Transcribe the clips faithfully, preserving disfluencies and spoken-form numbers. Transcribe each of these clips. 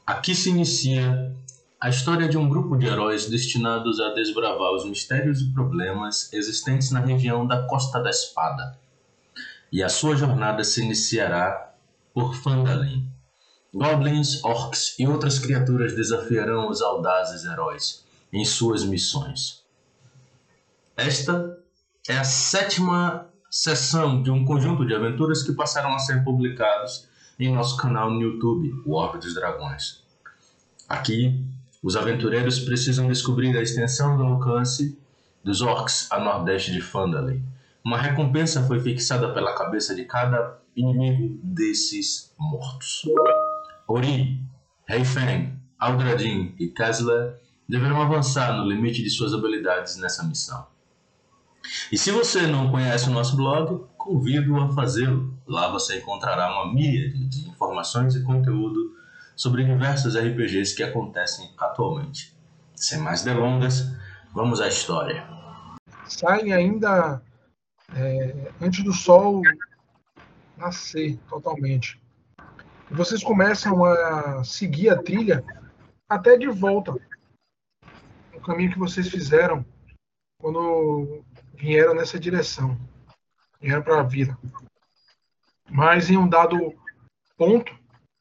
Aqui se inicia a história de um grupo de heróis destinados a desbravar os mistérios e problemas existentes na região da Costa da Espada. E a sua jornada se iniciará por Phandalin. Goblins, orcs e outras criaturas desafiarão os audazes heróis em suas missões. Esta é a sétima sessão de um conjunto de aventuras que passaram a ser publicados em nosso canal no YouTube, o Orbe dos Dragões. Aqui, os aventureiros precisam descobrir a extensão do alcance dos orcs a nordeste de Phandalin. Uma recompensa foi fixada pela cabeça de cada inimigo desses mortos. Ori, Heifeng, Aldradin e Kessler deverão avançar no limite de suas habilidades nessa missão. E se você não conhece o nosso blog, convido-o a fazê-lo. Lá você encontrará uma míriade de informações e conteúdo sobre diversos R P Gs que acontecem atualmente. Sem mais delongas, vamos à história. Saem ainda é, antes do sol nascer totalmente. E vocês começam a seguir a trilha até de volta. O caminho que vocês fizeram quando vieram nessa direção. Vieram para a vila. Mas em um dado ponto,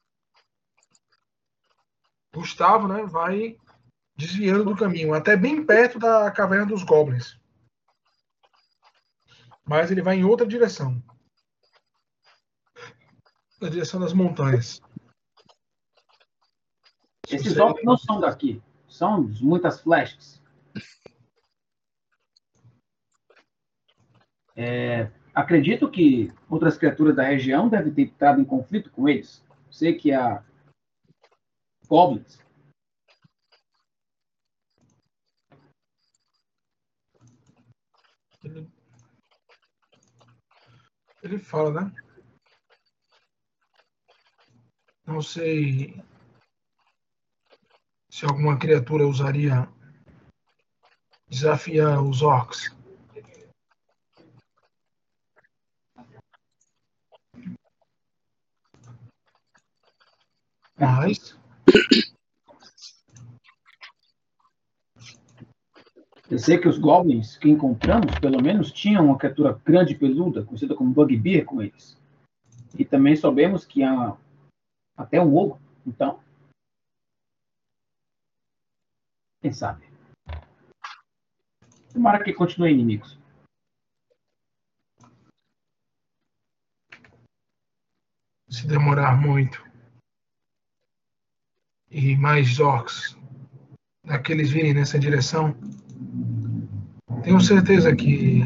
Gustavo, né, vai desviando do caminho, até bem perto da caverna dos Goblins. Mas ele vai em outra direção. Na direção das montanhas. Esses orcs não são daqui. São muitas flechas. É, acredito que outras criaturas da região devem ter entrado em conflito com eles. Sei que há goblins. Ele, ele fala, né? Não sei se alguma criatura usaria desafiar os orcs. Mas eu sei que os goblins que encontramos, pelo menos, tinham uma criatura grande e peluda, conhecida como Bugbear, com eles. E também soubemos que há até um ogro. Então, quem sabe? Tomara que continuem inimigos. Se demorar muito e mais orcs daqueles virem nessa direção, tenho certeza que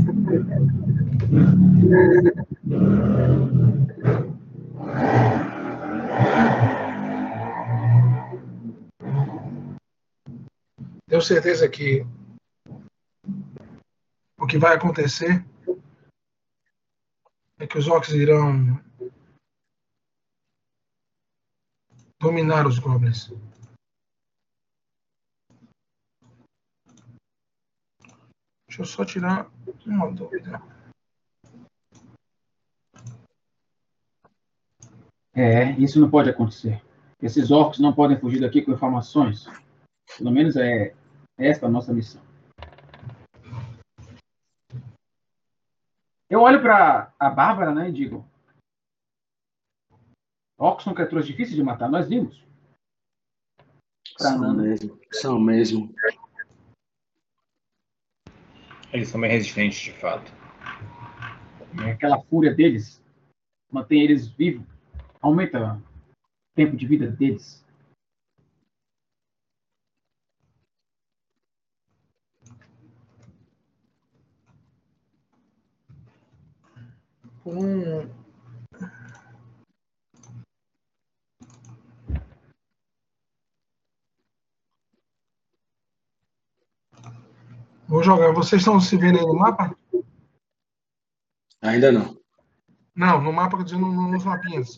tenho certeza que o que vai acontecer é que os orcs irão dominar os goblins. Deixa eu só tirar uma dúvida. É, isso não pode acontecer. Esses orcs não podem fugir daqui com informações. Pelo menos é esta a nossa missão. Eu olho para a Bárbara, né, e digo: orcs são criaturas difíceis de matar, nós vimos. Pra São Nana. mesmo, são mesmo. Eles são bem resistentes, de fato. É, aquela fúria deles mantém eles vivos, aumenta o tempo de vida deles. Um... Vou jogar. Vocês estão se vendo aí no mapa? Ainda não. Não, no mapa, dizendo nos mapinhas.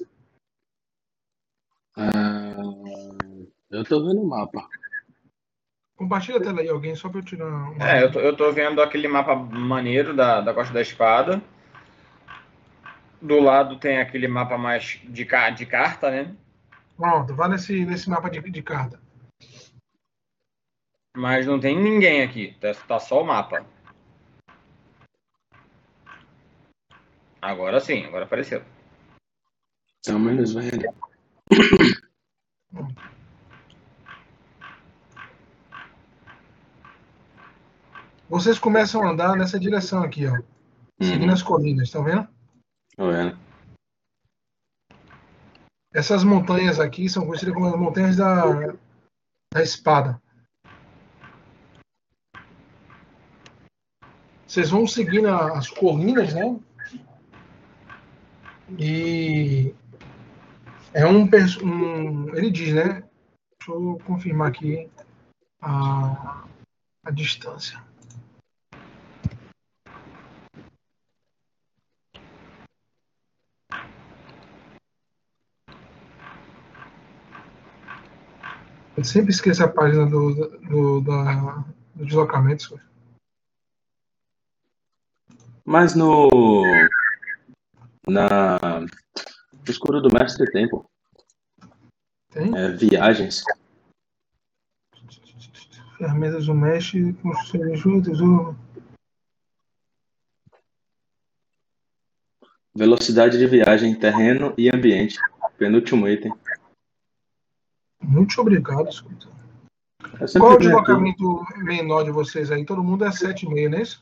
Ah, eu tô vendo o mapa. Compartilha a tela aí, alguém, só para eu tirar um... É, eu tô, eu tô vendo aquele mapa maneiro da, da Costa da Espada. Do lado tem aquele mapa mais de, de carta, né? Pronto, vá nesse, nesse mapa de, de carta. Mas não tem ninguém aqui. Tá, tá só o mapa. Agora sim, agora apareceu. Então, menos velho. Vocês começam a andar nessa direção aqui, ó. Seguindo Uhum. as colinas, estão vendo? Tô vendo. Essas montanhas aqui são conhecidas como as montanhas da, da espada. Vocês vão seguindo as colinas, né? E é um, pers- um ele diz, né? Deixa eu confirmar aqui a, a distância. Eu sempre esqueço a página do, do, da, do deslocamento. Mas no. Na. No escuro do mestre tem, pô. Tem? É, viagens. Ferramentas do mestre, construções juntas. O... Velocidade de viagem, terreno e ambiente. Penúltimo item. Muito obrigado, escuta. Eu Qual é sempre o venho aqui. deslocamento menor de vocês aí? Todo mundo é sete e meio, não é isso?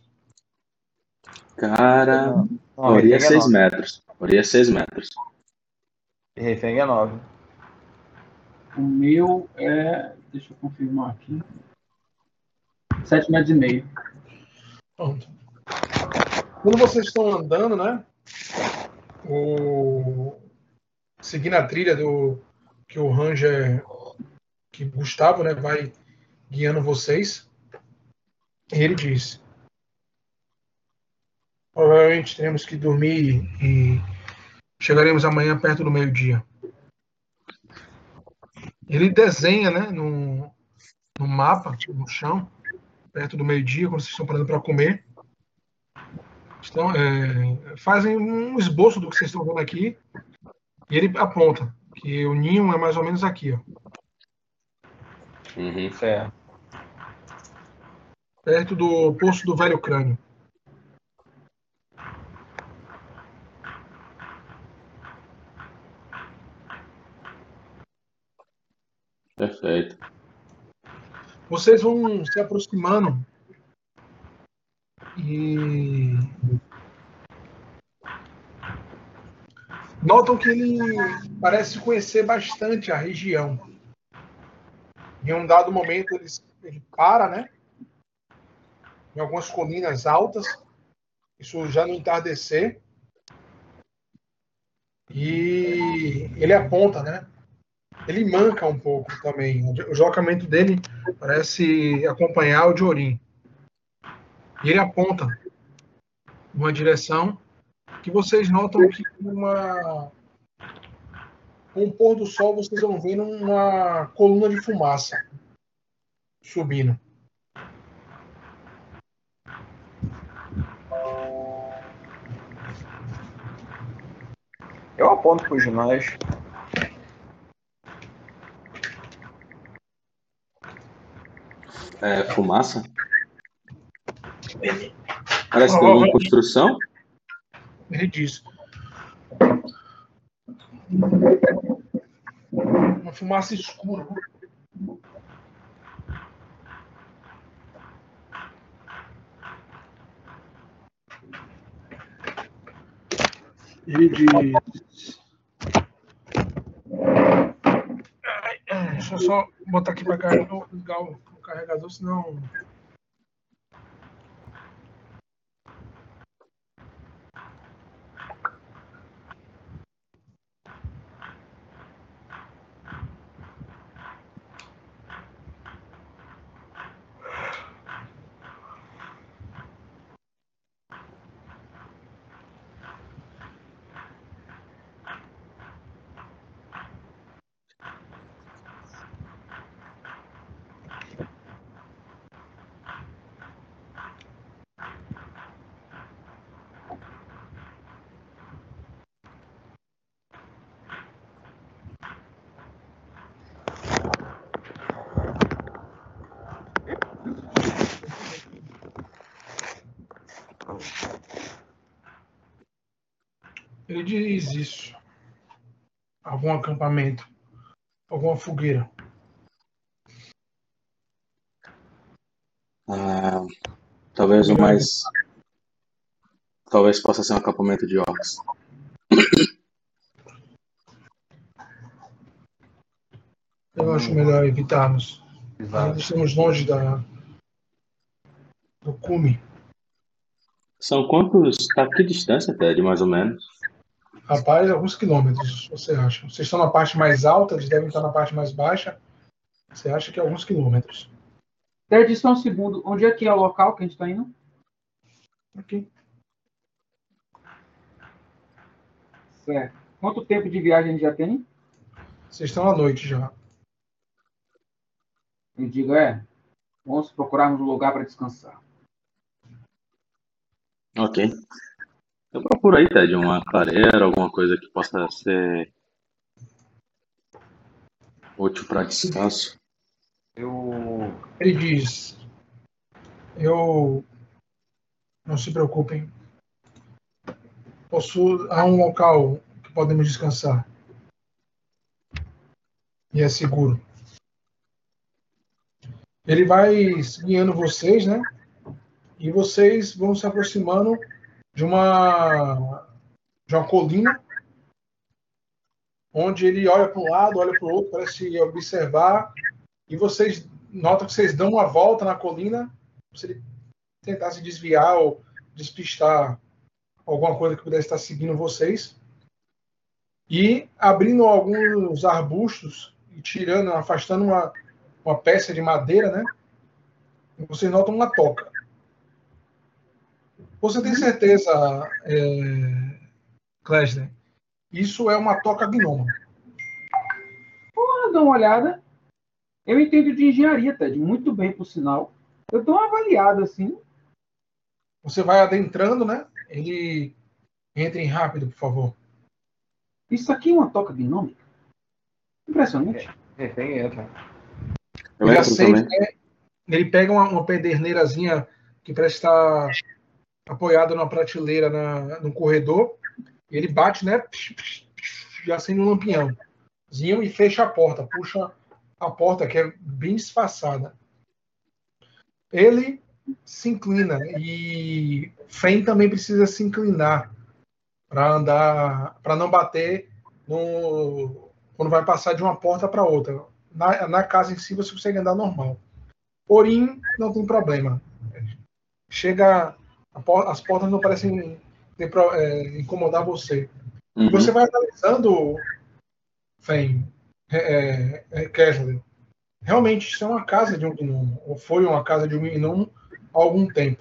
Cara. Não, não Ori é refém é seis nove. metros. Ori é seis metros. Refém é nove. O meu é. Deixa eu confirmar aqui. Sete metros e meio. Pronto. Quando vocês estão andando, né? O... Seguindo a trilha do que o Ranger, que Gustavo, né, vai guiando vocês. E ele diz: provavelmente teremos que dormir e chegaremos amanhã perto do meio-dia. Ele desenha, né, no, no mapa, no chão, perto do meio-dia, quando vocês estão parando para comer. Estão, é, fazem um esboço do que vocês estão vendo aqui e ele aponta que o ninho é mais ou menos aqui, ó, Uhum. Certo. perto do Poço do Velho Crânio. Perfeito. Vocês vão se aproximando e notam que ele parece conhecer bastante a região. Em um dado momento ele, ele para, né? Em algumas colinas altas, isso já no entardecer, e ele aponta, né? Ele manca um pouco também. O deslocamento dele parece acompanhar o de Orim. E ele aponta uma direção que vocês notam que uma com o pôr do sol vocês vão vendo uma coluna de fumaça subindo. Eu aponto pro ginásio. É, fumaça? Parece ter alguma construção? Ele diz: uma fumaça escura. Ele diz: deixa eu só botar aqui para carregar, ligar o carregador, senão. Ele diz isso. Algum acampamento, alguma fogueira. Ah, talvez o mais. Talvez possa ser um acampamento de orcs. Eu acho melhor evitarmos. Ainda Exato. estamos longe da, do cume. São quantos. Tá que distância, Ted, mais ou menos? Rapaz, alguns quilômetros, você acha? Vocês estão na parte mais alta, eles devem estar na parte mais baixa. Você acha que é alguns quilômetros. Ted, só um segundo. Onde é que é o local que a gente está indo? Aqui. Certo. Quanto tempo de viagem a gente já tem? Vocês estão à noite já. Eu digo, é, vamos procurarmos um lugar para descansar. Ok. Eu procuro aí, Ted, uma clareira, alguma coisa que possa ser útil para descanso. Eu... Ele diz: Eu. Não se preocupem. Possuo, há um local que podemos descansar. E é seguro. Ele vai guiando vocês, né? E vocês vão se aproximando de uma, de uma colina, onde ele olha para um lado, olha para o outro, parece observar. E vocês notam que vocês dão uma volta na colina, se ele tentar se desviar ou despistar alguma coisa que pudesse estar seguindo vocês. E abrindo alguns arbustos e tirando, afastando uma, uma peça de madeira, né? Vocês notam uma toca. Você tem certeza, é, Klesner? Isso é uma toca gnoma. Vou dar uma olhada. Eu entendo de engenharia, Ted, muito bem, por sinal. Eu dou uma avaliada, assim. Você vai adentrando, né? Ele entrem rápido, por favor. Isso aqui é uma toca gnômica? Impressionante. Refém entra. Eu Ele entro acende, também. né? Ele pega uma, uma pederneirazinha que parece estar apoiada numa prateleira na, no corredor. Ele bate, né? E acende um lampiãozinho e fecha a porta. Puxa a porta, que é bem disfarçada. Ele se inclina e Fen também precisa se inclinar para andar, para não bater no, quando vai passar de uma porta para outra. Na, na casa em si você consegue andar normal. Porém, não tem problema. Chega, a, as portas não parecem ter, é, incomodar você. Uhum. E você vai analisando, Fen, é, é, Casually. Realmente, isso é uma casa de um gnomo, ou foi uma casa de um gnomo há algum tempo.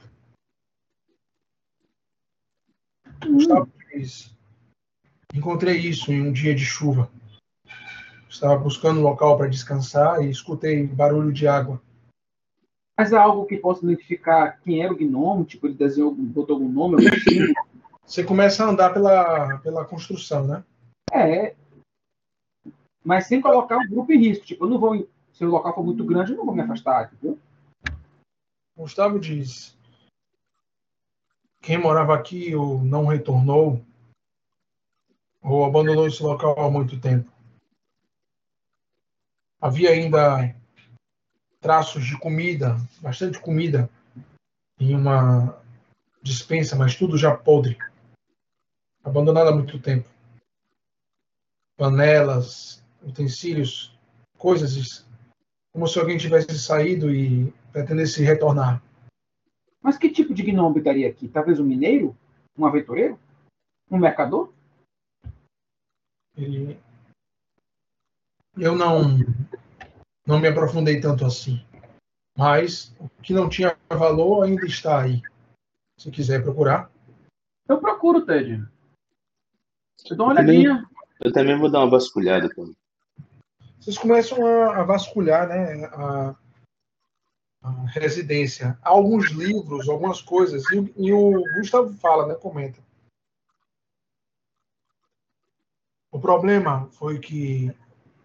Hum. Gustavo diz: encontrei isso em um dia de chuva. Estava buscando um local para descansar e escutei barulho de água. Mas é algo que possa identificar quem era o gnomo? Tipo, ele desenhou, botou algum nome, algum símbolo? Você começa a andar pela, pela construção, né? É, mas sem colocar o grupo em risco. Tipo, eu não vou, se o local for muito grande, eu não vou me afastar, entendeu? Gustavo diz: quem morava aqui ou não retornou, ou abandonou esse local há muito tempo. Havia ainda traços de comida, bastante comida, em uma despensa, mas tudo já podre, abandonado há muito tempo. Panelas, utensílios, coisas como se alguém tivesse saído e pretendesse retornar. Mas que tipo de gnomo estaria aqui? Talvez um mineiro? Um aventureiro? Um mercador? Ele... Eu não, não me aprofundei tanto assim. Mas o que não tinha valor ainda está aí. Se quiser procurar. Eu procuro, Ted. Eu dou uma Eu também, olhadinha. eu também vou dar uma vasculhada também. Vocês começam a, a vasculhar, né, a, a residência. Há alguns livros, algumas coisas. E, e o Gustavo fala, né, comenta. O problema foi que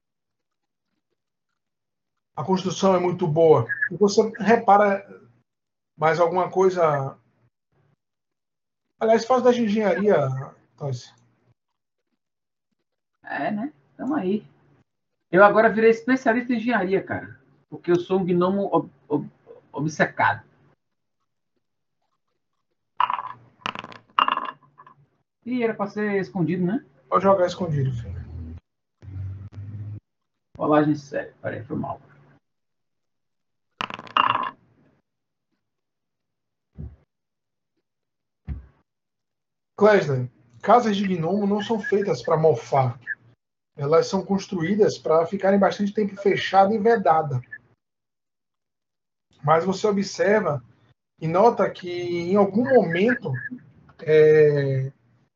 a construção é muito boa. E você repara mais alguma coisa Aliás, faz da engenharia, Toys. É, né? Tamo aí. Eu agora virei especialista em engenharia, cara. Porque eu sou um gnomo ob- ob- obcecado. E era pra ser escondido, né? Pode jogar escondido, filho. Rolagem séria. Peraí, foi mal. Clesden, casas de gnomo não são feitas para mofar. Elas são construídas para ficarem bastante tempo fechada e vedada. Mas você observa e nota que em algum momento é,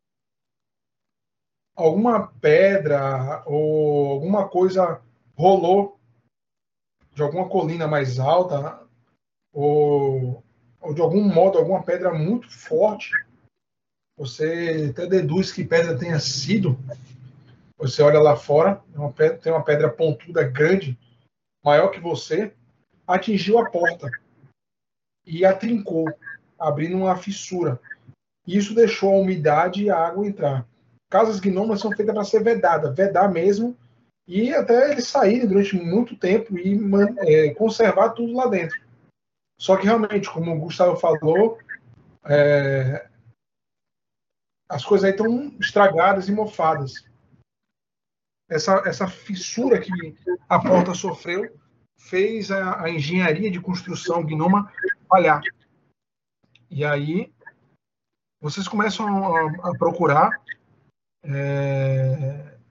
alguma pedra ou alguma coisa rolou de alguma colina mais alta ou, ou de algum modo alguma pedra muito forte. Você até deduz que pedra tenha sido. Você olha lá fora, é uma pedra, tem uma pedra pontuda grande, maior que você, atingiu a porta e a trincou, abrindo uma fissura. Isso deixou a umidade e a água entrar. Casas gnomas são feitas para ser vedada, vedar mesmo, e até eles saírem durante muito tempo e é, conservar tudo lá dentro. Só que realmente, como o Gustavo falou, é, as coisas aí estão estragadas e mofadas. Essa, essa fissura que a porta sofreu fez a, a engenharia de construção gnoma falhar. E aí vocês começam a, a procurar. É...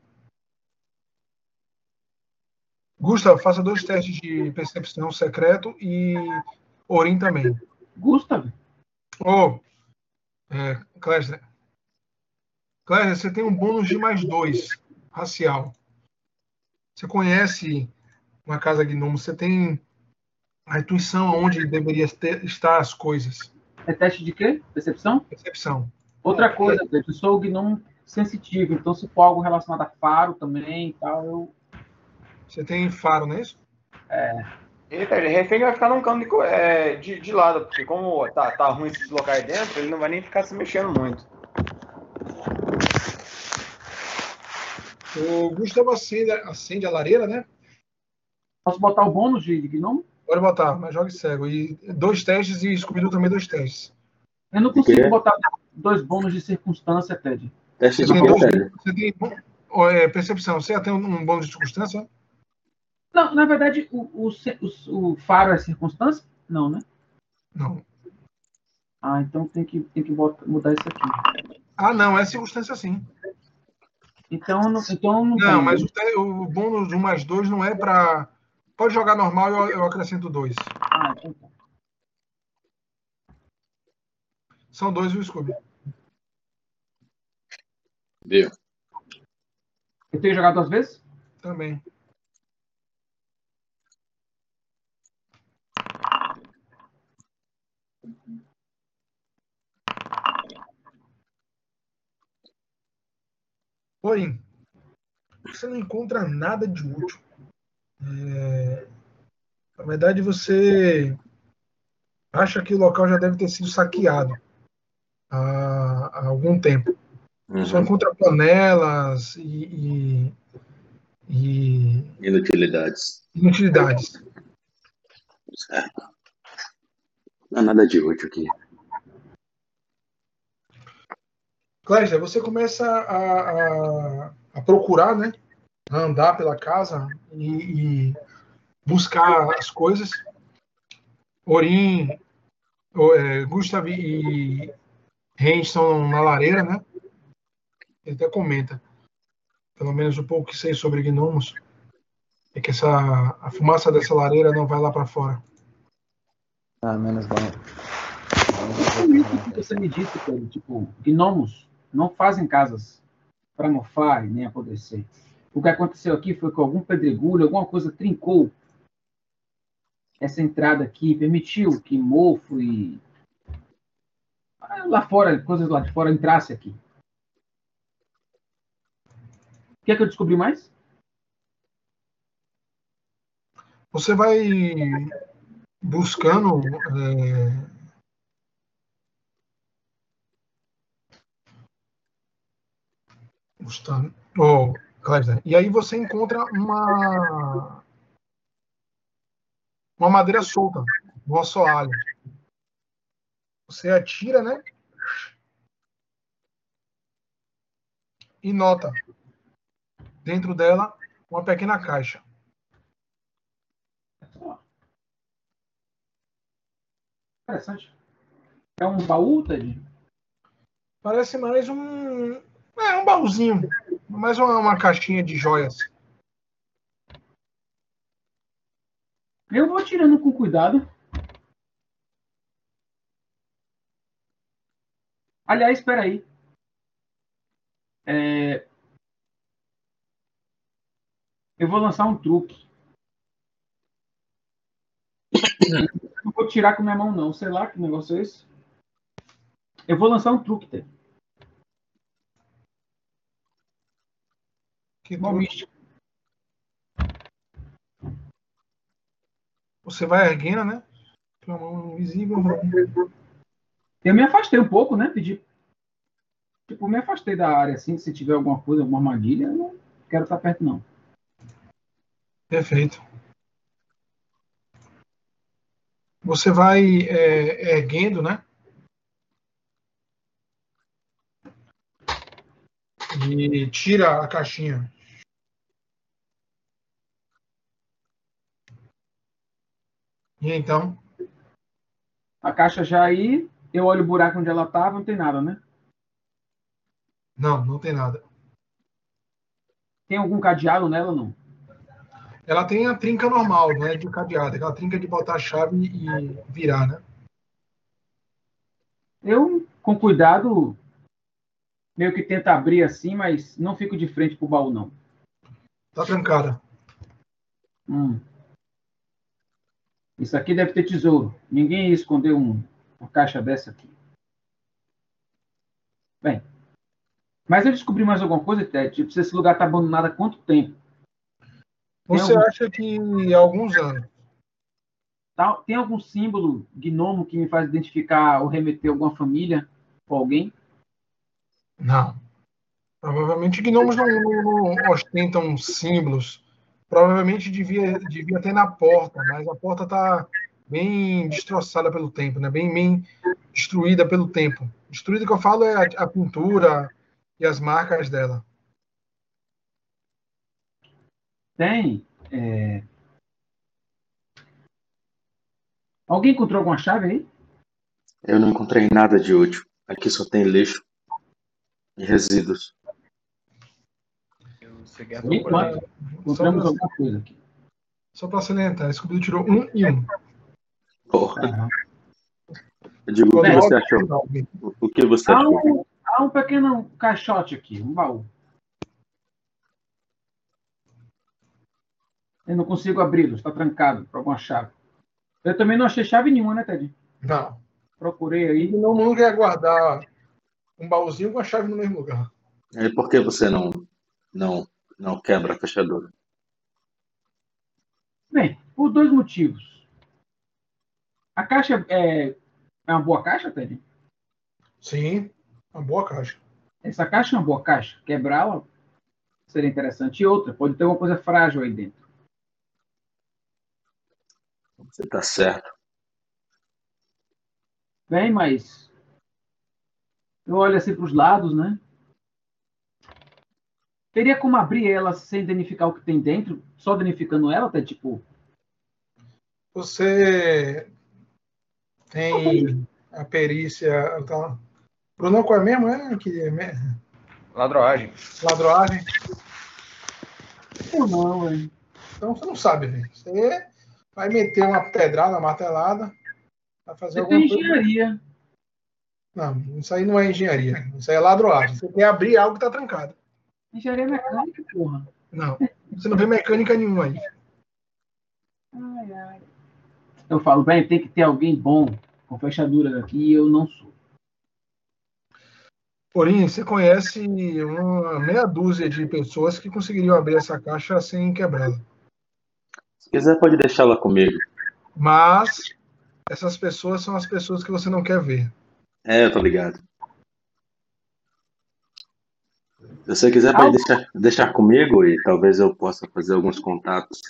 Gustavo, faça dois testes de percepção secreto e Orin também. Gustavo? Ô, oh, é, Clésia. Clésia, você tem um bônus de mais dois, racial. Você conhece uma casa gnomo, você tem a intuição onde deveria ter, estar as coisas. É teste de quê? Percepção? Percepção. Outra coisa, eu sou o gnomo sensitivo, então se for algo relacionado a faro também e tal, eu... Você tem faro, não é isso? É. Eita, ele refém vai ficar num canto de, é, de, de lado, porque como tá, tá ruim se deslocar aí dentro, ele não vai nem ficar se mexendo muito. O Gustavo acende, acende a lareira, né? Posso botar o bônus de, de gnomo? Pode botar, mas jogue cego. E dois testes e Scooby-Doo também dois testes. Eu não consigo botar dois bônus de circunstância, Ted. Teste Você de tem, dois, critério. você tem é, percepção. Você já tem um bônus de circunstância? Não, na verdade, o, o, o, o faro é circunstância? Não, né? Não. Ah, então tem que, tem que botar, mudar isso aqui. Ah, não, é circunstância sim. Então, não, então não, não tem. Mas o, o bônus de um mais dois não é para. Pode jogar normal e eu, eu acrescento dois. Ah, então tá. São dois, viu, Scooby? Deu. Eu tenho jogado duas vezes? Também. Porém, você não encontra nada de útil. É... Na verdade, você acha que o local já deve ter sido saqueado há, há algum tempo. Uhum. Só encontra panelas e, e, e Inutilidades. inutilidades. Certo. Não há nada de útil aqui. Clésia, você começa a, a, a procurar, né? A andar pela casa e, e buscar as coisas. Orin, é, Gustav e Ren estão na lareira, né? Ele até comenta, pelo menos um pouco que sei sobre gnomos, é que essa, a fumaça dessa lareira não vai lá para fora. Ah, menos mal. Isso que você me disse, Pedro, tipo, gnomos não fazem casas para mofar e nem apodrecer. O que aconteceu aqui foi que algum pedregulho, alguma coisa trincou essa entrada aqui, permitiu que mofo e lá fora, coisas lá de fora entrasse aqui. Quer que eu descobri mais? Você vai buscando é, Gustavo. Oh, Clésio. E aí você encontra uma uma madeira solta, um assoalho. Você atira, né? E nota dentro dela uma pequena caixa. Interessante. É um baú, Ted? Parece mais um é um baúzinho, mais uma, uma caixinha de joias. Eu vou tirando com cuidado. Aliás, espera aí. É... Eu vou lançar um truque. Não vou tirar com minha mão, não. Sei lá que negócio é esse. Eu vou lançar um truque, Ted. Que Mão truque. mística. Você vai erguendo, né? Com a mão invisível. Eu me afastei um pouco, né? Pedi. Tipo, me afastei da área, assim. Se tiver alguma coisa, alguma armadilha, eu não quero estar perto, não. Perfeito. Você vai é, erguendo, né? E tira a caixinha. E então? A caixa já aí, eu olho o buraco onde ela tava, não tem nada, né? Não, não tem nada. Tem algum cadeado nela, não? Ela tem a trinca normal, né? De cadeado. Aquela trinca de botar a chave e virar, né? Eu, com cuidado, meio que tento abrir assim, mas não fico de frente pro baú, não. Tá trancada. Hum. Isso aqui deve ter tesouro. Ninguém ia esconder um, uma caixa dessa aqui. Bem, mas eu descobri mais alguma coisa, Ted? Tipo, se esse lugar tá abandonado há quanto tempo? Tem Você algum, acha que há alguns anos? tá- tem algum símbolo gnomo que me faz identificar ou remeter a alguma família ou alguém? Não. Provavelmente gnomos não, não, não ostentam símbolos. Provavelmente devia, devia ter na porta, mas a porta está bem destroçada pelo tempo, né? Bem, bem destruída pelo tempo. Destruída que eu falo é a, a pintura e as marcas dela. Tem. É... Alguém encontrou alguma chave aí? Eu não encontrei nada de útil. Aqui só tem lixo e resíduos. Eu segui a Por enquanto, procura. encontramos alguma coisa aqui. Só para salientar, Scooby tirou um e um. Porra. Aham. Eu digo, o que Bem, você achou? O o que você Há achou? um, há um pequeno caixote aqui, um baú. Eu não consigo abri-lo, está trancado por alguma chave. Eu também não achei chave nenhuma, né, Ted? Não. Procurei O aí. gnomo não quer guardar um baúzinho com a chave no mesmo lugar. E por que você não, não, não quebra a fechadura? Bem, por dois motivos. A caixa é, é uma boa caixa, Ted? Sim, uma boa caixa. Essa caixa é uma boa caixa. Quebrá-la seria interessante. E outra, pode ter uma coisa frágil aí dentro. Você tá certo. Bem, mas eu olho assim para os lados, né? Teria como abrir ela sem danificar o que tem dentro? Só danificando ela, até tipo. Você tem a perícia. Tá? Bruno, qual é mesmo? É que é me- Ladroagem. ladroagem. Eu não, hein? Então você não sabe, velho. Você vai meter uma pedrada, uma martelada, vai fazer Eu tenho alguma coisa. engenharia. Não, isso aí não é engenharia. Isso aí é ladroagem. Você quer abrir algo que está trancado. Engenharia mecânica, porra. Não. Você não vê mecânica nenhuma aí. Ai, ai. Eu falo, bem, tem que ter alguém bom com fechadura aqui e eu não sou. Porém, você conhece uma meia dúzia de pessoas que conseguiriam abrir essa caixa sem quebrá-la. Se quiser, pode deixá-la comigo. Mas essas pessoas são as pessoas que você não quer ver. É, eu tô ligado. Se você quiser, Ah, pode deixar, deixar comigo e talvez eu possa fazer alguns contatos.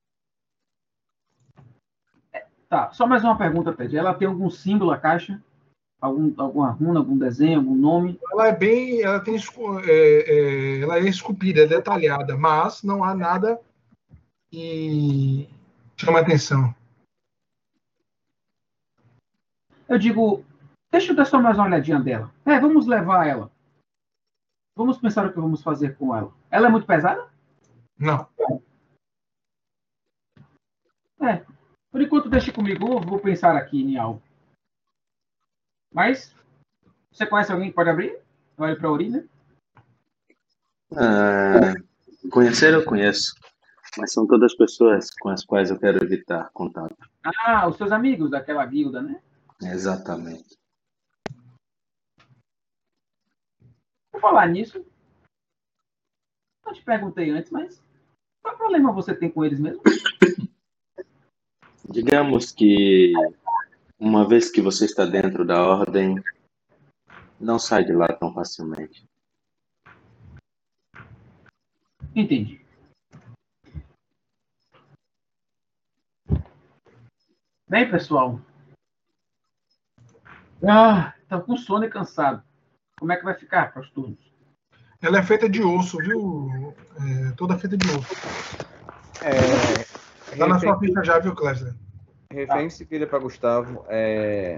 tá. Só mais uma pergunta, Ted. Ela tem algum símbolo, a caixa? Algum, alguma runa, algum desenho, algum nome? Ela é bem, ela tem, escu- é, é, ela é esculpida, é detalhada, mas não há nada que chama atenção. Eu digo, deixa eu dar só mais uma olhadinha dela. É, vamos levar ela. Vamos pensar o que vamos fazer com ela. Ela é muito pesada? Não. É. Por enquanto, deixa comigo. Eu vou pensar aqui em algo. Mas, você conhece alguém que pode abrir? Olha para a urina. Ah, conhecer eu conheço, mas são todas pessoas com as quais eu quero evitar contato. Ah, os seus amigos daquela guilda, né? Exatamente. Vou falar nisso. Não te perguntei antes, mas qual problema você tem com eles mesmo? Digamos que uma vez que você está dentro da ordem, não sai de lá tão facilmente. Entendi. Bem, pessoal. Ah, tô com sono e cansado. Como é que vai ficar para os turnos? Ela é feita de osso, viu? É, toda feita de osso. É, Tá na sua refém, ficha já, viu, Cléster? refém se vira para Gustavo. É,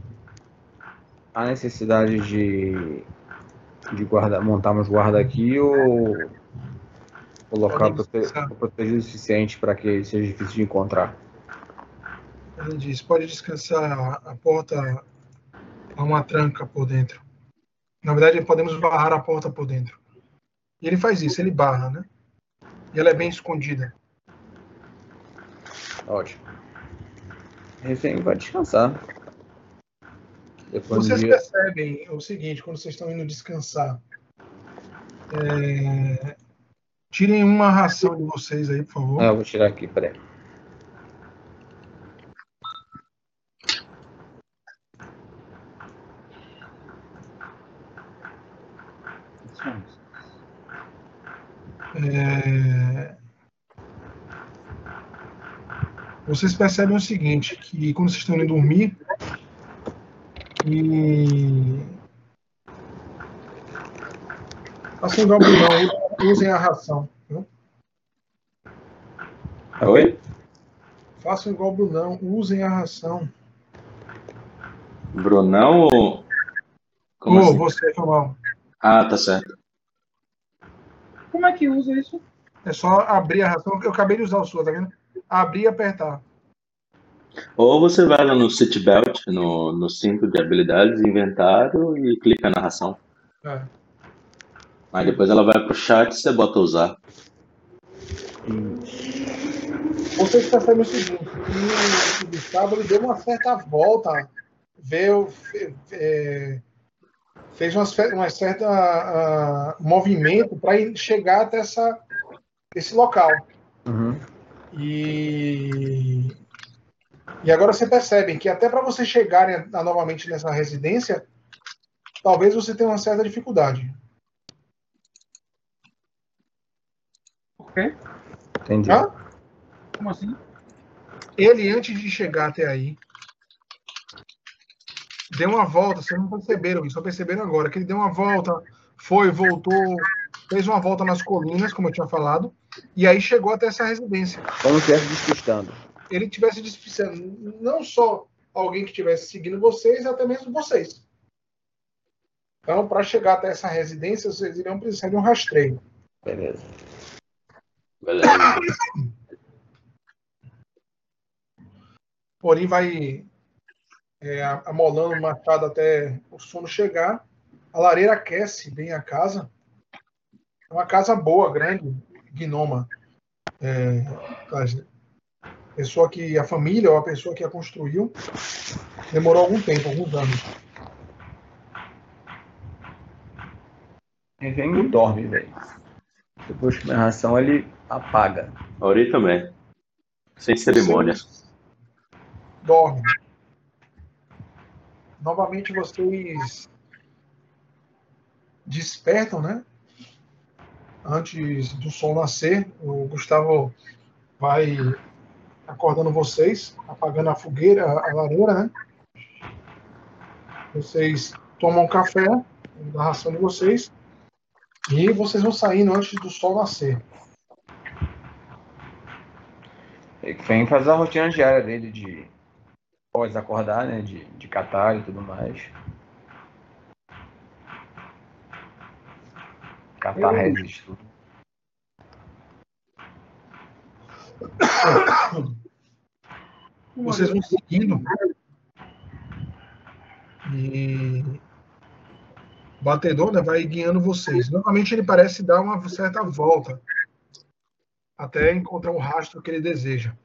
a necessidade de, de guarda, montarmos guarda aqui ou o local Pode prote, descansar. protegido o suficiente para que seja difícil de encontrar? Ele diz, pode descansar. A porta há uma tranca por dentro. Na verdade, podemos barrar a porta por dentro. E ele faz isso, ele barra, né? E ela é bem escondida. Ótimo. Refém vai descansar. Depois do Vocês dia. percebem o seguinte, quando vocês estão indo descansar, é, tirem uma ração de vocês aí, por Ah, favor. eu vou tirar aqui, peraí. É, vocês percebem o seguinte, que quando vocês estão indo dormir, e façam igual o Brunão, usem a ração. Viu? Oi? Façam igual o Brunão, usem a ração. Brunão ou... Como Ô, assim? você, foi mal. Ah, tá certo. Como é que usa isso? É só abrir a ração. Eu acabei de usar o sua, tá vendo? Abrir e apertar. Ou você vai lá no seatbelt, no, no cinto de habilidades, inventário e clica na ração. É. Aí depois ela vai pro chat e você bota usar. Vocês percebem o seguinte, que o Gustavo ele deu uma certa volta, veio, fe- é, fez uma, cer- uma certa ah, movimento para chegar até essa, esse local. Uhum. E, e agora você percebe que até para você chegarem a- a- novamente nessa residência, talvez você tenha uma certa dificuldade. Por quê? Entendi. Tá? Como assim? Ele, antes de chegar até aí, deu uma volta, vocês não perceberam isso, só perceberam agora, que ele deu uma volta, foi, voltou, fez uma volta nas colinas, como eu tinha falado, e aí chegou até essa residência. Como se estivesse despistando. Ele tivesse despistando não só alguém que estivesse seguindo vocês, até mesmo vocês. Então, para chegar até essa residência, vocês iriam precisar de um rastreio. Beleza. Beleza. Porém, vai é, amolando o machado até o sono chegar. A lareira aquece bem a casa. É uma casa boa, grande, gnoma. É, pessoa que a família ou a pessoa que a construiu demorou algum tempo, alguns anos. Refém não dorme, velho. Depois que minha ração, ele apaga. Ori também. Sem cerimônia. Vocês dormem. Novamente vocês despertam, né? antes do sol nascer, o Gustavo vai acordando vocês, apagando a fogueira, a lareira, né? Vocês tomam café da ração de vocês e vocês vão saindo antes do sol nascer. Ele vem fazer a rotina diária dele de pós acordar, né? De, de catar e tudo mais. Catar reses, tudo. Vocês vão seguindo e o batedor, né, vai guiando vocês. Normalmente ele parece dar uma certa volta até encontrar o rastro que ele deseja.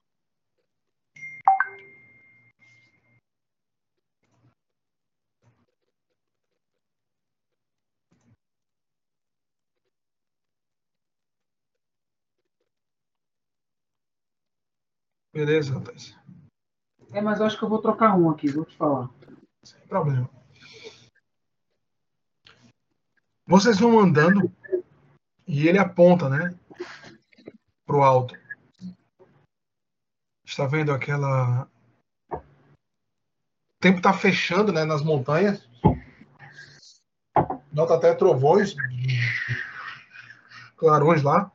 Beleza, Thais? É, mas eu acho que eu vou trocar um aqui, vou te falar. Sem problema. Vocês vão andando e ele aponta, né, pro alto. Está vendo aquela... O tempo está fechando, né, nas montanhas. Nota até trovões, clarões lá.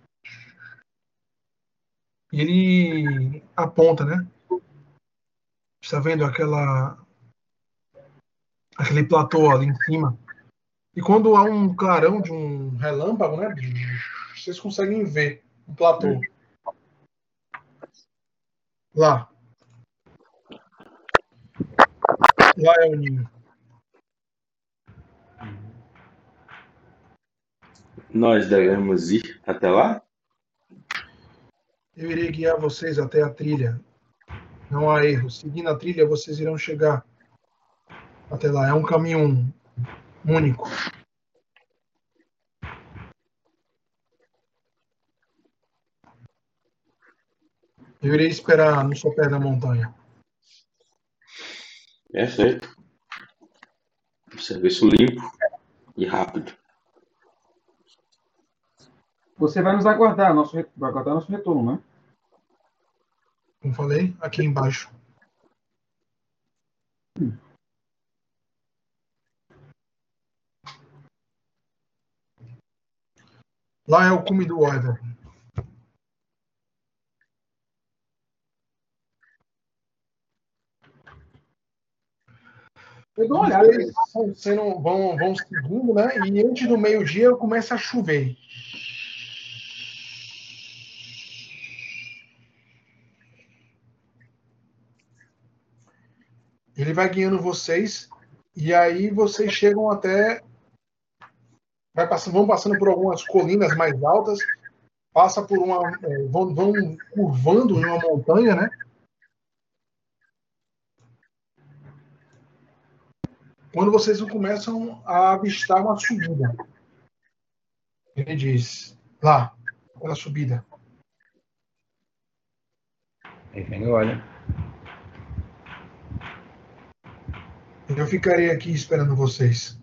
E ele aponta, né? Está vendo aquela aquele platô ali em cima. E quando há um clarão de um relâmpago, né? Vocês conseguem ver o platô. Lá. Lá é o ninho. Nós devemos ir até lá? Eu irei guiar vocês até a trilha. Não há erro. Seguindo a trilha, vocês irão chegar até lá. É um caminho único. Eu irei esperar no sopé da montanha. Perfeito. Um serviço limpo e rápido. Você vai nos aguardar, nosso, re- vai aguardar nosso retorno, né? Como falei, aqui embaixo. Lá é o cume do Wyvern. Eu dou uma olhada. Vocês vão, sendo- vão, vão seguindo, né? E antes do meio-dia começa a chover. Ele vai guiando vocês e aí vocês chegam até, vai passando, vão passando por algumas colinas mais altas, passa por uma, é, vão, vão curvando em uma montanha, né? Quando vocês começam a avistar uma subida, ele diz: lá, aquela subida. Aí vem e olha. Eu ficarei aqui esperando vocês.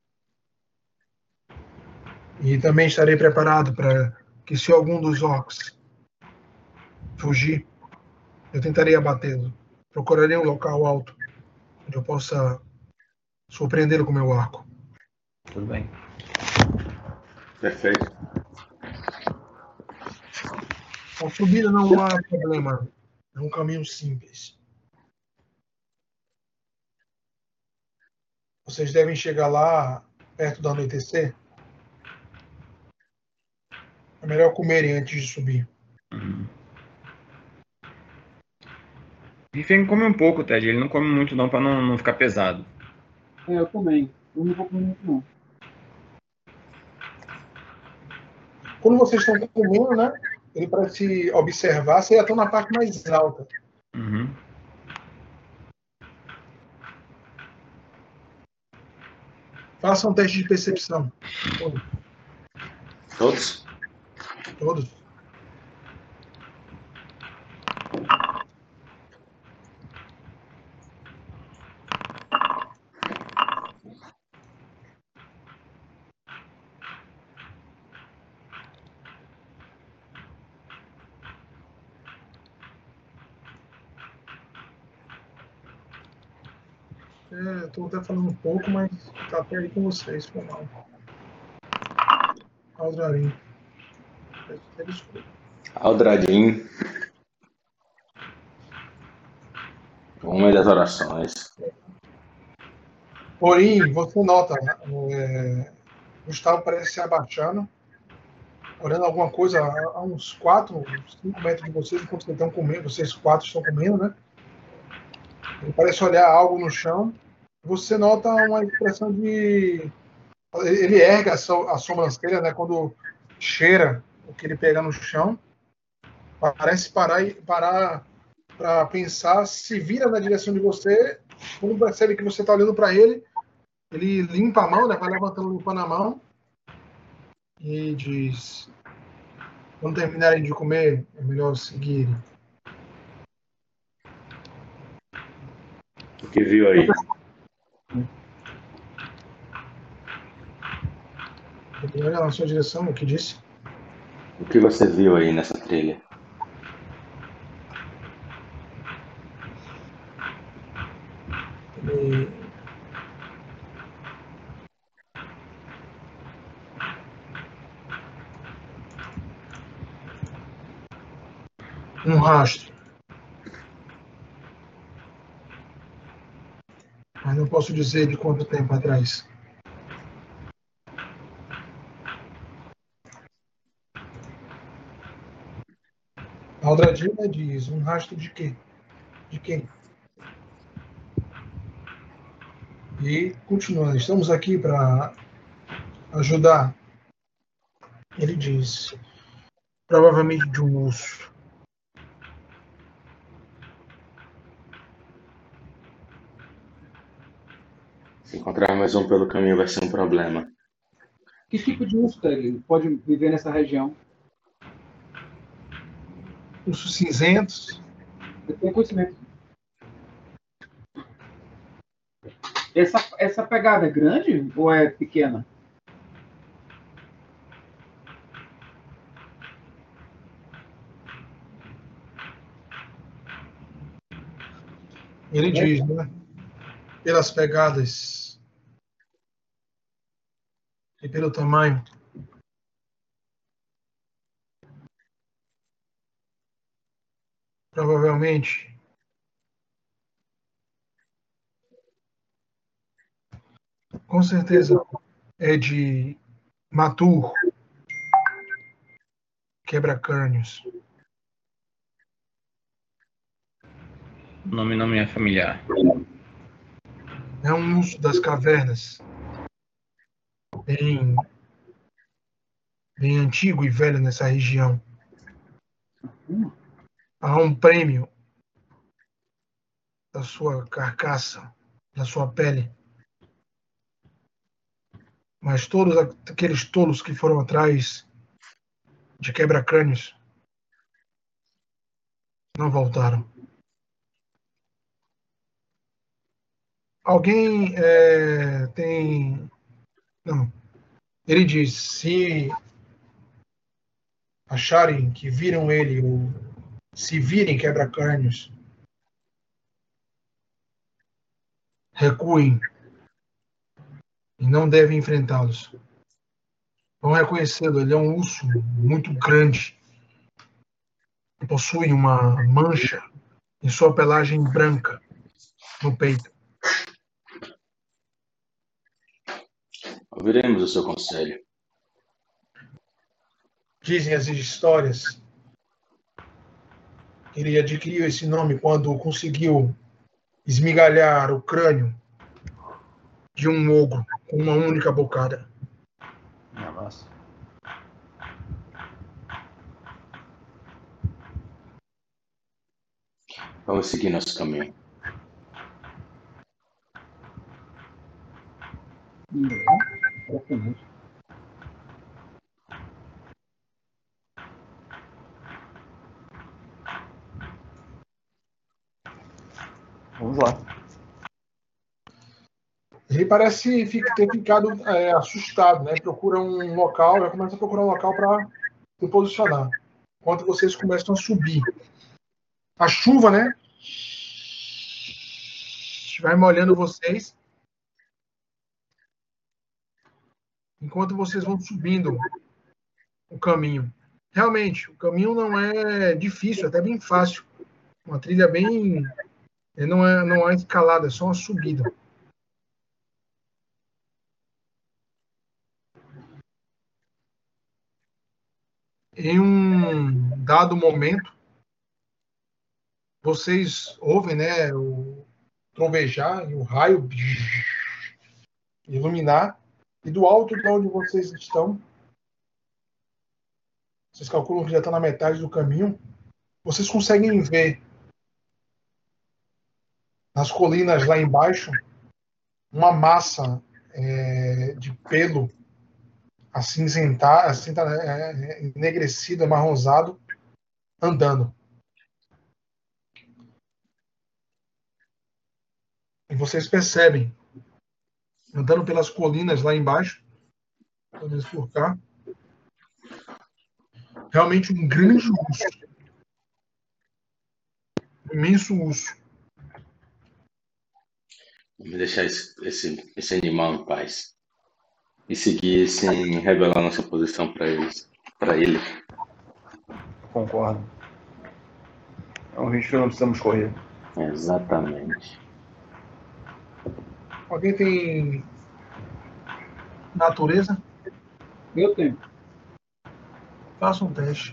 E também estarei preparado para que, se algum dos orcs fugir, eu tentarei abatê-lo. Procurarei um local alto onde eu possa surpreendê-lo com meu arco. Tudo bem. Perfeito. A subida não há problema. É um caminho simples. Vocês devem chegar lá perto do anoitecer. É melhor comerem antes de subir. Riffen come um pouco, Ted. Ele não come muito não, pra não, não ficar pesado. É, eu também. Eu não vou comer muito, não. Quando vocês estão comendo, né? Ele parece observar, vocês já estão na parte mais alta. Uhum. Façam um teste de percepção. Todos? Todos. É, eu tô até falando um pouco, mas tá até aí com vocês, foi mal. Aldrarim. Peço até desculpa. Aldradim. Uma das orações. Porém, você nota, é, Gustavo parece se abaixando, olhando alguma coisa a, a uns quatro, cinco metros de vocês, enquanto vocês estão comendo, vocês quatro estão comendo, né? Ele parece olhar algo no chão. Você nota uma expressão de. Ele ergue a, so, a sobrancelha, né? Quando cheira o que ele pega no chão. Parece parar e parar para pensar, se vira na direção de você. Quando percebe que você está olhando para ele, ele limpa a mão, né? Vai levantando, limpando a mão. E diz: quando terminarem de comer, é melhor seguir. O que viu aí? Ele olha na sua direção, o que disse? O que você viu aí nessa trilha? Ele... Um rastro. Mas não posso dizer de quanto tempo atrás. A Aldradina diz: um rastro de quê? De quem? E continuando, estamos aqui para ajudar. Ele diz: provavelmente de um urso. Se encontrar mais um pelo caminho vai ser um problema. Que tipo de urso ele pode viver nessa região? Ursos cinzentos. Eu tenho conhecimento. Essa, essa pegada é grande ou é pequena? Ele diz, né? Pelas pegadas e pelo tamanho. Provavelmente com certeza é de Matur, quebra-crânios. O nome não me é familiar. É um urso das cavernas, bem, bem antigo e velho nessa região. Há um prêmio da sua carcaça, da sua pele. Mas todos aqueles tolos que foram atrás de quebra-crânios não voltaram. Alguém é, tem... Não. Ele diz, se acharem que viram ele, ou se virem quebra-crânios, recuem e não devem enfrentá-los. Vão reconhecê-lo, ele é um urso muito grande, que possui uma mancha em sua pelagem branca no peito. Ouviremos o seu conselho. Dizem as histórias que ele adquiriu esse nome quando conseguiu esmigalhar o crânio de um ogro com uma única bocada. Nossa. Vamos seguir nosso caminho. Vamos lá. Ele parece ter ficado é, assustado, né? Procura um local, já começa a procurar um local para se posicionar. Enquanto vocês começam a subir. A chuva, né? gente vai molhando vocês enquanto vocês vão subindo o caminho. Realmente, o caminho não é difícil, é até bem fácil. Uma trilha bem... Não é, não é escalada, é só uma subida. Em um dado momento, vocês ouvem, né, o trovejar e o raio iluminar, e do alto de onde vocês estão, vocês calculam que já está na metade do caminho, vocês conseguem ver nas colinas lá embaixo uma massa é, de pelo acinzentar, assim, tá, é, enegrecido, amarronzado, andando. E vocês percebem, andando pelas colinas lá embaixo, pelo menos por cá, realmente um grande urso. Um imenso urso. Vamos deixar esse, esse, esse animal em paz. E seguir sem revelar nossa posição para eles, para ele. Concordo. É um risco que não precisamos correr. Exatamente. Alguém tem natureza? Eu tenho. Faça um teste.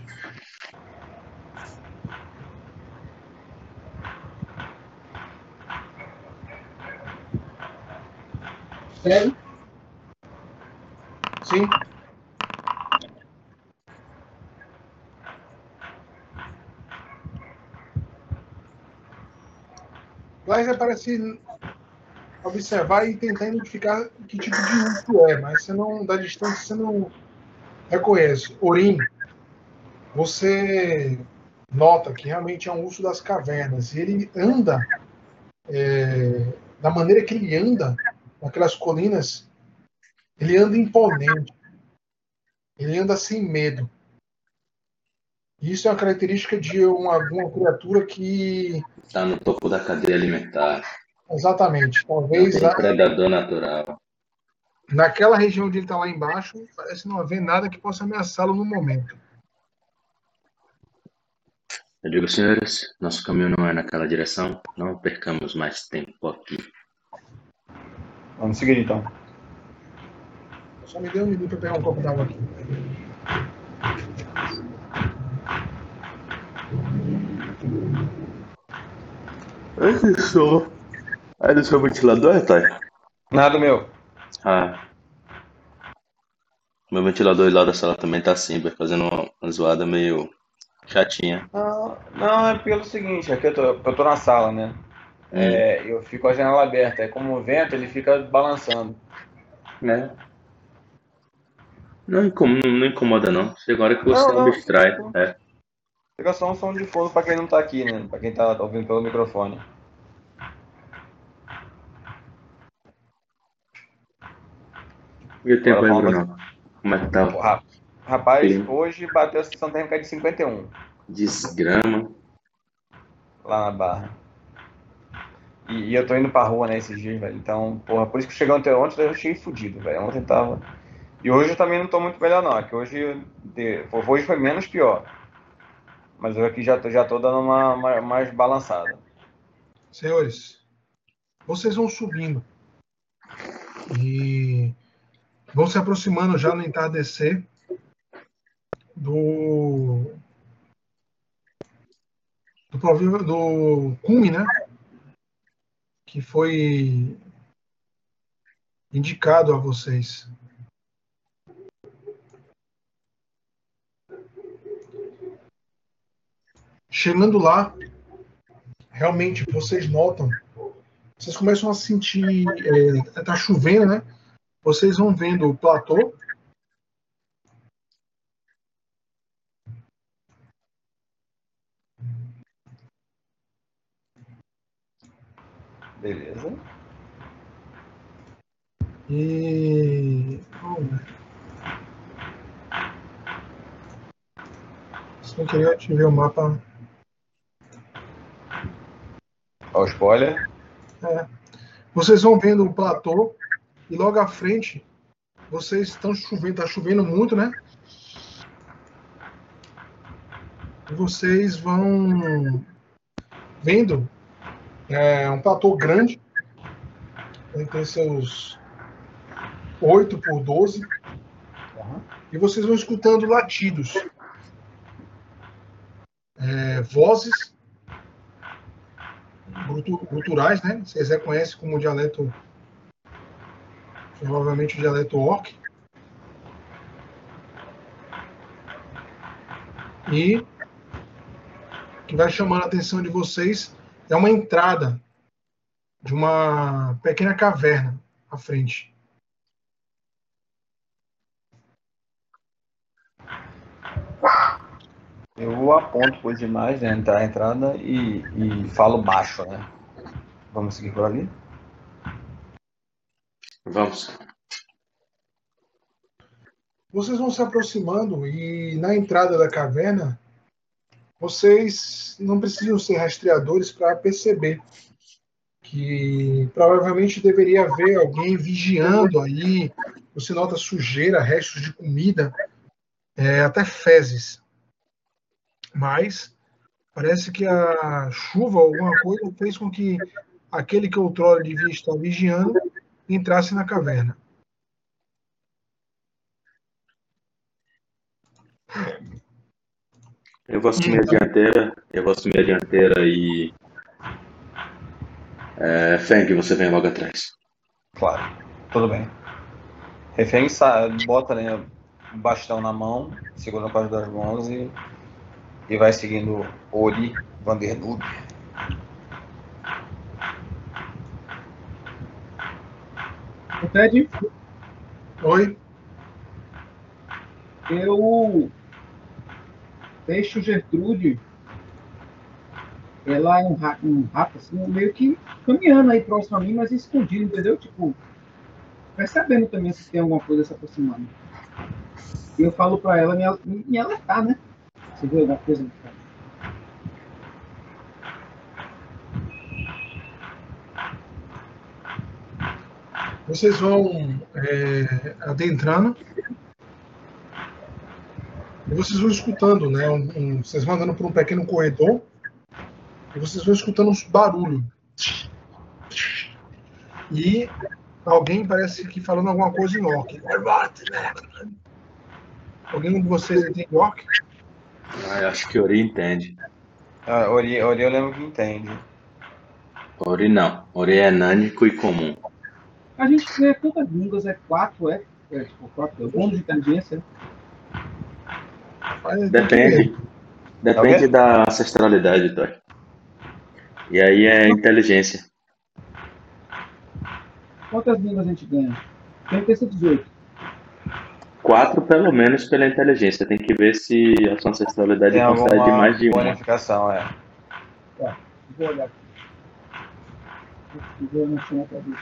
Sério? Sim. Gleiser parece observar e tentar identificar que tipo de urso é, mas você não, da distância você não reconhece. Orim, você nota que realmente é um urso das cavernas. E ele anda, é, da maneira que ele anda, naquelas colinas, ele anda imponente. Ele anda sem medo. E isso é uma característica de uma, uma criatura que... Está no topo da cadeia alimentar. Exatamente. Não Talvez tem a, predador natural. naquela região onde ele está lá embaixo, parece não haver nada que possa ameaçá-lo no momento. Eu digo, senhores, nosso caminho não é naquela direção. Não percamos mais tempo aqui. Vamos seguir então. Só me dê um minuto para pegar um copo d'água aqui. Esse som. É do seu ventilador, Thay? Nada meu. Ah. Meu ventilador lá da sala também tá assim, vai fazendo uma, uma zoada meio chatinha. Não, não, é pelo seguinte, aqui eu tô, eu tô na sala, né? É, eu fico com a janela aberta, é como o vento, ele fica balançando. Né? Não, incom- não incomoda não. Chega a hora que você Não, não, abstrai. sim, sim. É. Fica só um som de fundo pra quem não tá aqui, né? Pra quem tá ouvindo pelo microfone. E o tempo Agora aí, falando Bruno? Como é que tá? Pô, ra- Rapaz, Sim. hoje bateu a sensação térmica de cinquenta e um Desgrama. lá na Barra. E, e eu tô indo pra rua, né, esses dias, velho. Então, porra, por isso que chegou ontem, ontem eu cheguei fudido, velho. Ontem tava. E hoje eu também não tô muito melhor, não. É que hoje, de- hoje foi menos pior. Mas eu aqui já tô, já tô dando uma, uma mais balançada. Senhores, vocês vão subindo e vão se aproximando já no entardecer do do, provível- do cume, né? Que foi indicado a vocês. Chegando lá, realmente vocês notam, vocês começam a sentir, é, tá chovendo, né? Vocês vão vendo o platô. Beleza? E. Vamos ver. Sem querer, eu ativei o mapa. Ó, o spoiler. É. Vocês vão vendo o platô e logo à frente vocês estão chovendo, tá chovendo muito, né? E vocês vão vendo é, um platô grande, ele tem seus oito por doze, e vocês vão escutando latidos, é, vozes guturais, né? Vocês reconhecem como dialeto, provavelmente o dialeto orc. E o que vai chamando a atenção de vocês é uma entrada de uma pequena caverna à frente. Eu aponto para os demais dentro da entrada e, e falo baixo, né? Vamos seguir por ali? Vamos. Vocês vão se aproximando e na entrada da caverna vocês não precisam ser rastreadores para perceber que provavelmente deveria haver alguém vigiando aí. Você nota sujeira, restos de comida, é, até fezes. Mas parece que a chuva ou alguma coisa fez com que aquele que outrora devia estar vigiando entrasse na caverna. Eu vou assumir a dianteira. Eu vou assumir a dianteira e. É, Feng, você vem logo atrás. Claro, tudo bem. Refém bota, né, o bastão na mão, segura com as duas mãos e, e vai seguindo Ori Vandernoob. O Ted, Oi? eu deixo Gertrude, ela é um rato, um rato assim, meio que caminhando aí próximo a mim, mas escondido, entendeu? Tipo, percebendo também se tem alguma coisa se aproximando. E eu falo pra ela me, me alertar, né? Se vê alguma coisa. Vocês vão é, adentrando e vocês vão escutando, né? Um, um, vocês vão andando por um pequeno corredor e vocês vão escutando uns barulhos. E alguém parece que falando alguma coisa em orc. Alguém de vocês entende orc? Ah, eu acho que Ori entende. Ah, Ori, Ori eu lembro que entende. Ori não. Ori é nânico e comum. A gente ganha quantas línguas? É quatro, é? É tipo quatro. É bônus de inteligência. Mas, Depende. Depende Ok. da ancestralidade, Thor. E aí é inteligência. Quantas línguas a gente ganha? Tem que ter dezoito. Quatro, pelo menos, pela inteligência. Tem que ver se a sua ancestralidade Tem concede alguma mais de uma. bonificação, é. Tá, vou olhar aqui. Vou mexer na cabeça.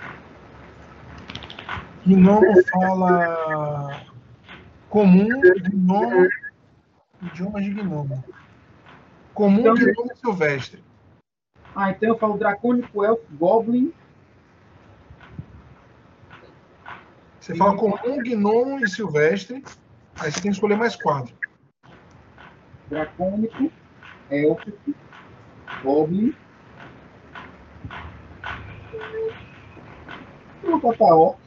Gnomo fala comum, gnomo, idiomas de gnomo. Comum, Então- gnomo e silvestre. Ah, então eu falo dracônico, elfo, goblin. Você fala comum, gnomo e silvestre. Aí você tem que escolher mais quatro. Dracônico, elfo, goblin. Vou botar orc.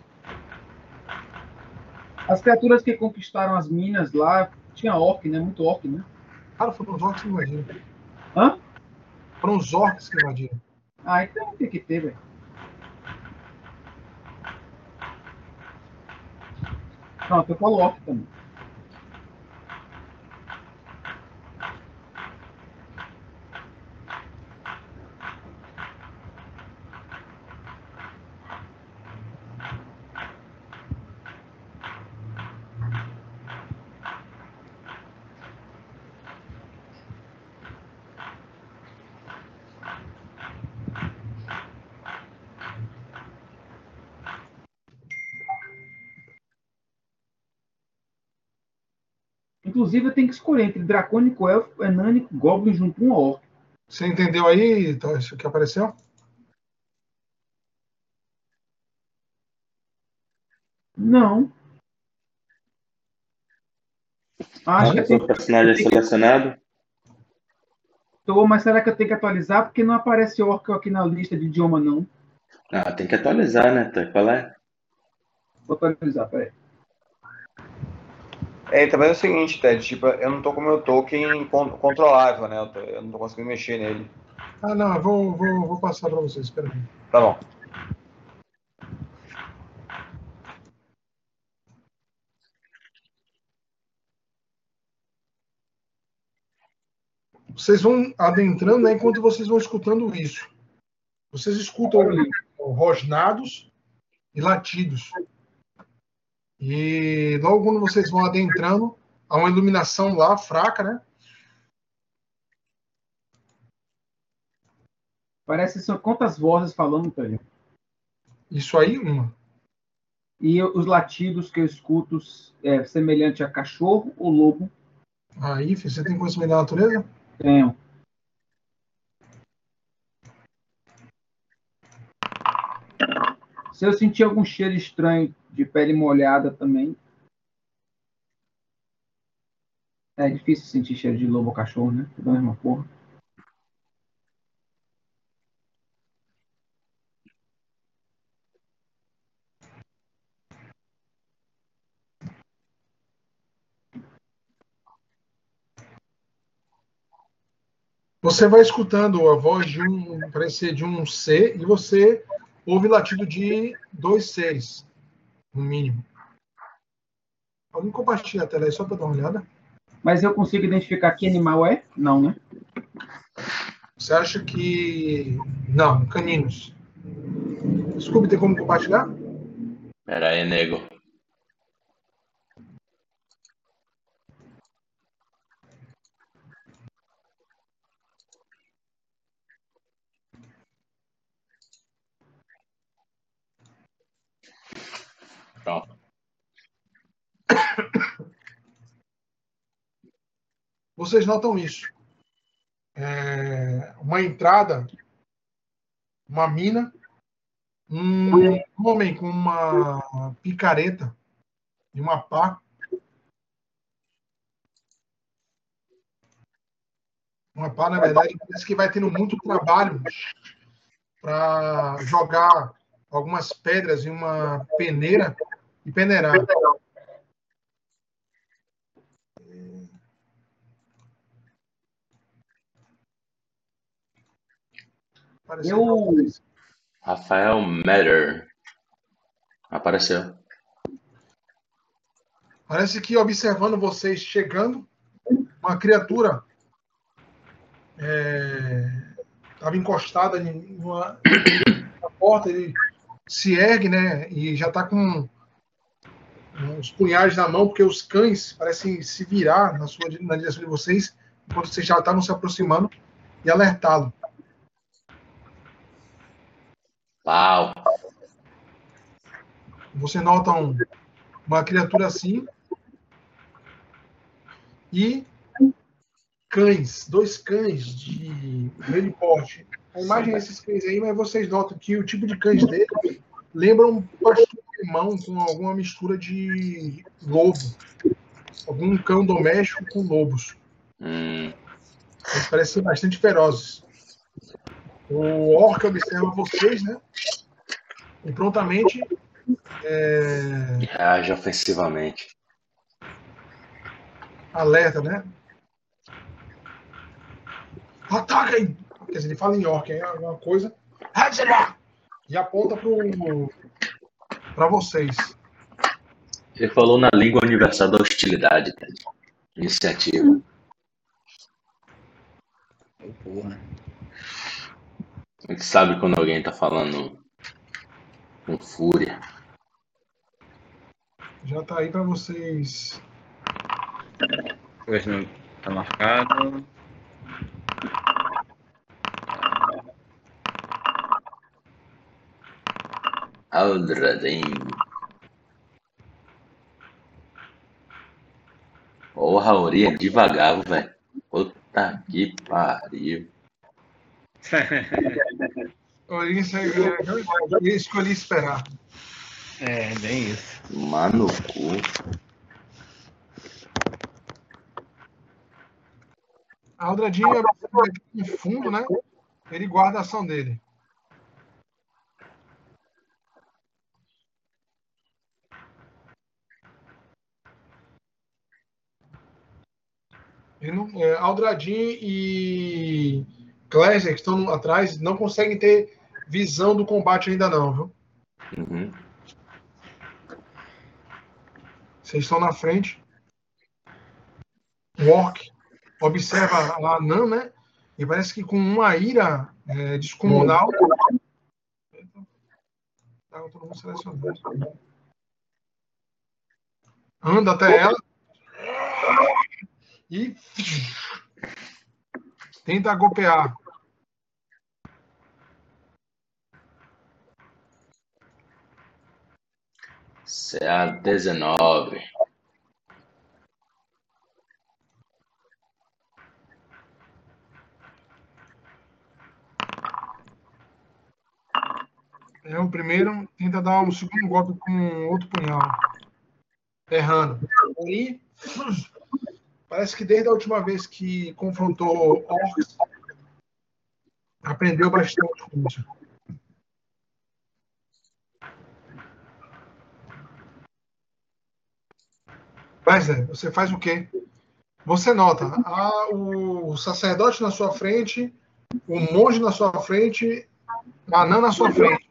As criaturas que conquistaram as minas lá, tinha orc, né? Muito orc, né? Cara, foram os orcs que invadiram. Hã? Foram os orcs que invadiram. Ah, então tem que ter, velho. Pronto, eu falo orc também. Inclusive, eu tenho que escolher entre dracônico, elfo, enânico, goblin junto com um orc. Você entendeu aí, então, isso que apareceu? Não. Acho Não que tá eu com tenho o personagem que selecionado? tô, mas será que eu tenho que atualizar? Porque não aparece Oracle aqui na lista de idioma, não. Ah, tem que atualizar, né? Tá? Qual é? Vou atualizar, peraí. É, e também é o seguinte, Ted, tipo, eu não tô com o meu token con- controlável, né? Eu, tô- eu não tô conseguindo mexer nele. Ah, não, eu vou, vou, vou passar para vocês, espera aí. Tá bom. Vocês vão adentrando, né, enquanto vocês vão escutando isso. Vocês escutam rosnados e latidos. E logo quando vocês vão adentrando, há uma iluminação lá, fraca, né? Parece que são quantas vozes falando, Tânia? Isso aí, uma. E eu- os latidos que eu escuto é semelhante a cachorro ou lobo? Aí, filho, você tem conhecimento da natureza? Tenho. Se eu sentir algum cheiro estranho de pele molhada também. É difícil sentir cheiro de lobo ou cachorro, né? Tudo a mesma porra. Você vai escutando a voz de um, parece ser de um ser, e você ouve latido de dois seres, no mínimo. Alguém compartilha a tela aí só para dar uma olhada? Mas eu consigo identificar que animal é? Não, né? Você acha que. Não, caninos. Scooby, tem como compartilhar? Pera aí, nego. Pronto. Vocês notam isso. É uma entrada, uma mina, um homem com uma picareta e uma pá. Uma pá, na verdade, parece que vai tendo muito trabalho para jogar algumas pedras em uma peneira e peneirar. Apareceu Eu- para vocês. Rafael Meller. Apareceu. Parece que observando vocês chegando, uma criatura estava encostada em uma na porta, ele se ergue, né? E já está com os punhais na mão, porque os cães parecem se virar na, sua, na direção de vocês, enquanto vocês já estavam se aproximando, e alertá-lo. Pau. Você nota um, uma criatura assim e cães, dois cães de grande porte. A imagem desses cães aí, mas vocês notam que o tipo de cães dele lembra um pastor alemão com alguma mistura de lobo. Algum cão doméstico com lobos. Hum. Eles parecem ser bastante ferozes. O orc observa vocês, né? E prontamente é, Reage ofensivamente. alerta, né? Ataca aí! Quer dizer, ele fala em orc, é alguma coisa. E aponta para vocês. Ele falou na língua universal da hostilidade, Ted. Iniciativa. Porra. A gente sabe quando alguém tá falando com fúria. Já tá aí para vocês. Deixa eu ver se não tá marcado. Aldraden. Porra, Ori é devagar, velho. Puta que pariu. Eu escolhi esperar. É, bem isso. Mano, cu. A Aldradinho é em fundo, né? Ele guarda a ação dele. Ele não, é, Aldradin e Gleiser, que estão atrás, não conseguem ter visão do combate ainda não, viu? Uhum. Vocês estão na frente. O Orc observa a Nan, né? E parece que com uma ira é, descomunal. Tá todo mundo selecionado. Anda até ela. E tenta golpear. C A dezenove. É o primeiro, tenta dar um segundo golpe com outro punhal. Errando. E parece que desde a última vez que confrontou orcs, aprendeu bastante com isso. Wesley, você faz o quê? Você nota há o sacerdote na sua frente, o monge na sua frente, a anã na sua frente.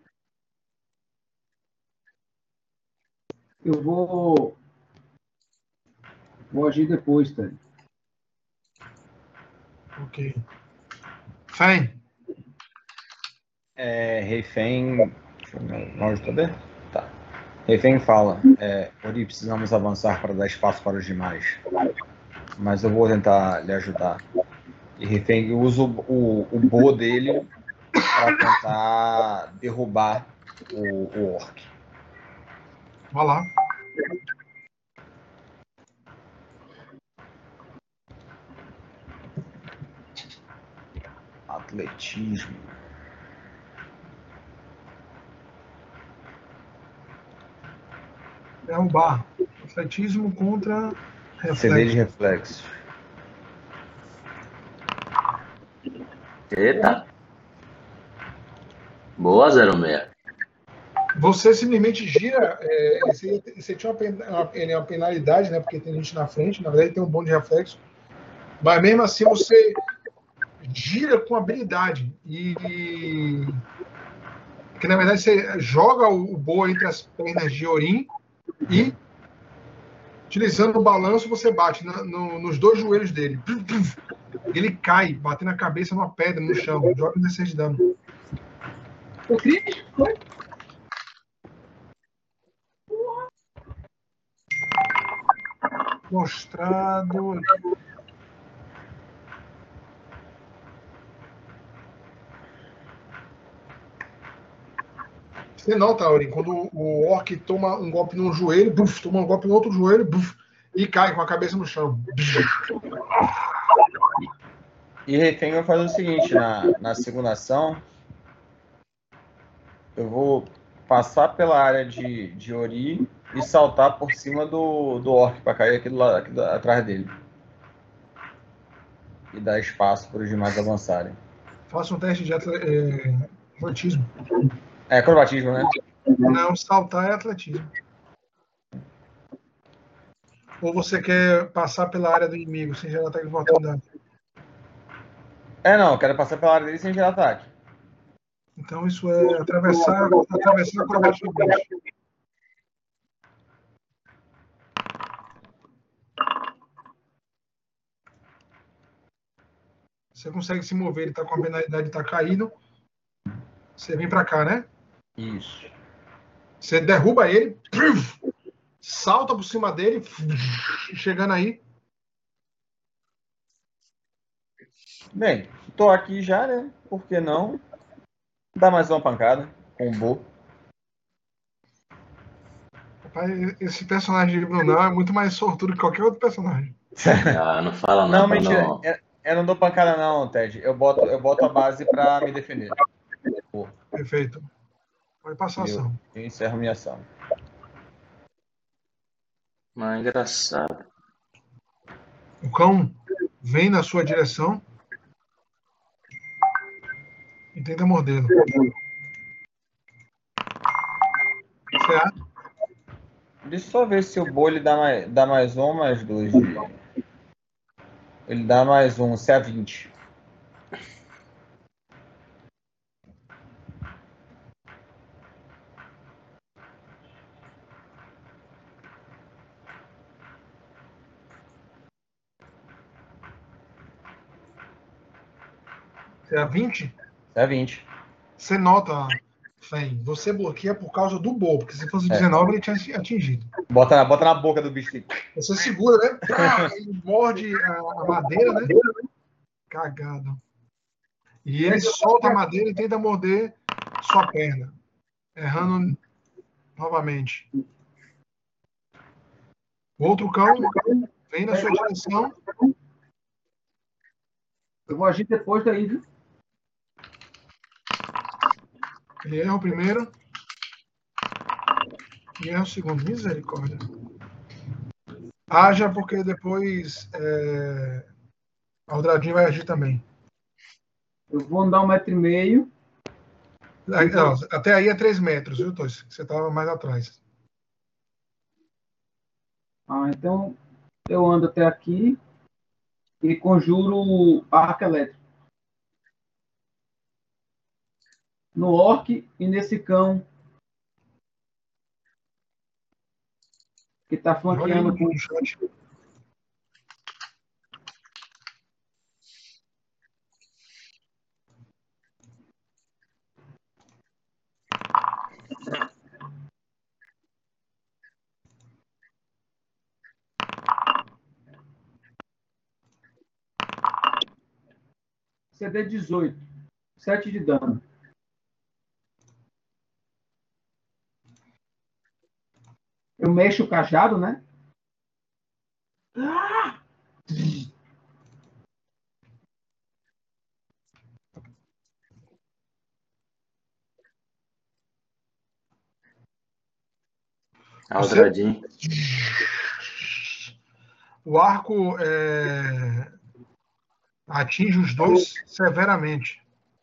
Eu vou. Vou agir depois, tá? Ok. Fen. É, Refém. Deixa eu ver. Onde tá dentro? Tá. Refém fala: é, Ori, precisamos avançar para dar espaço para os demais. Mas eu vou tentar lhe ajudar. E Refém usa o, o, o bo dele para tentar derrubar o, o orc. Vai lá. Atletismo. Derrubar. Atletismo contra C D de reflexo. reflexo. Eita. Boa, zero seis. Você simplesmente gira. É, você, você tinha uma, pen- uma, uma penalidade, né? Porque tem gente na frente. Na verdade, tem um bom de reflexo. Mas mesmo assim, você gira com habilidade. E. Que na verdade você joga o, o boa entre as pernas de Orim e, utilizando o balanço, você bate na, no, nos dois joelhos dele. Ele cai, batendo a cabeça numa pedra no chão. Joga um D seis de dano. O crítico foi? Mostrado. Você nota, Aurim, quando o orc toma um golpe no joelho, buf, toma um golpe no outro joelho, buf, e cai com a cabeça no chão. E Refém vai fazer o seguinte: na, na segunda ação, eu vou passar pela área de, de Ori e saltar por cima do, do orc para cair aqui, do lado, aqui do, atrás dele. E dar espaço para os demais avançarem. Faça um teste de atletismo. É acrobatismo, né? Não, saltar é atletismo. Ou você quer passar pela área do inimigo sem gerar ataque de oportunidade? É, não, eu quero passar pela área dele sem gerar ataque. Então isso é atravessar, atravessar acrobaticamente. Você consegue se mover, ele está com a penalidade de estar caído. Você vem para cá, né? Isso. Você derruba ele, salta por cima dele, chegando aí. Bem, tô aqui já, né? Por que não? Dá mais uma pancada com o Bo. Rapaz, esse personagem de Brunão é muito mais sortudo que qualquer outro personagem. Ah, não fala Não, nada, mentira. não. Eu, eu não dou pancada, não, Ted. Eu boto, eu boto a base pra me defender. Pô. Perfeito. Pode passar a E eu, ação. eu encerro minha ação. Mas é engraçado. O cão vem na sua direção e tenta mordê-lo. Certo? Deixa eu só ver se o boi ele dá mais, dá mais um ou mais dois de. Ele dá mais um, C A vinte. Você é vinte? C A vinte. Você nota, Fen, você bloqueia por causa do Bo, porque se fosse É. dezenove ele tinha atingido. Bota na, bota na boca do bicho. Você segura, né? Ele morde a, a madeira, né? Cagado. E ele solta a madeira e tenta morder sua perna, errando novamente. O outro cão vem na sua direção. Eu vou agir depois daí, viu? Ele erra o primeiro. E erra o segundo. Misericórdia. Haja, porque depois é... a Aldradinha vai agir também. Eu vou andar um metro e meio. Não, até aí é três metros, viu, Toys? Você estava mais atrás. Ah, então eu ando até aqui e conjuro arco elétrico. No orc e nesse cão que tá flanqueando com o chat. C D dezoito. sete de dano. Eu mexo o cajado, né? Ah! Aldradinho. O arco é... atinge os dois severamente.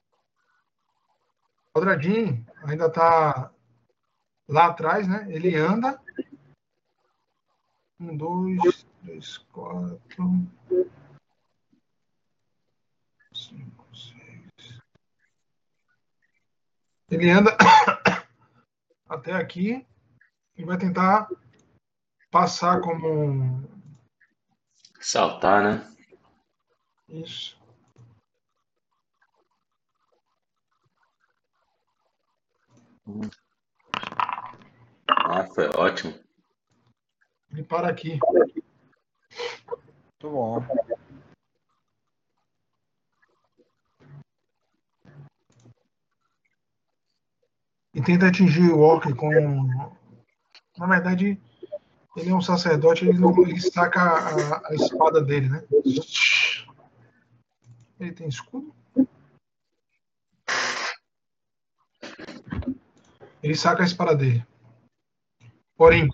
O Aldradinho ainda está lá atrás, né? Ele anda. Um, dois, três, quatro, cinco, seis. Ele anda até aqui e vai tentar passar como. Saltar, né? Isso. Ah, foi ótimo. Ele para aqui. Muito bom. E tenta atingir o orc com. Na verdade, ele é um sacerdote, ele, não, ele saca a, a espada dele, né? Ele tem escudo? Ele saca a espada dele. Porém,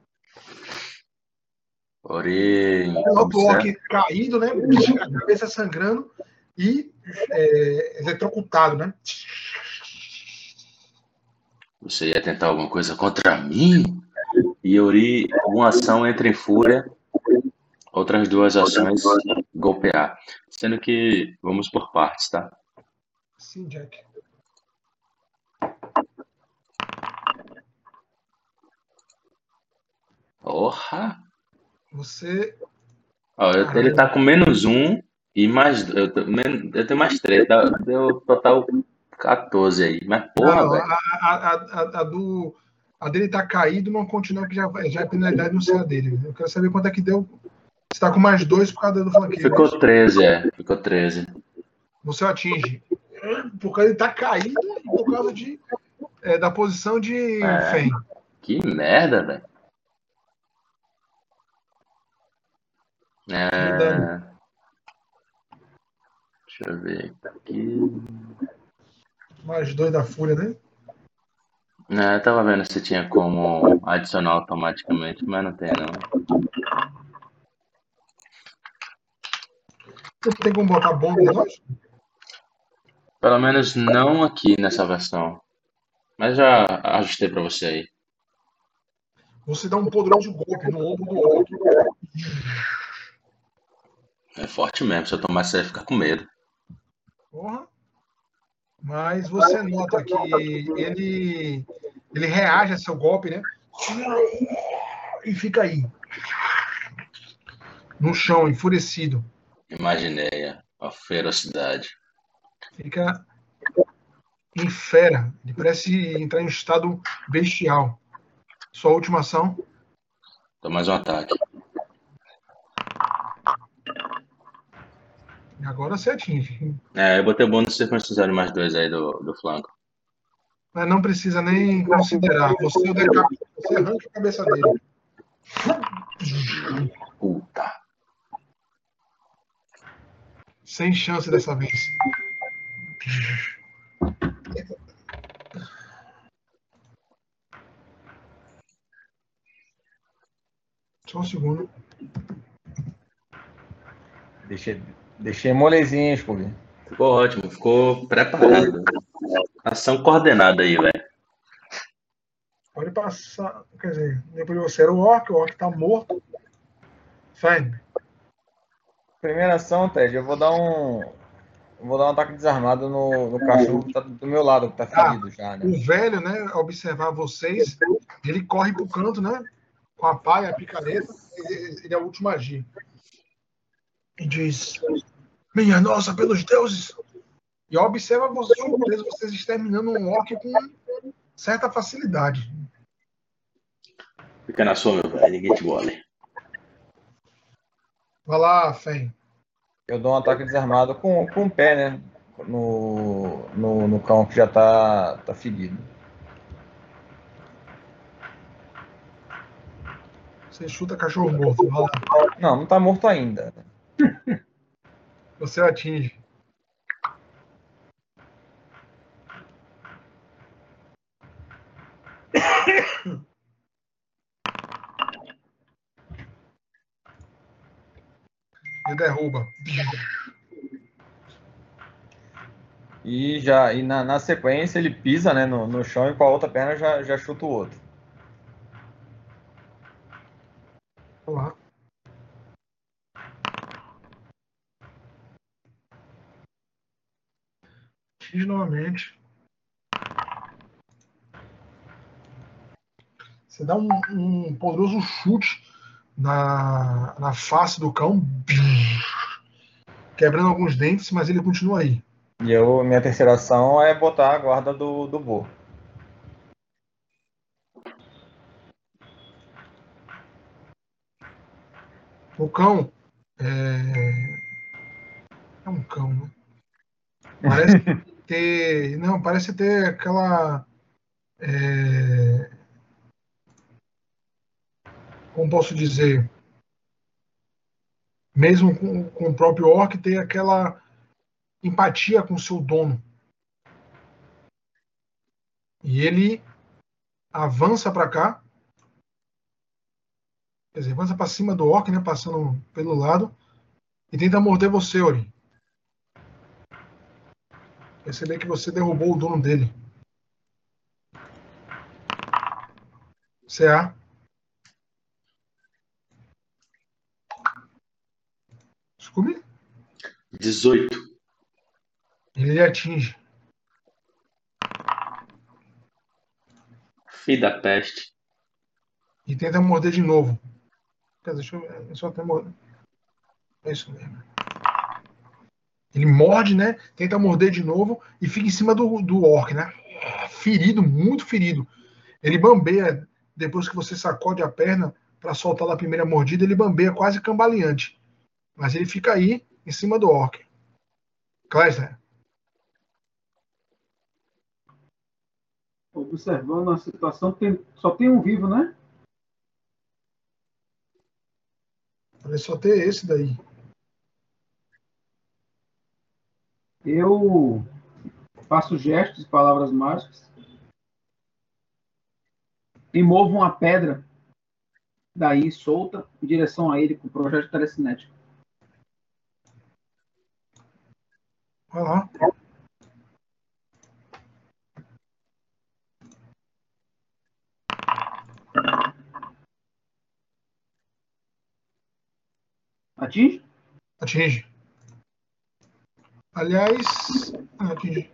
Porém, o orc certo. caído, né? A cabeça sangrando e é, eletrocutado, né? Você ia tentar alguma coisa contra mim? E Yuri, uma ação entra em fúria, outras duas ações golpear. Sendo que vamos por partes, tá? Sim, Jack. Porra! Você. Ó, eu- ele tá com menos um e mais. Eu, tô- men- eu tenho mais três, dá- deu total quatorze aí. Mas porra, Não, velho. a, a, a, a, do. A dele tá caído, não continua, que já, já é penalidade no C A dele. Eu quero saber quanto é que deu. Você tá com mais dois por causa do flanqueio. Ficou Isso? treze, é. Ficou treze. Você atinge. Porque ele tá caído e por causa de, é, da posição de É. Fen. Que merda, velho. No dano. É... Deixa eu ver aqui. Mais dois da fúria, né? Né, eu tava vendo se tinha como adicionar automaticamente, mas não tem não. Não tem como botar bônus, não? Pelo menos não aqui nessa versão. Mas já ajustei pra você aí. Você dá um poderoso golpe no ombro do orc. É forte mesmo, se eu tomar você vai ficar com medo. Porra. Mas você nota que ele, ele reage a seu golpe, né? E fica aí, no chão, enfurecido. Imaginei a, a ferocidade. Fica em fera. Ele parece entrar em um estado bestial. Sua última ação. Dá mais um ataque. E agora você atinge. É, eu botei o bônus circuncisório mais dois aí do, do flanco. Mas não precisa nem considerar. Você, o decap... você arranca a cabeça dele. Puta. Sem chance dessa vez. Só um segundo. Deixei, deixei molezinho, Scooby. Ficou ótimo, ficou preparado. Ação coordenada aí, velho. Pode passar. Quer dizer, depois de você era o orc, o orc tá morto. Sai. Primeira ação, Ted, eu vou dar um. eu Vou dar um ataque desarmado no, no cachorro que tá do meu lado, que tá Ah, ferido já, né? o velho, né, ao observar vocês, ele corre pro canto, né? Com a pá e a picareta. Ele, ele é o último a agir. E diz: Minha nossa, pelos deuses! E observa vocês, surpreso, vocês exterminando um orc com certa facilidade. Fica na sua, meu velho. Ninguém te gole. Vai lá, Fen. Eu dou um ataque desarmado com, com o pé, né? No, no, no cão que já tá, tá ferido. Você chuta cachorro morto. Vai lá. Não, não tá morto ainda. Você atinge. E derruba. E, já, e na, na sequência ele pisa, né, no, no chão e com a outra perna já, já chuta o outro. Vai lá. Atinge novamente. Você dá um, um poderoso chute na, na face do cão, quebrando alguns dentes, mas ele continua aí. E eu, minha terceira ação é botar a guarda do, do Bo. O cão é, é um cão, né? Parece ter. Não, parece ter aquela. É, como posso dizer? Mesmo com, com o próprio orc, ter aquela empatia com o seu dono. E ele avança para cá, quer dizer, avança para cima do orc, né, passando pelo lado, e tenta morder você, Ori. Perceber que você derrubou o dono dele. C A. Scooby? dezoito. Ele lhe atinge. Filho da peste. E tenta morder de novo. Quer dizer, deixa eu ver. Eu só até morder. É isso mesmo. Ele morde, né? Tenta morder de novo e fica em cima do, do orc, né? Ferido, muito ferido. Ele bambeia, depois que você sacode a perna para soltar a primeira mordida, ele bambeia quase cambaleante. Mas ele fica aí, em cima do orc. Kleisner. Observando a situação, tem, só tem um vivo, né? Parece só ter esse daí. Eu faço gestos e palavras mágicas e movo uma pedra daí solta em direção a ele com o projeto telecinético. Vai lá. Atinge? Atinge. Aliás, atinge.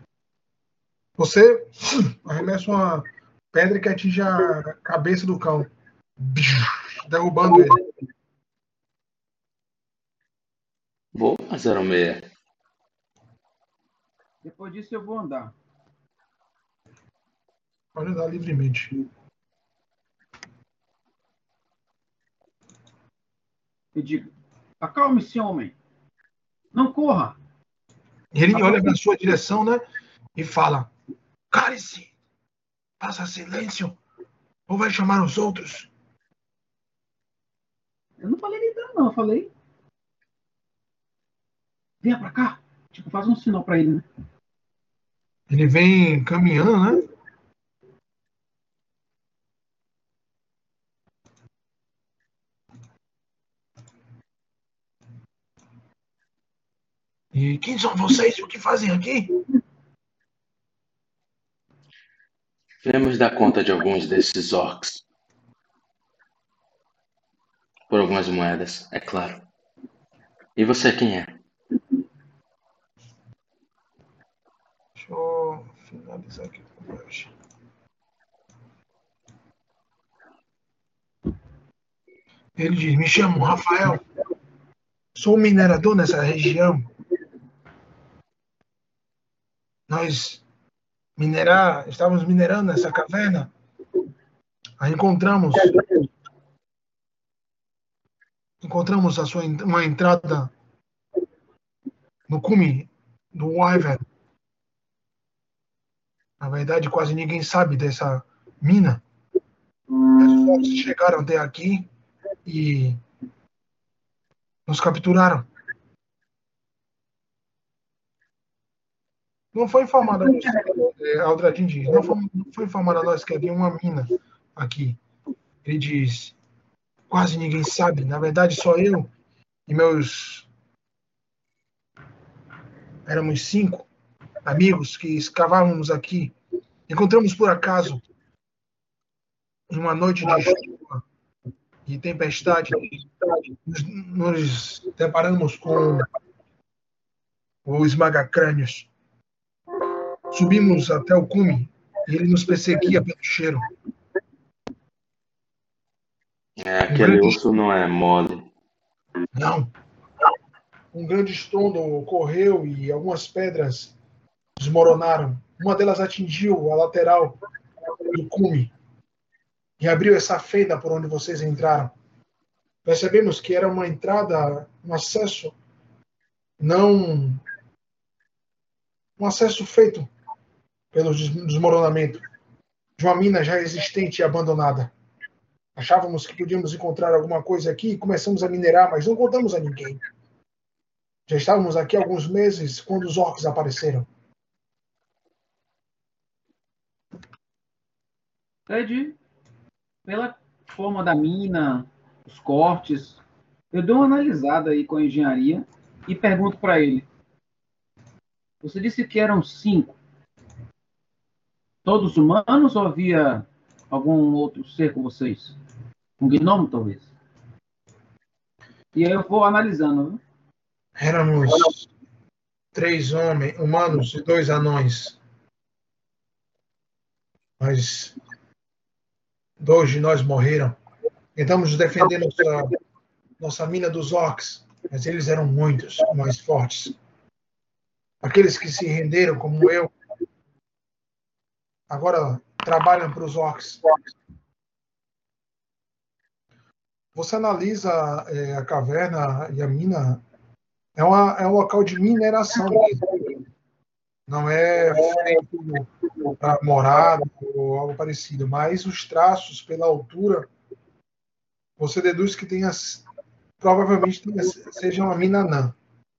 Você arremessa uma pedra que atinge a cabeça do cão, derrubando ele. Boa, zero seis. Depois disso eu vou andar. Pode andar livremente. Eu digo, acalme-se, homem. Não corra. E ele olha na sua direção, né? E fala: cale-se! Faça silêncio! Ou vai chamar os outros? Eu não falei gritando, não. Eu falei, venha pra cá. Tipo, faz um sinal pra ele, né? Ele vem caminhando, né? E quem são vocês e o que fazem aqui? Viemos dar conta de alguns desses orcs. Por algumas moedas, é claro. E você quem é? Deixa eu finalizar aqui a conversa. Ele diz: me chamo Rafael. Sou minerador nessa região. Nós minerar, estávamos minerando nessa caverna. Aí encontramos encontramos a sua uma entrada no cume do Wyvern. Na verdade, quase ninguém sabe dessa mina. Os orcs chegaram até aqui e nos capturaram. Não foi informado a você, Aldradin diz, não foi, não foi informado a nós que havia uma mina aqui. Ele diz, quase ninguém sabe. Na verdade, só eu e meus... Éramos cinco amigos que escavávamos aqui. Encontramos por acaso, em uma noite de chuva e tempestade, nos, nos deparamos com o esmaga-crânios. Subimos até o cume e ele nos perseguia pelo cheiro. É, aquele grande... urso não é mole. Não. Um grande estrondo ocorreu e algumas pedras desmoronaram. Uma delas atingiu a lateral do cume e abriu essa fenda por onde vocês entraram. Percebemos que era uma entrada, um acesso, não um acesso feito pelo desmoronamento de uma mina já existente e abandonada. Achávamos que podíamos encontrar alguma coisa aqui e começamos a minerar, mas não contamos a ninguém. Já estávamos aqui há alguns meses quando os orcs apareceram. Ted, pela forma da mina, os cortes, eu dou uma analisada aí com a engenharia e pergunto para ele. Você disse que eram cinco. Todos humanos ou havia algum outro ser com vocês? Um gnomo, talvez? E aí eu vou analisando. Viu? Éramos três homens, humanos e dois anões. Mas dois de nós morreram. Tentamos defender nossa, nossa mina dos orcs, mas eles eram muitos, mais fortes. Aqueles que se renderam, como eu, agora trabalham para os orcs. Você analisa é, a caverna e a mina, é, uma, é um local de mineração mesmo. Não é feito para morada ou algo parecido, mas os traços pela altura, você deduz que tenha, provavelmente tenha, seja uma mina anã.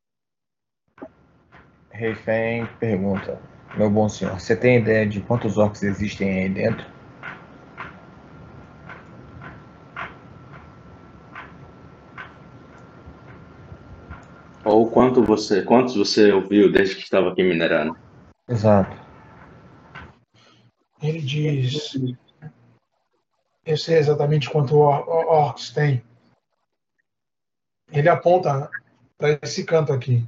Refém pergunta, meu bom senhor, você tem ideia de quantos orcs existem aí dentro? Ou quanto você, quantos você ouviu desde que estava aqui minerando? Exato. Ele diz: eu sei exatamente quanto or- or- orcs tem. Ele aponta para esse canto aqui.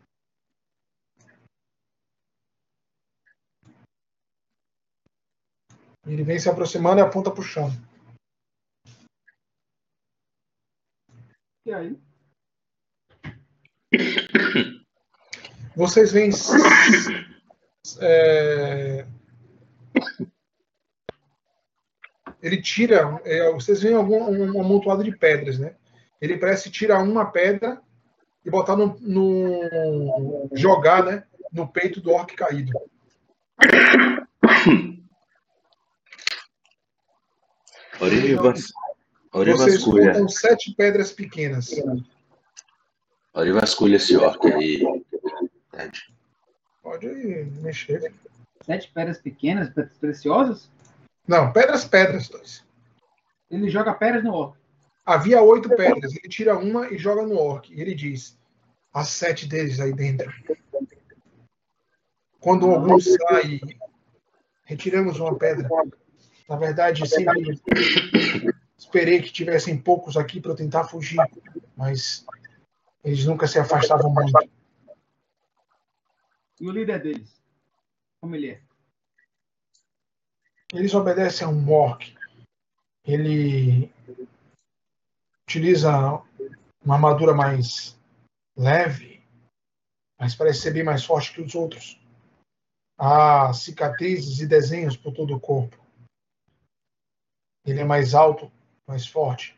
Ele vem se aproximando e aponta para o chão. E aí? Vocês veem. É, ele tira. É, vocês veem algum, um, um amontoado de pedras, né? Ele parece tirar uma pedra e botar no, no. jogar, né? No peito do orc caído. Ori vas- Ori Vocês vasculha. contam sete pedras pequenas. Ori vasculha esse orc aí, Ted. Pode mexer. Sete pedras pequenas, pedras preciosas? Não, pedras, pedras, dois. Ele joga pedras no orc. Havia oito pedras. Ele tira uma e joga no orc. E ele diz: há sete deles aí dentro. Quando algum sai, retiramos uma pedra. Na verdade, sempre esperei que tivessem poucos aqui para eu tentar fugir, mas eles nunca se afastavam muito. E o líder deles? Como ele é? Eles obedecem a um orc. Ele utiliza uma armadura mais leve, mas parece ser bem mais forte que os outros. Há cicatrizes e desenhos por todo o corpo. Ele é mais alto, mais forte.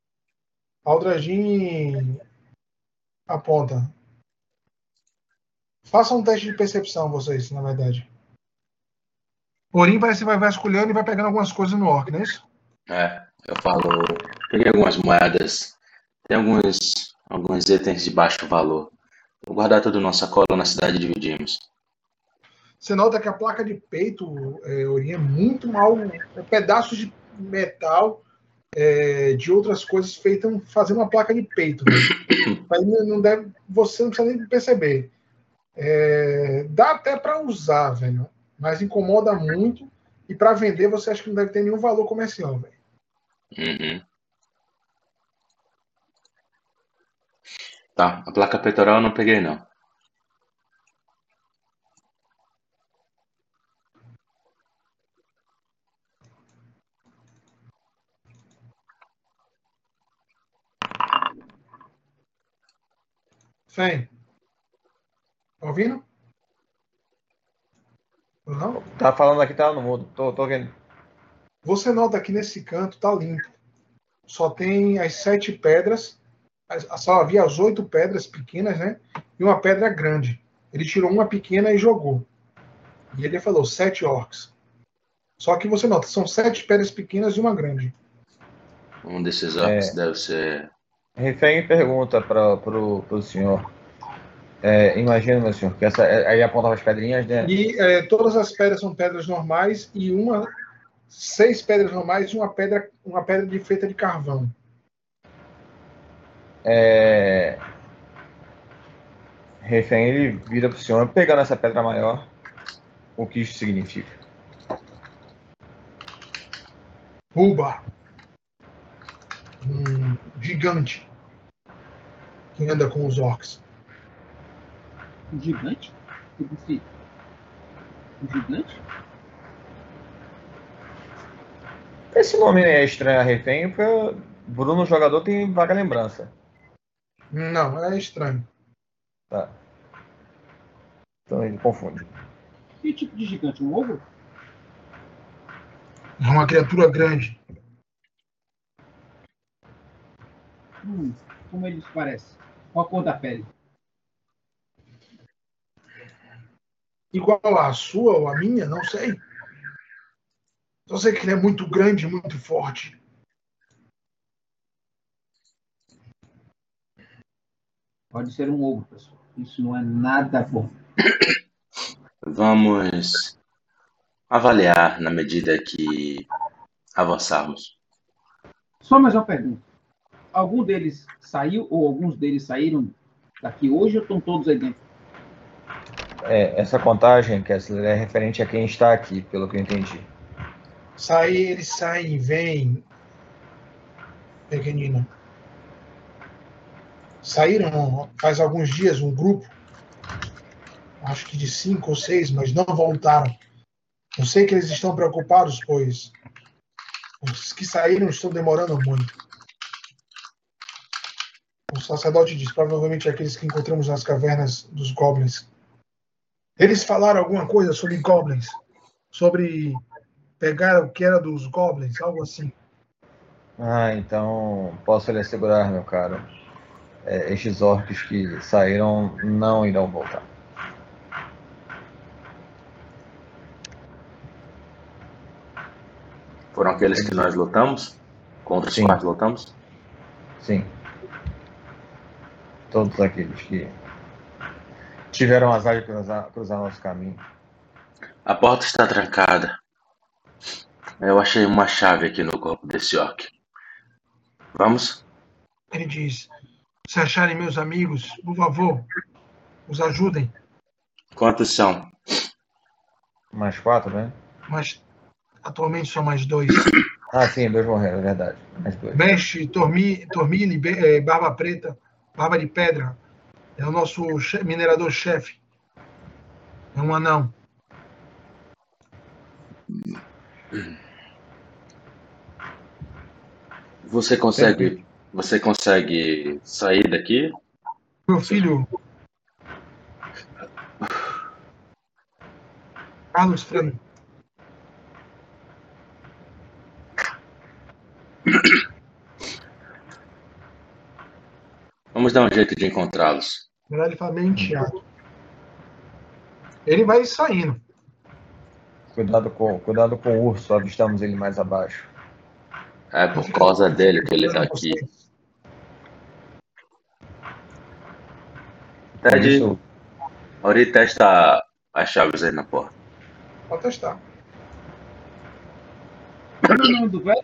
Aldradim aponta. Façam um teste de percepção, vocês, na verdade. Orim parece que vai vasculhando e vai pegando algumas coisas no orc, não é isso? É, eu falo. Peguei algumas moedas. Tem alguns, alguns itens de baixo valor. Vou guardar tudo na sacola na cidade e dividimos. Você nota que a placa de peito, é, Orim, é muito mal. É pedaços de metal, é, de outras coisas feitas fazendo uma placa de peito. Mas não deve, você não precisa nem perceber. É, dá até para usar, velho. Mas incomoda muito. E para vender, você acha que não deve ter nenhum valor comercial, velho. Uhum. Tá, a placa peitoral eu não peguei não. Fem, tá ouvindo? Não? Tá falando aqui, tá no mudo. Tô, tô vendo. Você nota que nesse canto tá limpo. Só tem as sete pedras. Só havia as oito pedras pequenas, né? E uma pedra grande. Ele tirou uma pequena e jogou. E ele falou sete orcs. Só que você nota, são sete pedras pequenas e uma grande. Um desses orcs É. deve ser. Refém pergunta para pro, pro senhor. É, imagina, meu senhor, que essa, aí apontava as pedrinhas, né? E é, todas as pedras são pedras normais e uma seis pedras normais e uma pedra uma pedra de feita de carvão. É, refém, ele vira pro senhor, pegando essa pedra maior, o que isso significa? Ruba, um gigante que anda com os orcs. Um gigante? Eu disse, um gigante? Esse nome é estranho a refém, porque Bruno, jogador, tem vaga lembrança. Não, é estranho. Tá. Então ele confunde. Que tipo de gigante? Um ogro? É uma criatura grande. Hum, como ele parece? Qual a cor da pele? Igual a sua ou a minha, não sei. Só sei que ele é muito grande, muito forte. Pode ser um ogro, pessoal. Isso não é nada bom. Vamos avaliar na medida que avançarmos. Só mais uma pergunta. Algum deles saiu ou alguns deles saíram Daqui hoje ou estão todos aí dentro? É, essa contagem, Kessler, é referente a quem está aqui, pelo que eu entendi. Sai, eles saem e vêm, pequenino. Saíram faz alguns dias um grupo, acho que de cinco ou seis, mas não voltaram. Eu sei que eles estão preocupados, pois os que saíram estão demorando muito. O sacerdote diz, provavelmente aqueles que encontramos nas cavernas dos goblins. Eles falaram alguma coisa sobre goblins, sobre pegar o que era dos goblins, algo assim. Ah, então posso lhe assegurar, meu caro. É, estes orcs que saíram não irão voltar. Foram aqueles que nós lutamos? Contra os Sim. quais lutamos? Sim. Todos aqueles que tiveram azar de cruzar, cruzar nosso caminho. A porta está trancada. Eu achei uma chave aqui no corpo desse orc. Vamos? Ele diz, se acharem meus amigos, por favor, os ajudem. Quantos são? Mais quatro, né? Mas atualmente só mais dois. Ah, sim, dois morreram, é verdade. Mais dois. Mestre Tormi, Tormile, Be- eh, Barba Preta, Barba de Pedra, é o nosso che- minerador-chefe. É um anão. Você consegue, você consegue sair daqui? Meu filho, Carlos Frano. Vamos dar um jeito de encontrá-los. Na verdade, ele fala meio enteado. Ele vai saindo. Cuidado com, cuidado com o urso, avistamos ele mais abaixo. É por causa dele que ele está aqui. Por Ted, isso, Ori testa as chaves aí na porta. Pode testar. Como é o nome do velho?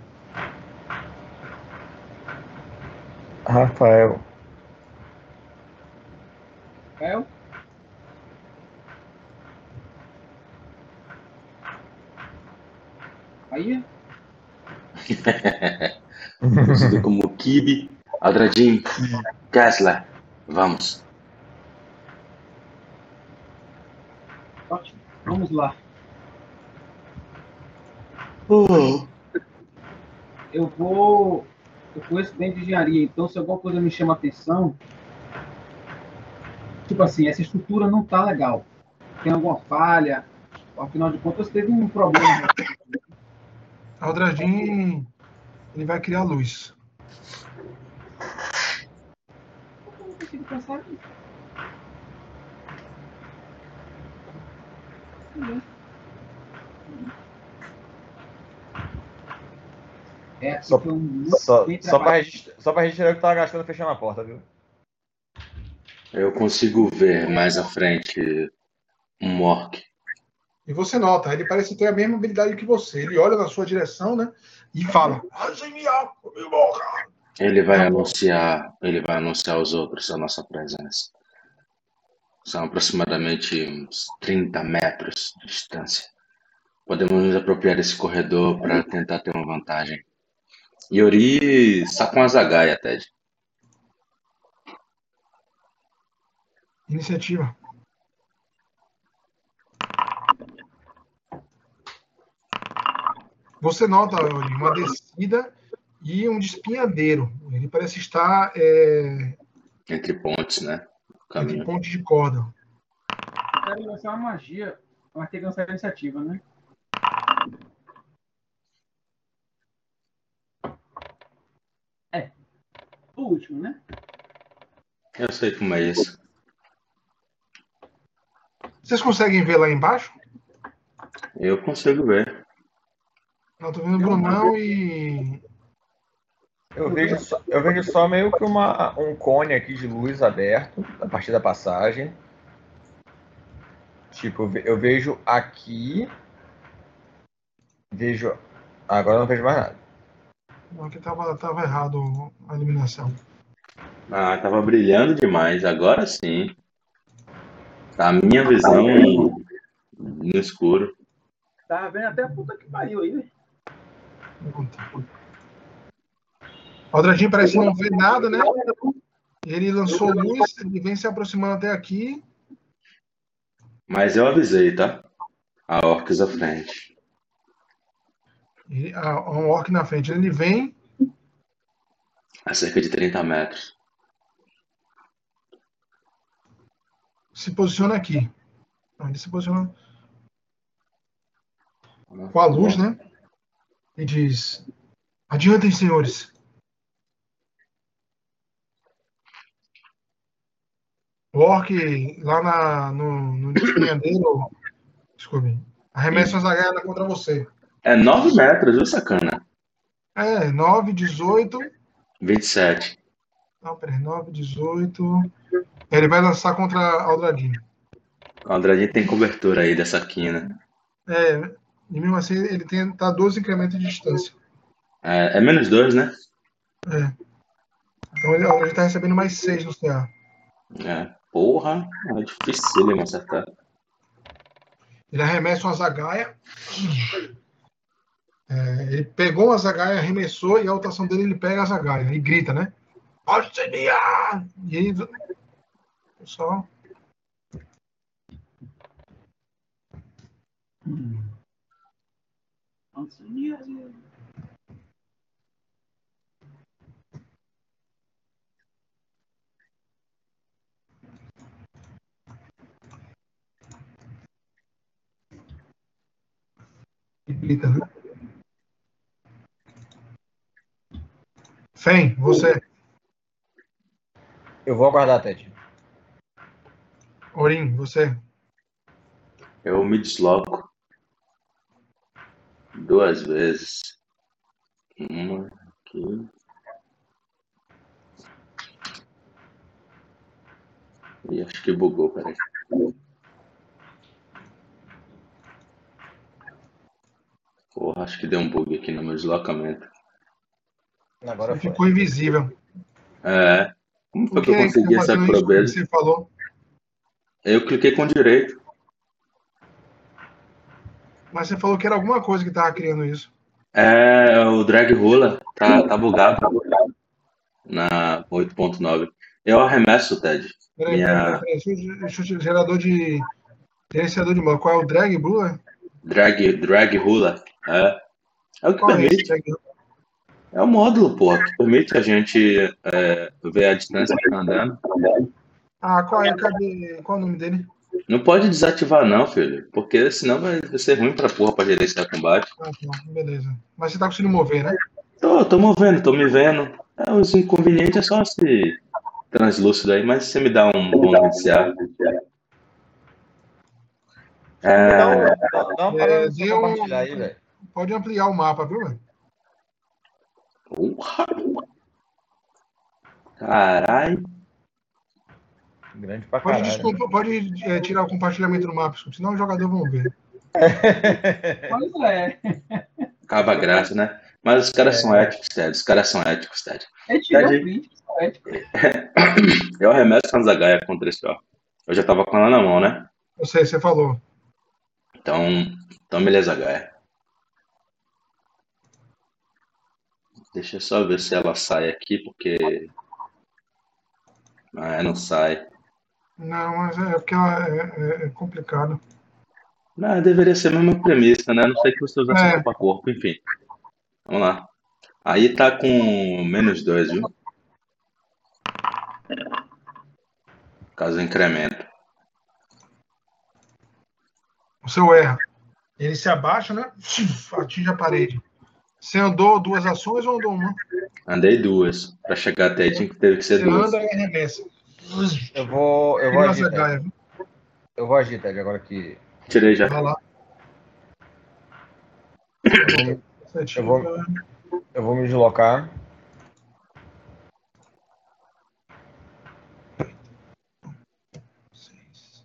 Rafael, Rafael? Aí? Conhecido como Kibi, Aldradin, Kessler. Vamos. Ótimo. Vamos lá. Eu vou. Eu conheço bem de engenharia, então se alguma coisa me chama a atenção. Tipo assim, essa estrutura não tá legal. Tem alguma falha. Afinal de contas, teve um problema. Aldradin, ele vai criar luz. Eu não consigo pensar aqui. É, aqui Só- foi um só, bem só, pra trabalhado. registrar, só pra registrar que eu tava gastando fechando a porta, viu? Eu consigo ver mais à frente um orc. E você nota, ele parece ter a mesma habilidade que você. Ele olha na sua direção, né? E fala. Ele vai É um- anunciar, ele vai anunciar aos outros a nossa presença. São aproximadamente uns trinta metros de distância. Podemos nos apropriar desse corredor para tentar ter uma vantagem. Yori está com a zagaia, Ted. Iniciativa. Você nota, Yuri, uma descida e um despenhadeiro. Ele parece estar é, Entre pontes, né? entre Caminho. pontes de corda. Eu quero lançar uma magia. Vai ter que lançar a iniciativa, né? É. O último, né? Eu sei como é isso. Vocês conseguem ver lá embaixo? Eu consigo ver. Não, tô vendo o Brunão e. Eu vejo, só, eu vejo só meio que uma, um cone aqui de luz aberto a partir da passagem. Tipo, eu ve- eu vejo aqui. Vejo. Agora eu não vejo mais nada. Não, aqui tava, tava errado a eliminação. Ah, tava brilhando demais. Agora sim. Tá a minha visão no escuro. Tava vendo até a puta que pariu aí, velho. Aldradinho parece não ver nada, né? Ele lançou luz, ele vem se aproximando até aqui. Mas eu avisei, tá? A orcs à frente. E, há um orc na frente. Ele vem, A cerca de trinta metros. se posiciona aqui. Então, ele se posiciona com a luz, né? E diz: adiantem, senhores. O orc lá na, no, no despenhadeiro, desculpe, arremessa uma zagaiada contra você. É nove metros, viu, sacana? É, nove, dezoito. vinte e sete. Não, peraí, nove, dezoito. Ele vai lançar contra Aldradinho. O Andradinho tem cobertura aí dessa quina. É, e mesmo assim ele tem tá doze incrementos de distância. É, é menos dois, né? É. Então ele, ele tá recebendo mais seis no C A. É. Porra, é difícil ele acertar. Ele arremessa uma zagaia. É, ele pegou uma zagaia, arremessou, e a rotação dele ele pega a zagaia e grita, né? Oceania! E aí, só. E grita, né? Fen, você. Eu vou aguardar, Ted. Orim, você. Eu me desloco duas vezes. Uma aqui. E acho que bugou, peraí. Porra, acho que deu um bug aqui no meu deslocamento. Agora Você foi. ficou invisível. É. Como O foi que que eu é que tá consegui essa fazendo isso? Como proeza? você falou? Eu cliquei com direito. Mas você falou que era alguma coisa que tava criando isso. É, o drag roller tá, tá bugado na oito ponto nove. Eu arremesso, Ted. Peraí, peraí, peraí, Minha peraí. Deixa eu- deixa eu- gerador de. Gerenciador de modo. Qual é o drag, Blue? drag, drag roller. É, é o que Qual é esse permite. drag? É o módulo, porra, que permite a gente é, ver a distância que tá andando. Ah, qual é? Cadê? Qual é o nome dele? Não pode desativar, não, filho. Porque senão vai vai ser ruim pra porra pra gerenciar combate. Ah, tá, beleza. Mas você tá conseguindo mover, né? Tô, tô movendo, tô me vendo. É, os inconvenientes é só esse translúcido aí, mas você me dá um bom iniciar. Só me dá, um, É, dá, dá uma parada É, no seu dê um. compartilhar aí, velho. Pode ampliar o mapa, viu, velho? porra, carai. Grande pra Pode, caralho. desculpa, pode é, tirar o compartilhamento do mapa, desculpa, senão os jogadores vão ver. Pois é. Acaba a graça, né? Mas os caras são éticos, Ted. Os caras são éticos, Ted. Eu tirei o Ted, print, só ético. eu arremesso a zagaia contra esse ó. Eu já tava com ela na mão, né? Eu sei, você falou. Então, então beleza, Gaia. Deixa eu só ver se ela sai aqui, porque. Ah, não sai. Não, mas é porque ela é, é- é complicado. Não, deveria ser a mesma premissa, né? A não sei que você usasse É, corpo a corpo, enfim. Vamos lá. Aí tá com menos dois, viu? Caso incremento. o seu erra. Ele se abaixa, né? Atinge a parede. Você andou duas ações ou andou uma? Andei duas. Pra chegar até aí tinha que teve que ser Você duas. anda e arremessa. Eu vou, eu vou Ele agir, lança Ted. gaia, viu? Eu vou agir, Ted, agora que. Tirei já. Vai lá. Eu vou, me- eu vou, Iniciativa. eu vou me deslocar. Seis.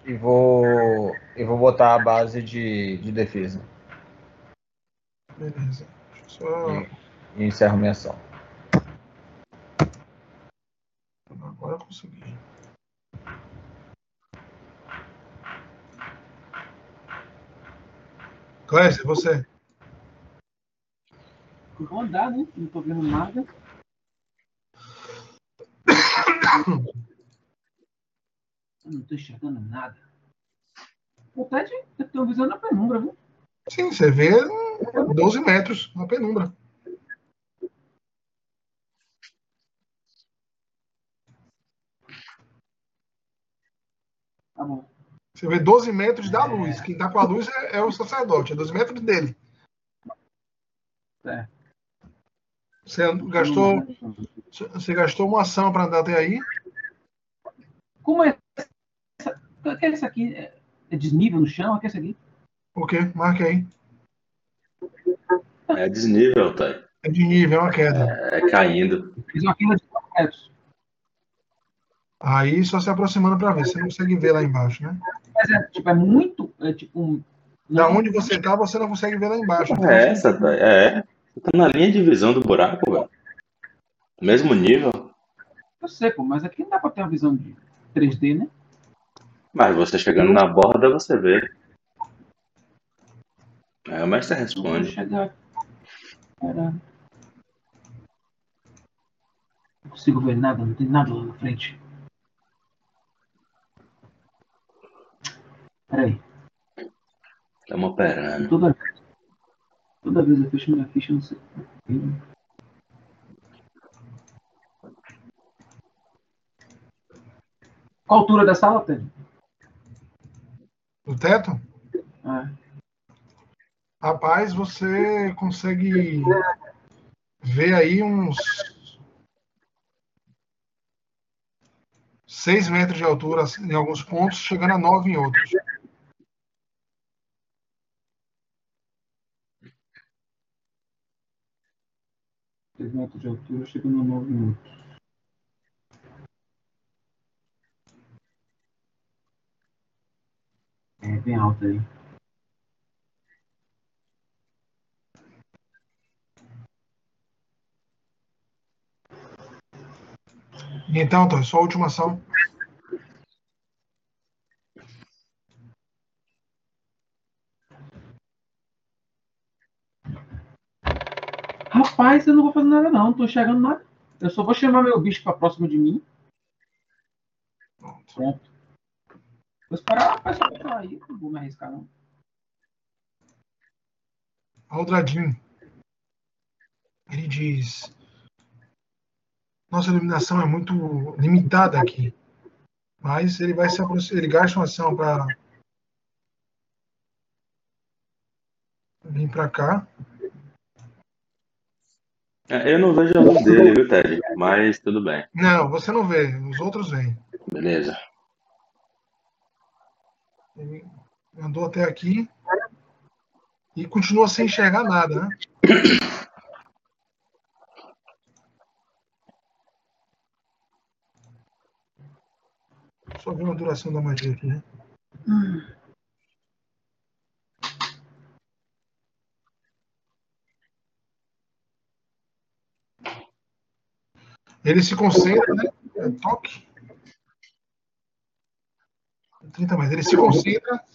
E vou. E vou botar a base de, de defesa. Beleza. Deixa eu só. E, e encerro minha ação. Agora eu consegui. Clécio, você. Eu vou andar, né? Não tô vendo nada. Eu não tô enxergando nada. O Ted, eu tô visando na penumbra, viu? Sim, você vê doze metros na penumbra. Tá bom. Você vê doze metros da luz. Quem tá com a luz é, é o sacerdote, é doze metros dele. É. Você gastou, você gastou uma ação para andar até aí. Como é essa? O que é isso aqui? É, é desnível no chão? O que é isso aqui? O quê? Marque aí. É desnível, tá? É de nível, é uma queda. É caindo. Fiz uma fila de quatro metros. Aí só se aproximando para ver. Você não consegue ver lá embaixo, né? Mas é, tipo, é muito. É, tipo, Da muito... onde você tá, você não consegue ver lá embaixo. Então, É você essa, tem tá? É. Você tá na linha de visão do buraco, velho. Mesmo nível. Eu sei, pô, mas aqui não dá pra ter uma visão de três D, né? Mas você chegando na borda, você vê. Aí o mestre Eu vou responde. chegar. Caralho. Não consigo ver nada, não tem nada lá na frente. Peraí. Estamos operando. Toda, toda vez eu fecho minha ficha, eu não sei. Qual a altura da sala, Ted? no teto. Ah, Rapaz, você consegue ver aí uns seis metros de altura assim, em alguns pontos, chegando a nove em outros. três metros de altura, chegando a nove minutos. É bem alto aí. Então, Antônio, sua última ação. Rapaz, eu não vou fazer nada não, não tô enxergando nada. Eu só vou chamar meu bicho pra próximo de mim. Pronto. Vou esperar a pessoa falar aí, não vou me arriscar não. Aldradin. Ele diz: nossa iluminação é muito limitada aqui. Mas ele vai se aproximar, ele gasta uma ação para vir para cá. É, eu não vejo a luz dele, viu, Ted? Mas tudo bem. Não, você não vê, os outros vêm. Beleza. Ele andou até aqui e continua sem enxergar nada, né? Só ver uma duração da magia aqui, né? Ele se concentra, né? É, toque. trinta mais. Ele se concentra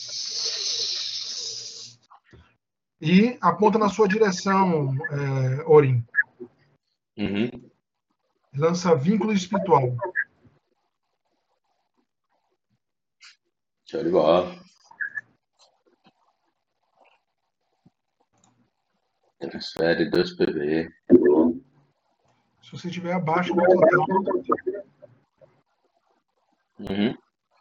e aponta na sua direção, é, Orin. Uhum. Lança vínculo espiritual. Show de bola. Transfere dois P V. Se você estiver abaixo do total. Uhum.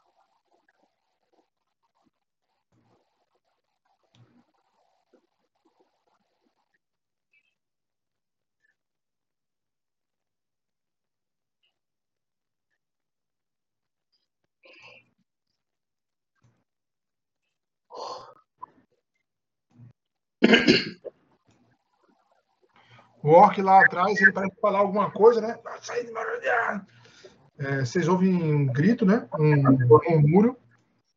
O orc lá atrás, ele parece falar alguma coisa, né? É, vocês ouvem um grito, né? Um, um murmúrio.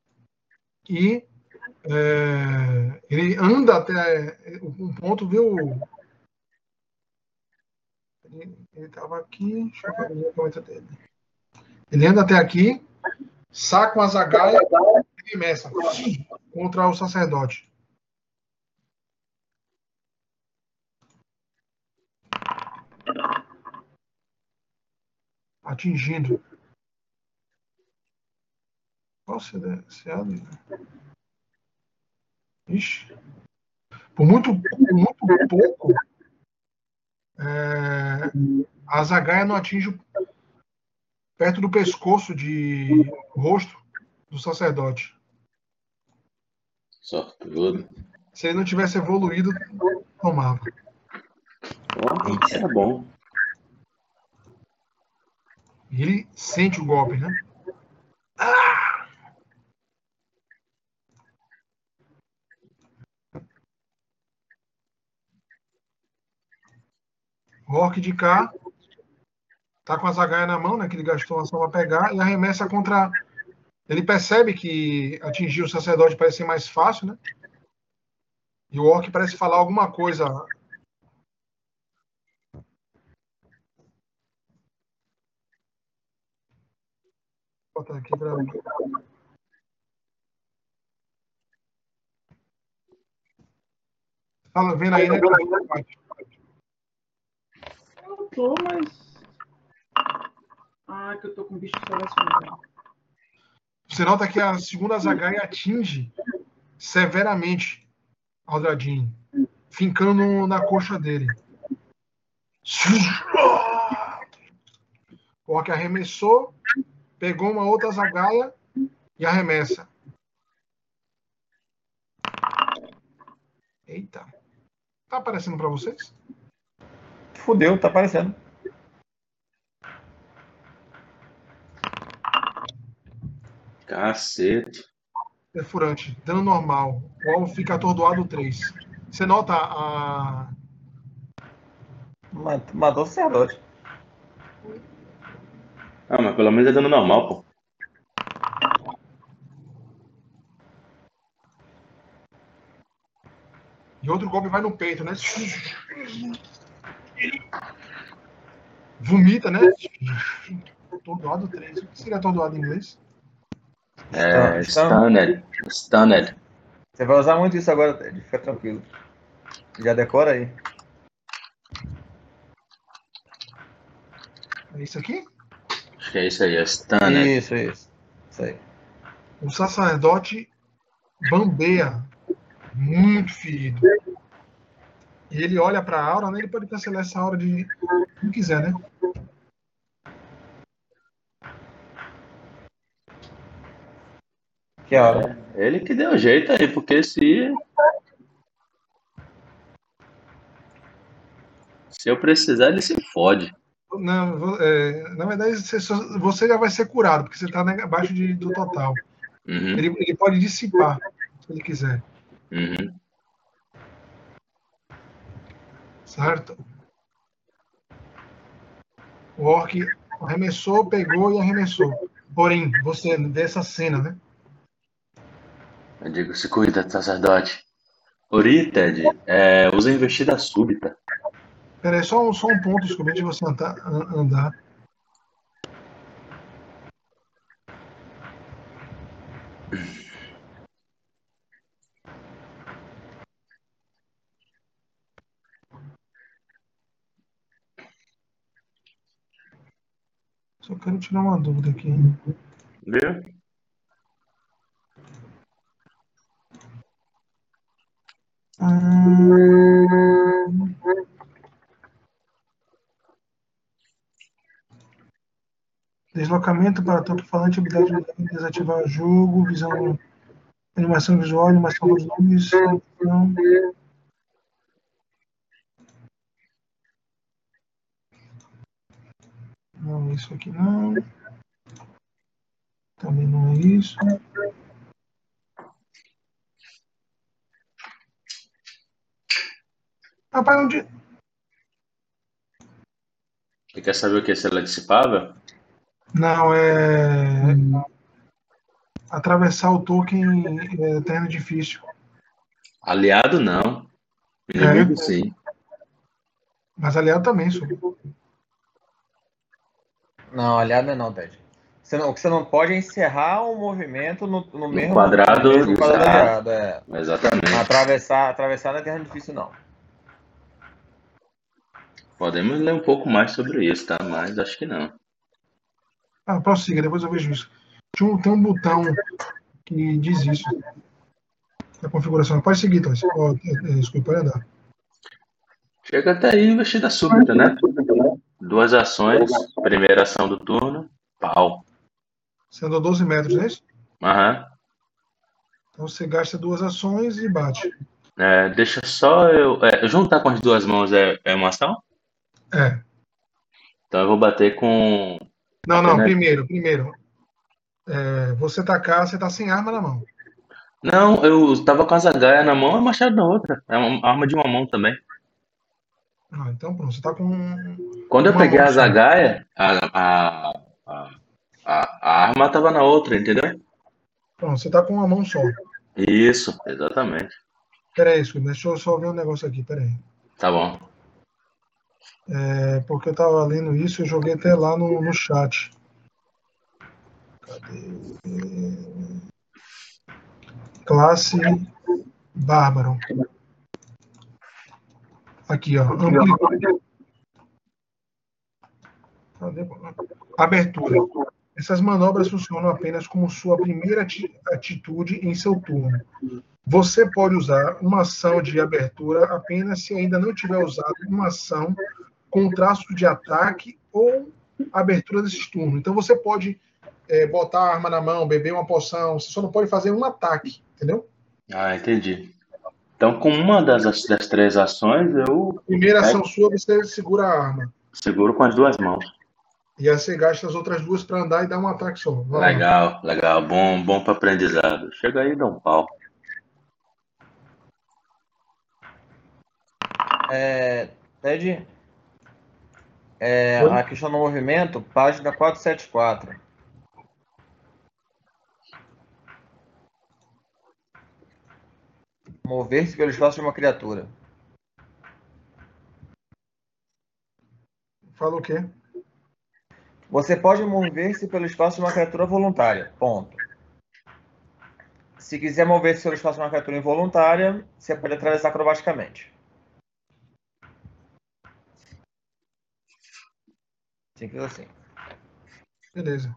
e é, ele anda até um ponto, viu? Ele estava aqui, deixa eu ver o documento dele. Ele anda até aqui, saca uma zagaia e começa contra o sacerdote. Atingindo. Qual se é? Ixi. Por muito, muito pouco, é, a zagaia não atinge perto do pescoço de rosto do sacerdote. Sortudo. Se ele não tivesse evoluído, tomava. Oh, isso é bom. E ele sente o golpe, né? Ah! O orc de cá tá com a zagaia na mão, né? Que ele gastou uma ação para pegar e arremessa contra. Ele percebe que atingir o sacerdote parece ser mais fácil, né? E o orc parece falar alguma coisa. Vou botar aqui para. Tá vendo aí, né? Eu tô, mas. Ah, que eu tô com o bicho selecionado. Você nota que a segunda zagaia atinge severamente Aldradinho, fincando na coxa dele. O orc arremessou, pegou uma outra zagaia e arremessa. Eita. Tá aparecendo para vocês? Fudeu, tá aparecendo. Cacete. Perfurante. Dano normal. O alvo fica atordoado três. Você nota a. Matou o sacerdote. Ah, mas pelo menos é dano normal, pô. E outro golpe vai no peito, né? Vomita, né? Atordoado três. O que seria atordoado em inglês? É, Stun. stunned. Stunned. Você vai usar muito isso agora, Ted. Fica tranquilo. Já decora aí. É isso aqui? Acho que é isso aí, é stunned. Isso, isso. Isso aí. O sacerdote bambeia, muito ferido. E ele olha para a aura, né? Ele pode cancelar essa aura de como quiser, né? Que hora? É, ele que deu jeito aí, porque se. Se eu precisar, ele se fode. Não, é, na verdade, você, só- você já vai ser curado, porque você está abaixo de, do total. Uhum, Ele, ele pode dissipar, se ele quiser. uhum. Certo? O orc arremessou, pegou e arremessou. Porém, você vê essa cena, né? Eu digo, se cuida, sacerdote. Ori, Ted, é, usa investida súbita. Pera aí, só, um- só um ponto, desculpa, antes de você andar. andar. Só quero tirar uma dúvida aqui. Viu? Hum... Deslocamento para toque falante, habilidade de desativar jogo, visão, animação visual, animação dos nomes. Não. Não, isso aqui não. Também não é isso. Rapaz, onde. Você quer saber o que? Se ela é dissipável? Não, é. atravessar o token é terreno difícil. Aliado não. Inimigo É, sim. mas aliado também, só. Não, aliado não, Ted. Você não, o que você não pode é encerrar o movimento no, no, No mesmo, quadrado, no mesmo quadrado exato. aliado. É. Exatamente. Atravessar, atravessar não é terreno difícil, não. Podemos ler um pouco mais sobre isso, tá? Mas acho que não. Ah, prossiga, depois eu vejo isso. Tem um, tem um botão que diz isso. Na configuração. Pode seguir, Thales. Oh, é, é, desculpa, pode andar. Chega até aí investida súbita, né? Duas ações. Primeira ação do turno. Pau. Você andou doze metros, não é isso? Aham. Então você gasta duas ações e bate. É, deixa só eu. É, juntar com as duas mãos é, é uma ação? É. Então eu vou bater com. Não, não, Apenas. primeiro, primeiro. É, você tacar, você tá sem arma na mão. Não, eu tava com a zagaia na mão e o machado na outra. É uma arma de uma mão também. Ah, então pronto, você tá com Quando eu uma peguei mão a só. zagaia, a, a, a, a, a arma tava na outra, entendeu? Pronto, você tá com uma mão só. Isso, exatamente. Pera aí, Scooby, deixa eu só ver um negócio aqui, pera aí. Tá bom. É, porque eu tava lendo isso, eu joguei até lá no, no chat. Cadê? Classe Bárbaro. Aqui, ó. Amplitude. Cadê? Abertura. Essas manobras funcionam apenas como sua primeira ati- atitude em seu turno. Você pode usar uma ação de abertura apenas se ainda não tiver usado uma ação com traço de ataque ou abertura desse turno. Então você pode é, botar a arma na mão, beber uma poção, você só não pode fazer um ataque, entendeu? Ah, entendi. Então, com uma das, das três ações, eu Primeira ação pego, sua, você segura a arma. seguro com as duas mãos. E aí você gasta as outras duas para andar e dar um ataque só. Vai lá. Legal, legal. Bom, bom para aprendizado. Chega aí e dá um pau. É, Ted, é, Oi? a questão do movimento, página quatrocentos e setenta e quatro. Mover-se pelo espaço de uma criatura. Fala o quê? Você pode mover-se pelo espaço de uma criatura voluntária. Ponto. Se quiser mover-se pelo espaço de uma criatura involuntária, você pode atravessar acrobaticamente. Simples assim. Beleza.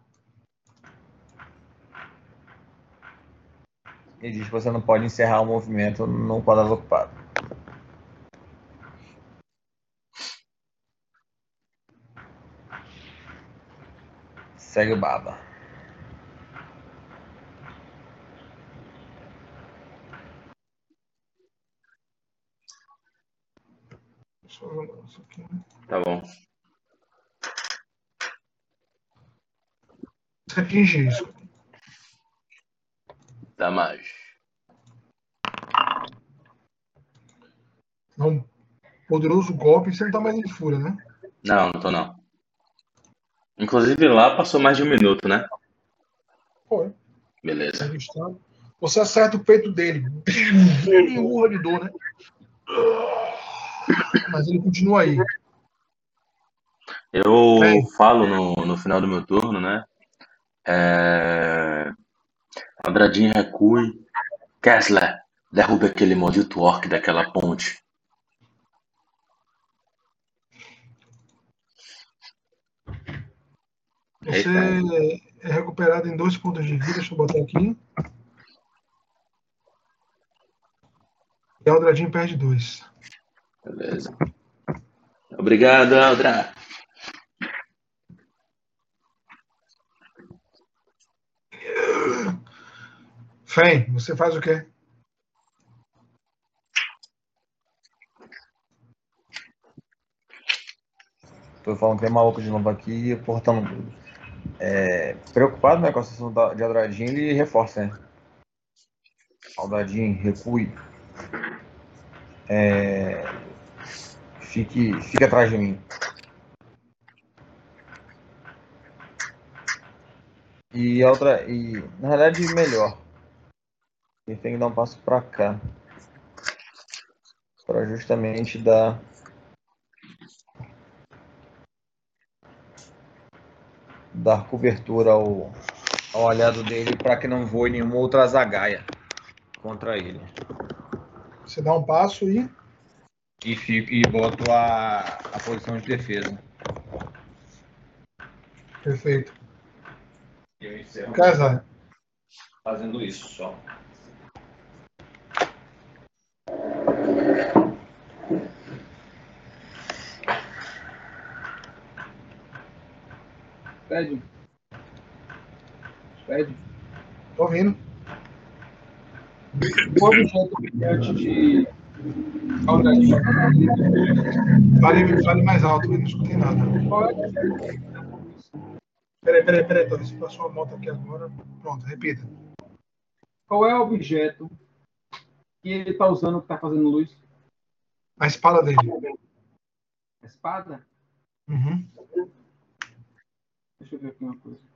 E diz que você não pode encerrar o movimento num quadrado ocupado. Segue o baba. Deixa eu ver isso aqui. Tá bom. Você atinge isso. Dá mais. É um poderoso golpe. Você não tá mais em fúria, né? Não, não tô não. Inclusive lá passou mais de um minuto, né? Foi. Beleza. Registrado. Você acerta o peito dele. Ele urra de dor, né? Mas ele continua aí. Eu Bem, falo no, no final do meu turno, né? É... Andradinho recue. Kessler, derrube aquele maldito orc daquela ponte. você Eita. é recuperado em dois pontos de vida. Deixa eu botar aqui. E o Aldradinho perde dois. Beleza. Obrigado, Aldra. Fen, você faz o quê? Tô falando que tem maluco de novo aqui, portando. É, preocupado, né, com a situação da- de Aldradinho, ele reforça, né? Aldradinho, recue. É, fique, fique atrás de mim. E a outra. E na verdade melhor. Ele tem que dar um passo pra cá. Pra justamente dar. Dar cobertura ao, ao aliado dele para que não voe nenhuma outra zagaia contra ele. Você dá um passo e. E, fico, e boto a, a posição de defesa. Perfeito. E eu encerro Casar. fazendo isso só. Pede. Pede. Tô ouvindo. O objeto brilhante de Aldradinho. Fale, fale mais alto, eu não escutei nada. Peraí, peraí, peraí, Tony. Se passou a moto aqui agora. Pronto, repita. Qual é o objeto que ele está usando que está fazendo luz? A espada dele. A espada? Uhum. Deixa eu ver aqui uma coisa.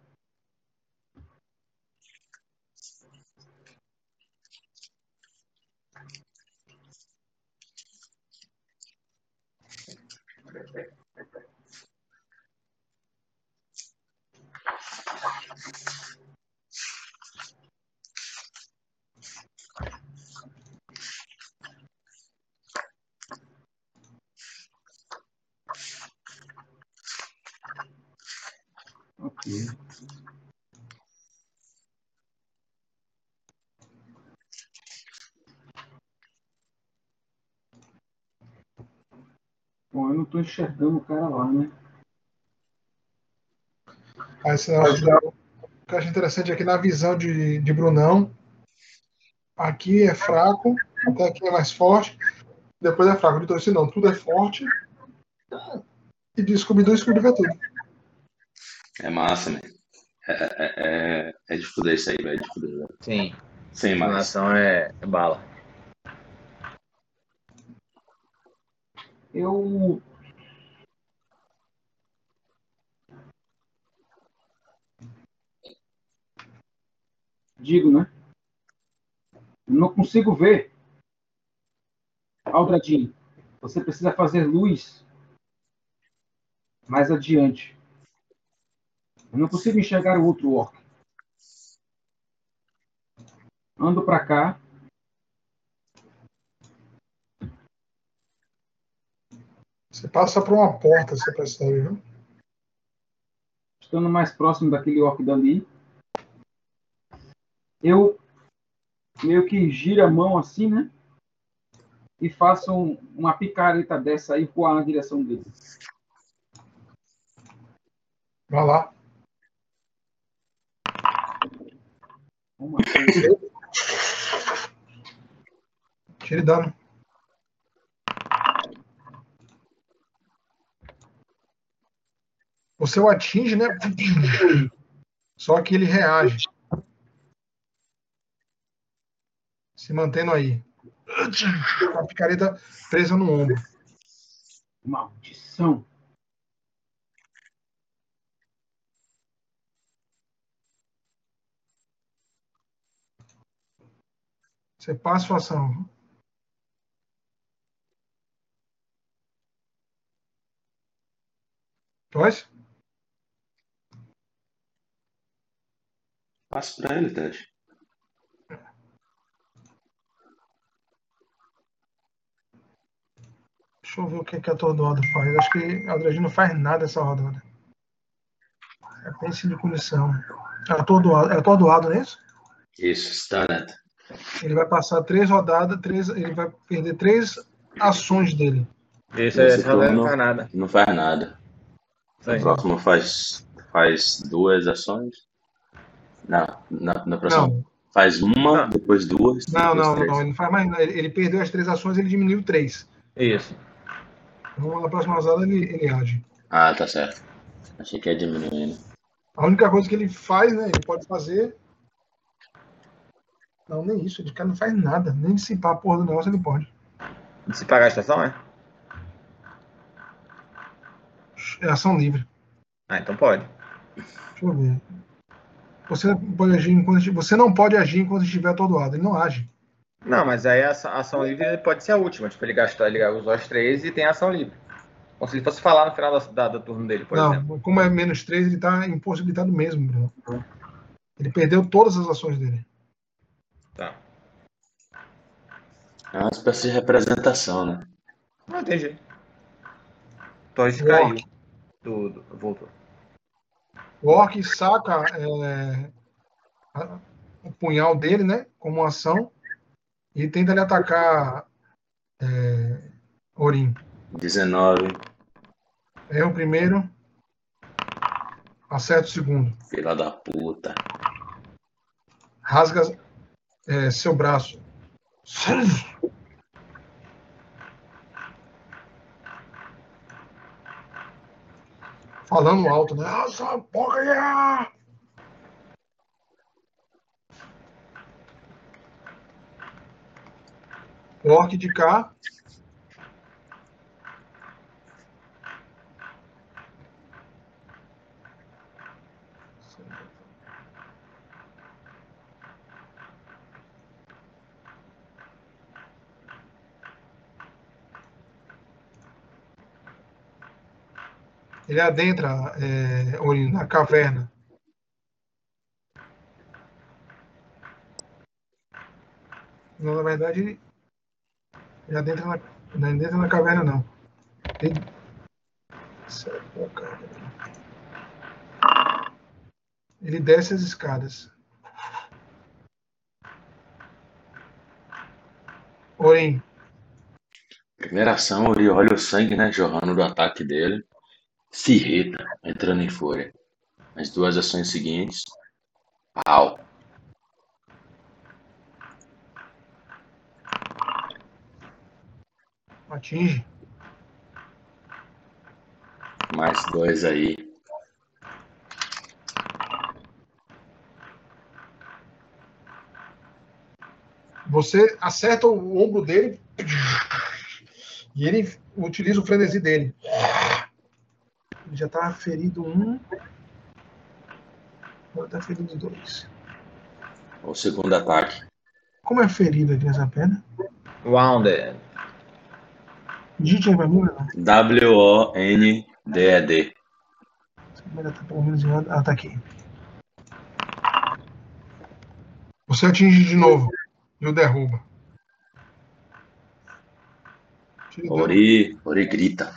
Ok. Bom, eu não estou enxergando o cara lá, né? Aí você acha, o que eu acho interessante aqui na visão de, de Brunão. Aqui é fraco, até aqui é mais forte, depois é fraco. Então, assim, não, tudo é forte. E de Scooby-Doo, Scooby vê tudo. É massa, né? É, é, é, é de fuder isso aí, velho. É de fuder, velho. Sim. Sem mais. Nação é, é bala. Eu. Digo, né? Eu não consigo ver. Aldradinho, você precisa fazer luz mais adiante. Eu não consigo enxergar o outro orc. Ando para cá. Você passa por uma porta, você percebe, viu? Estando mais próximo daquele orc dali. Eu meio que giro a mão assim, né? E faço um, uma picareta dessa aí voar na direção dele. Vai lá. Uma coisa. Tire dano. Você o atinge, né? Só que ele reage. Se mantendo aí. Com a picareta presa no ombro. Maldição. Você passa a sua ação. Pois? Passa pra ele, Ted. Deixa eu ver o que, que a atordoado faz. Acho que a Aldradinho não faz nada essa rodada. É pense de condição. É atordoado, é atordoado, não é isso? Isso, stunned. Ele vai passar três rodadas, três, ele vai perder três ações dele. Isso, Nesse essa rodada não turno, faz nada. não faz nada. Isso No aí. próximo faz, faz duas ações. Não, na, na próxima Não, faz uma, Não. depois duas, não, depois não, três. não. Ele não faz mais nada. Ele, ele perdeu as três ações, ele diminuiu três. Isso. Então, na próxima rodada, ele, ele age. Ah, tá certo. Achei que ia diminuindo. A única coisa que ele faz, né? Ele pode fazer. Não, nem isso. Ele cara não faz nada. Nem dissipar a porra do negócio ele pode. Se pagar a estação, é? É ação livre. Ah, então pode. Deixa eu ver. Você pode agir enquanto você não pode agir enquanto estiver atordoado. Ele não age. Não, mas aí a ação, a ação livre pode ser a última. Tipo, ele gastou, ele usou as três e tem ação livre. Como se ele fosse falar no final da, da, do turno dele, por não, exemplo. Como é menos três, ele está impossibilitado mesmo, Bruno. Ele perdeu todas as ações dele. Tá. É uma espécie de representação, né? Não entendi. Torres O caiu. orc. Do, do, voltou. O orc saca é, a, o punhal dele, né? Como ação. E tenta lhe atacar é, Orin. dezenove. Erra o primeiro. Acerta o segundo. Filha da puta. Rasga é, seu braço. Falando alto, né? Essa porra! O orc de cá. Ele adentra é, Orin, na caverna. Não, na verdade, ele, ele adentra na, não adentra na caverna, não. Ele, ele desce as escadas. Orin. Primeira ação, ele olha o sangue, né, jorrando do ataque dele. Se irrita, entrando em fúria. As duas ações seguintes. Pau. Atinge. Mais dois aí. Você acerta o ombro dele e ele utiliza o frenesi dele. Ele já está ferido um. Agora está ferido dois. O segundo ataque. Como é ferido aqui nessa pedra? Wounded. Digite aí pra mim, não. W O N D E D. Essa pedra tá pelo menos em ordem. Ah, tá aqui. Você atinge de novo e o derruba. Tira o dano. Ori, Ori grita.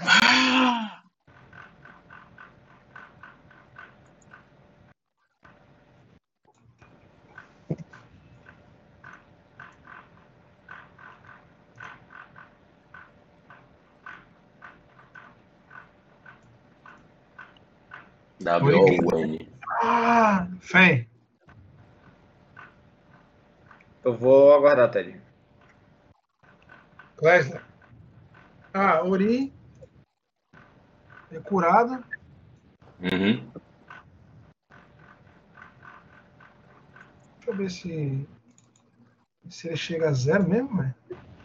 W O N. Ah, Fém. Eu vou aguardar, Ted. Clésner. Ah, Ori é curado. Uhum. Deixa eu ver se se ele chega a zero mesmo, velho.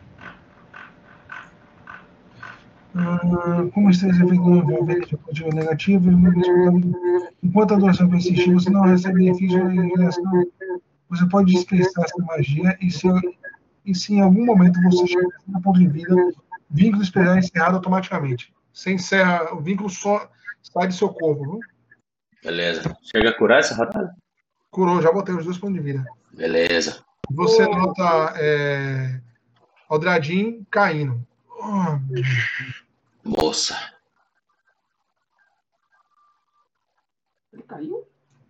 Ah, como esse efeito não envolve de positivo ou negativo, enquanto a duração persistir, você não recebe benefício em relação. Você pode dispensar essa magia e se, e se em algum momento você chegar a ponto de vida, o vínculo especial é encerrado automaticamente. Você encerra, o vínculo só sai do seu corpo, viu? Beleza. Chega a curar essa rodada? Curou, já botei os dois pontos de vida. Beleza. Você nota é, Aldradin caindo. Oh, Moça. Ele caiu?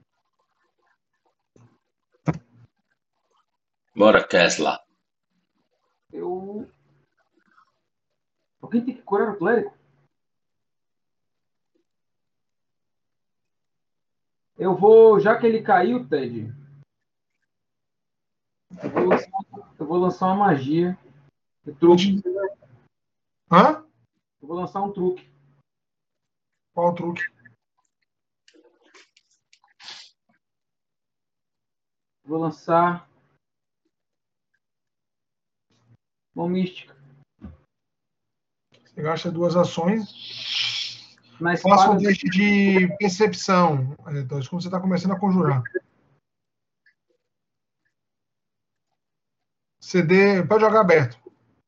Bora, Kessler. Eu. Alguém tem que curar o clérigo? Eu vou, já que ele caiu, Ted, eu vou lançar, eu vou lançar uma magia. Um truque. hã? Eu vou lançar um truque. Qual o truque? Vou lançar uma mística. Você gasta duas ações. Na Faça um espada. teste de percepção, então, como você está começando a conjurar. C D, pode jogar aberto.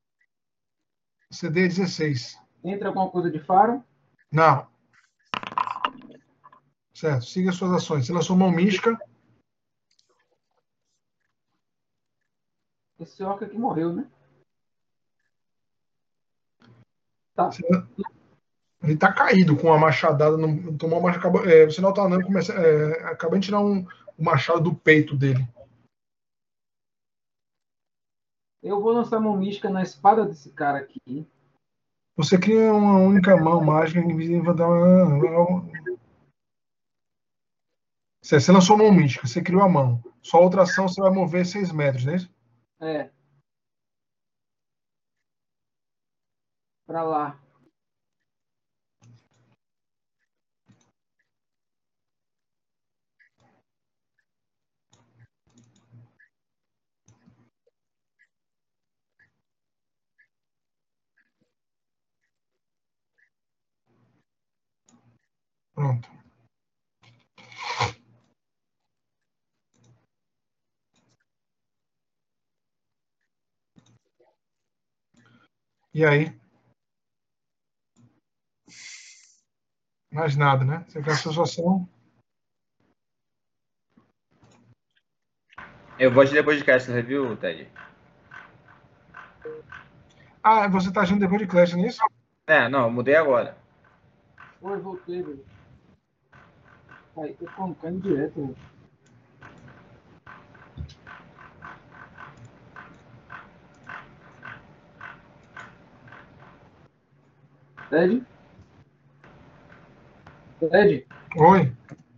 C D dezesseis. Entra alguma coisa de faro? Não. Certo, siga suas ações. Você lançou mão mística. Esse orc aqui morreu, né? Tá. Você- Ele tá caído com a machadada. No, tomou uma machadada. É, você não tá andando, começa, é, acabou de tirar um, o machado do peito dele. Eu vou lançar mão mística na espada desse cara aqui. Você cria uma única mão mágica invisível. Da... Você, você lançou mão mística, você criou a mão. Sua outra ação você vai mover seis metros, não é isso? É. Pra lá. Pronto. E aí? Mais nada, né? Você quer a sua ação? Eu vou te depois de cast review, Ted. Ah, você tá agindo depois de Clash, não é isso? É, não, eu mudei agora. Oi, voltei, velho. Aí, tô concando direto, velho. Ted? Ted? Oi.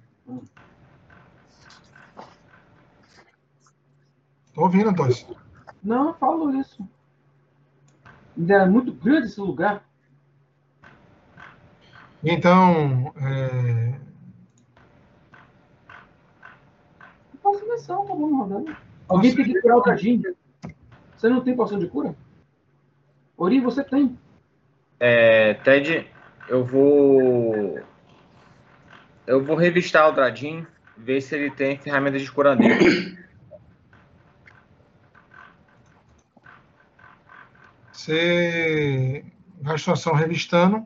Tô ouvindo, Antônio. Não, eu falo isso. Ainda é muito grande esse lugar. Então, é... Não posso missão, tá bom, rodando. Alguém tem que curar o Tadinho. Você não tem poção de cura? Ori, você tem. É, Ted, eu vou. Eu vou revistar o Dradin, ver se ele tem ferramentas de curandeiro. você vai a situação revistando.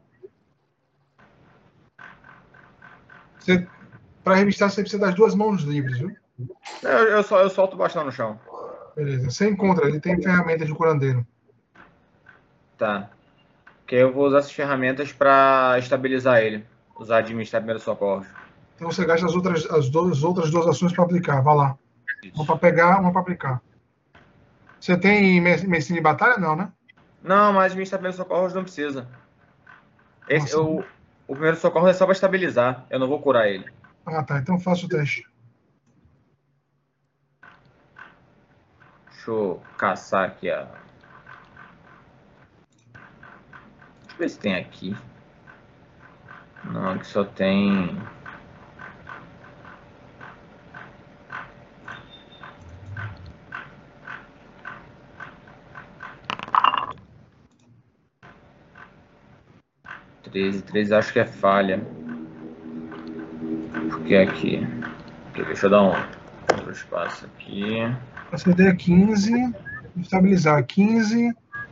Você... Para revistar, você precisa das duas mãos livres, viu? Eu, eu, só, eu solto o bastão no chão. Beleza. Você encontra, ele tem ferramenta de curandeiro. Tá. Porque eu vou usar essas ferramentas pra estabilizar ele. Usar administrar primeiro socorro. Então você gasta as outras, as duas, outras duas ações para aplicar. Vai lá. Uma para pegar, uma para aplicar. Você tem medicina de batalha? Não, né? Não, mas administrar primeiro socorro não precisa. Esse, Nossa. eu, o primeiro socorro é só pra estabilizar. Eu não vou curar ele. Ah, tá. Então faça o teste. Deixa eu caçar aqui a. Deixa eu ver se tem aqui. Não, aqui só tem. treze, treze acho que é falha. Porque aqui. Aqui, deixa eu dar um outro espaço aqui. A C D é quinze. Estabilizar quinze.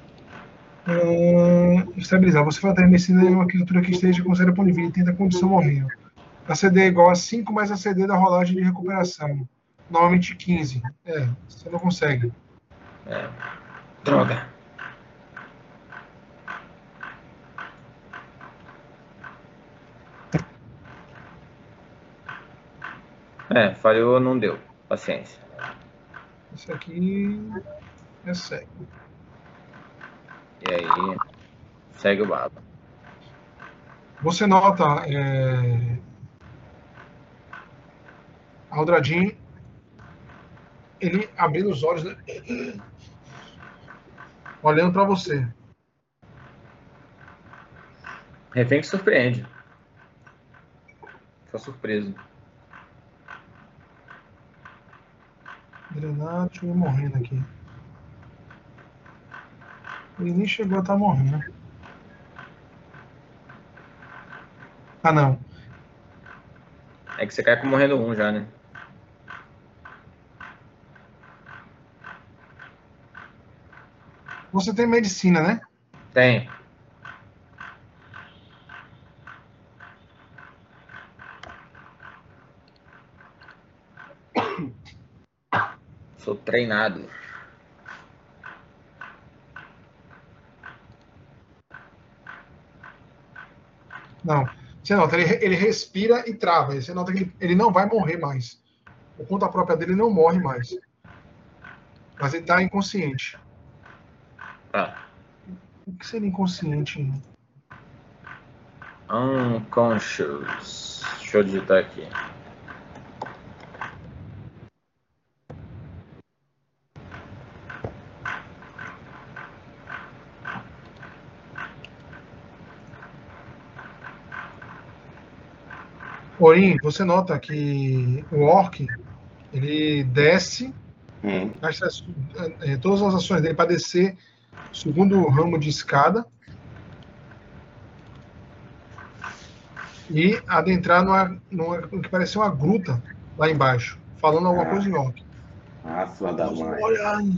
Uh, estabilizar. Você vai ter medicina em uma criatura que esteja com zero ponto de vida e tenta condição morrendo. A C D é igual a cinco mais a C D da rolagem de recuperação. Normalmente quinze. É, você não consegue. É. Droga. É, falhou, não deu. Paciência. Isso aqui é cego. E aí, segue o baba. Você nota é, Aldradin, ele abrindo os olhos, né? Olhando para você. Refém que surpreende. Fica surpreso. Granate morrendo aqui. Ele nem chegou a estar morrendo. Ah, não. É que você cai com morrendo um já, né? Você tem medicina, né? Tem. Sou treinado. Não. Você nota, ele, ele respira e trava. Você nota que ele, ele não vai morrer mais. Por conta própria dele, ele não morre mais. Mas ele tá inconsciente. Ah. O que seria inconsciente? Unconscious. Deixa eu digitar aqui. Orin, você nota que o orc ele desce, Hum. gasta é, todas as ações dele para descer o segundo ramo de escada e adentrar numa, numa no que parecia uma gruta lá embaixo, falando alguma Ah. coisa em orc. Ah, filha da mãe. Olha aí.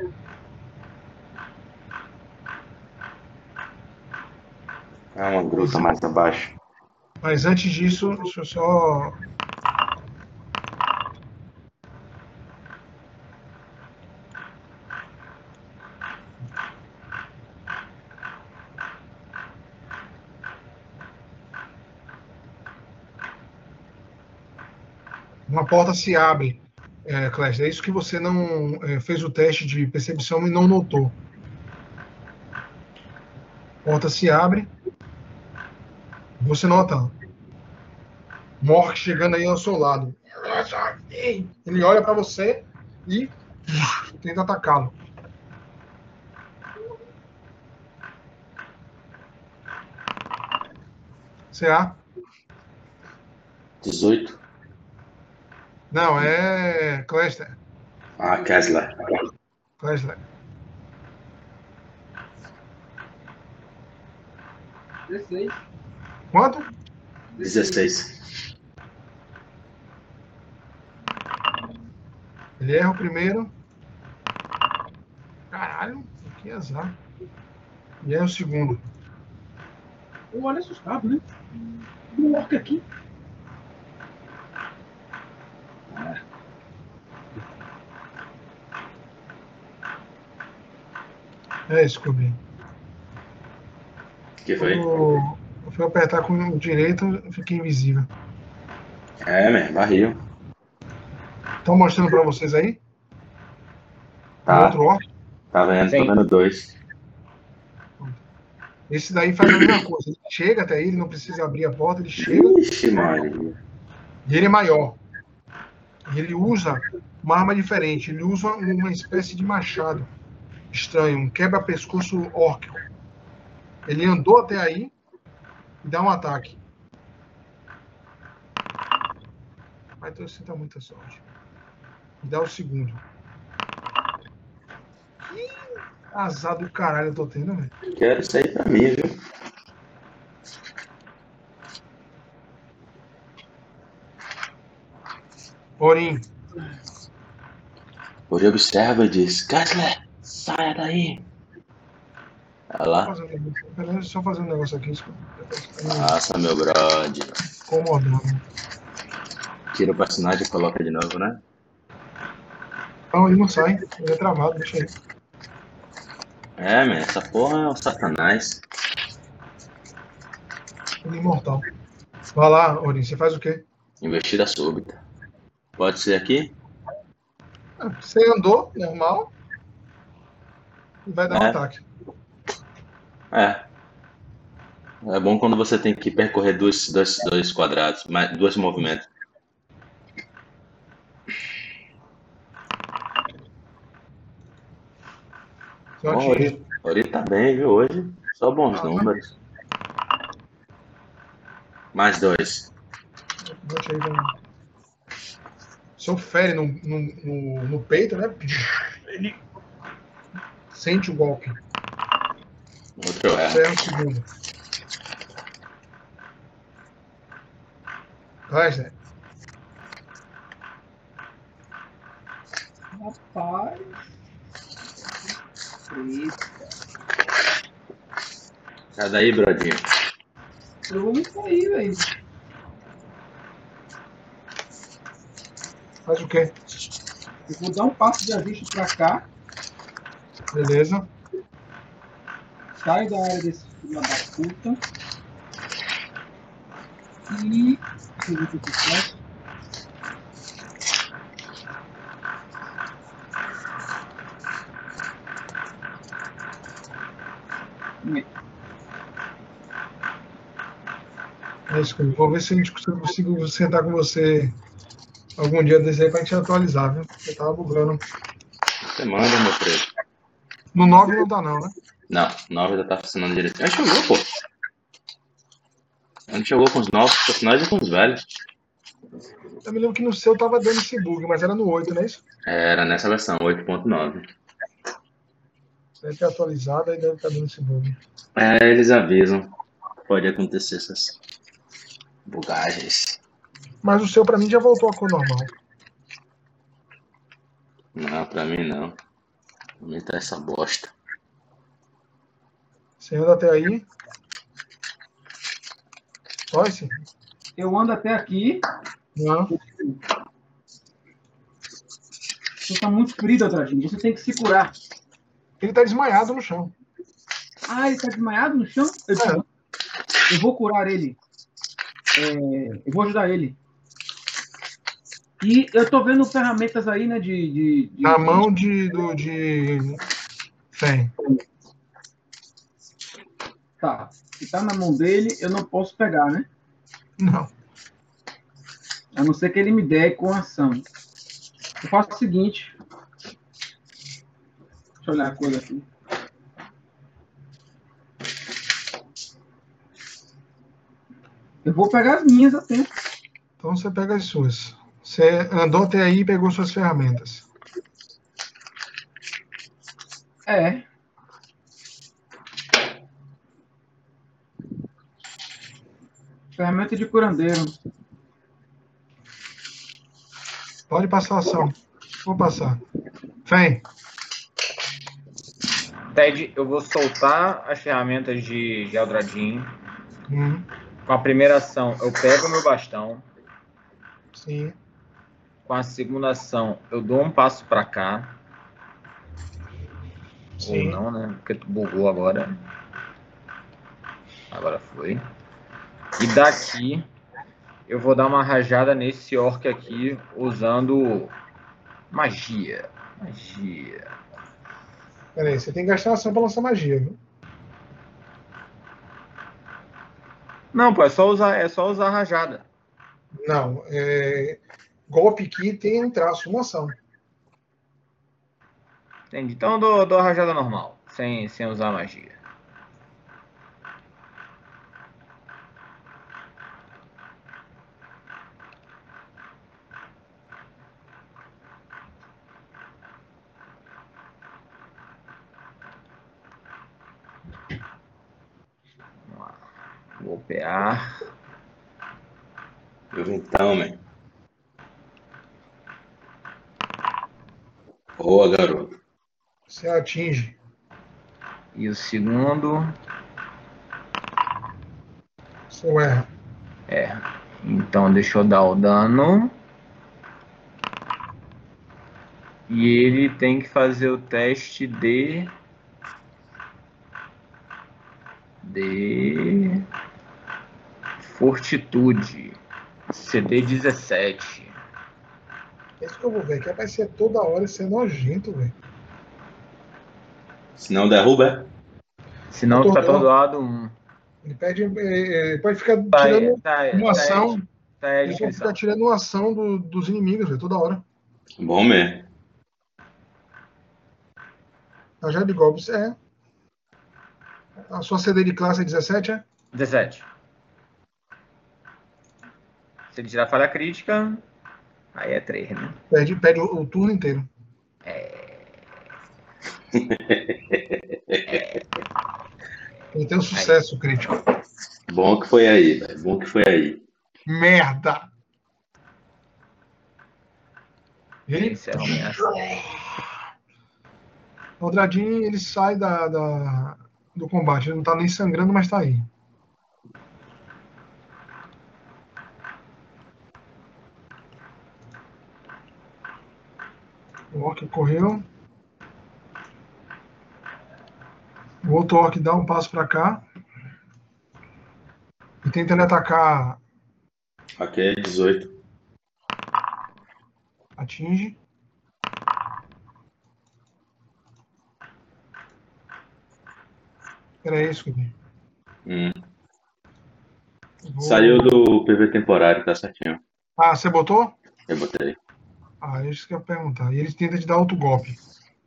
É uma gruta mais abaixo. Mas antes disso, deixa eu só. Uma porta se abre, é, Clash. É isso que você não é, fez o teste de percepção e não notou. A porta se abre. Você nota Mork chegando aí ao seu lado. Ele olha para você e tenta atacá-lo. C A? dezoito. Não, é Clester. Ah, Kessler. Clester. dezesseis. Quanto? dezesseis. Ele erra o primeiro. Caralho, que azar. E erra o segundo. O olho assustado, né? Um orc aqui. É, Scooby. Que foi? Eu fui apertar com o direito, eu fiquei invisível. É, man, barril. Estão mostrando para vocês aí? O Tá. outro orc? Tá vendo? Sim. Tô vendo dois. Esse daí faz a mesma coisa. Ele chega até aí, ele não precisa abrir a porta, ele chega Ixi, Maria. e ele é maior. E ele usa uma arma diferente. Ele usa uma espécie de machado estranho, um quebra-pescoço órquico. Ele andou até aí e dá um ataque. Mas você tá muita sorte. E dá o segundo. Que azar do caralho eu tô tendo, velho. Quero isso aí pra mim, viu? Orim, Hoje observa e diz: Kessler, saia daí. Olha lá. fazer um negócio- peraí, só fazer um negócio aqui. Isso tá me Nossa, meu brother. incomodando. Tira o personagem e coloca de novo, né? Não, ele não sai. Ele é travado, deixa aí. É, man, essa porra é um satanás. Ele é imortal. Vai lá, Orim, você faz o quê? Investida súbita. Pode ser aqui? Ah, Você andou, normal, e vai dar um É. ataque. É. É bom quando você tem que percorrer dois, dois, dois quadrados, mais, dois movimentos. Você Bom, atinge. Ori, Ori tá bem, viu, hoje? Só bons números. Mais dois. Bote aí, vamos. Seu fere no, no, no, no peito, né? Ele sente o golpe. Outro Você erro. erra o segundo. Clester, Rapaz. Sai daí, brodinho. Eu vou me sair, velho. Faz o quê? Eu vou dar um passo de ajuste pra cá. Beleza. Saio da área desse filho da puta. E. Deixa eu ver o que eu faço. É isso, eu vou ver se a gente consegue- consigo sentar com você algum dia desse aí pra gente atualizar, viu? Eu tava bugando. Você manda, meu preto. No nove não tá não, né? Não, nove já tá funcionando direitinho. A gente jogou, pô. A gente jogou com os novos personagens e com os velhos. Eu me lembro que no seu tava dando esse bug, mas era no oito, não é isso? Era nessa versão, oito ponto nove. Deve ter atualizado e deve estar dando esse bug. É, eles avisam. Pode acontecer essas bugagens. Mas o seu pra mim já voltou à cor normal. Não, pra mim não. Pra mim tá essa bosta. Você anda até aí. Só esse? Eu ando até aqui. Não. Você tá muito ferido, Aldradinho. Você tem que se curar. Ele tá desmaiado no chão. Ah, ele tá desmaiado no chão? Eu, É. eu vou curar ele. É, eu vou ajudar ele. E eu tô vendo ferramentas aí, né? De. de, de Na mão de. do de. Tem. Tá. Se tá na mão dele, eu não posso pegar, né? Não. A não ser que ele me dê com ação. Eu faço o seguinte. Deixa eu olhar a coisa aqui. Eu vou pegar as minhas a tempo. Então você pega as suas. Você andou até aí e pegou suas ferramentas. É. Ferramenta de curandeiro. Pode passar a ação. Vou passar. Vem. Ted, eu vou soltar as ferramentas de, de Aldradin. Hum, Com a primeira ação, eu pego o meu bastão. sim. Com a segunda ação, eu dou um passo pra cá. Sim. Ou não, né? Porque tu bugou agora. Agora foi. E daqui, eu vou dar uma rajada nesse orc aqui, usando magia. Magia. Pera aí, você tem que gastar ação pra lançar magia, viu? Não, pô, é só usar, é só usar a rajada. Não. É... Golpe aqui tem um traço, uma ação. Entendi. Então eu dou, dou a rajada normal, sem, sem usar magia. Vamos lá. Golpear. Eu então, man. Boa, garoto. Você atinge. E o segundo Você erra. é. Então deixa eu dar o dano. E ele tem que fazer o teste de. De. Fortitude. C D dezessete. É isso que eu vou ver. Que vai ser toda hora ser nojento, velho. Se não derruba, Senão fica atordoado um. Ele perde. Ele pode ficar Tá, tirando tá, uma tá, ação. tá aí a Ele pode descrição. ficar tirando uma ação do- dos inimigos, velho, toda hora. é bom mesmo. A já de golpes é. A sua C D de classe é dezessete, é? dezessete. Se ele tirar falha crítica, aí é três, né? Perde, perde o, o turno inteiro. Ele tem um sucesso crítico. Bom que foi aí, velho. Bom que foi aí. Merda! E Esse é a ameaça. O Aldradin, ele sai da, da, do combate. Ele não tá nem sangrando, mas tá aí. O orc correu. O outro orc dá um passo para cá. E tenta ele atacar. Ok, dezoito. Atinge. Era isso, Kevin. Hum. Vou... Saiu do P V temporário, tá certinho. Ah, você botou? Eu botei. Ah, isso que eu ia perguntar. E ele tenta te dar outro golpe.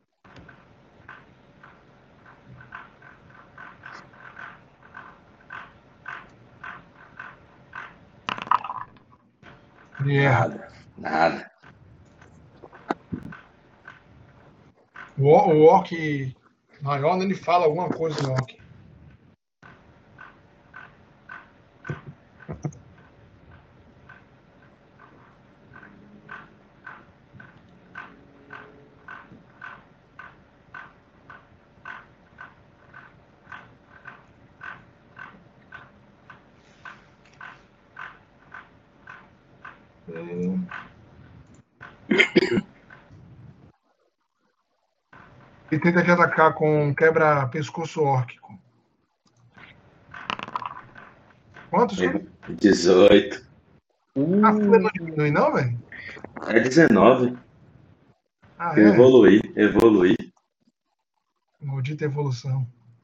Ele erra. Nada, nada. O, o orc maior, ele fala alguma coisa no orc. Ele tenta te atacar com quebra-pescoço órquico. Quantos? dezoito. Ah, foi, não diminui não, velho? É dezenove. Ah, Eu é? evoluí, evoluí. Maldita evolução.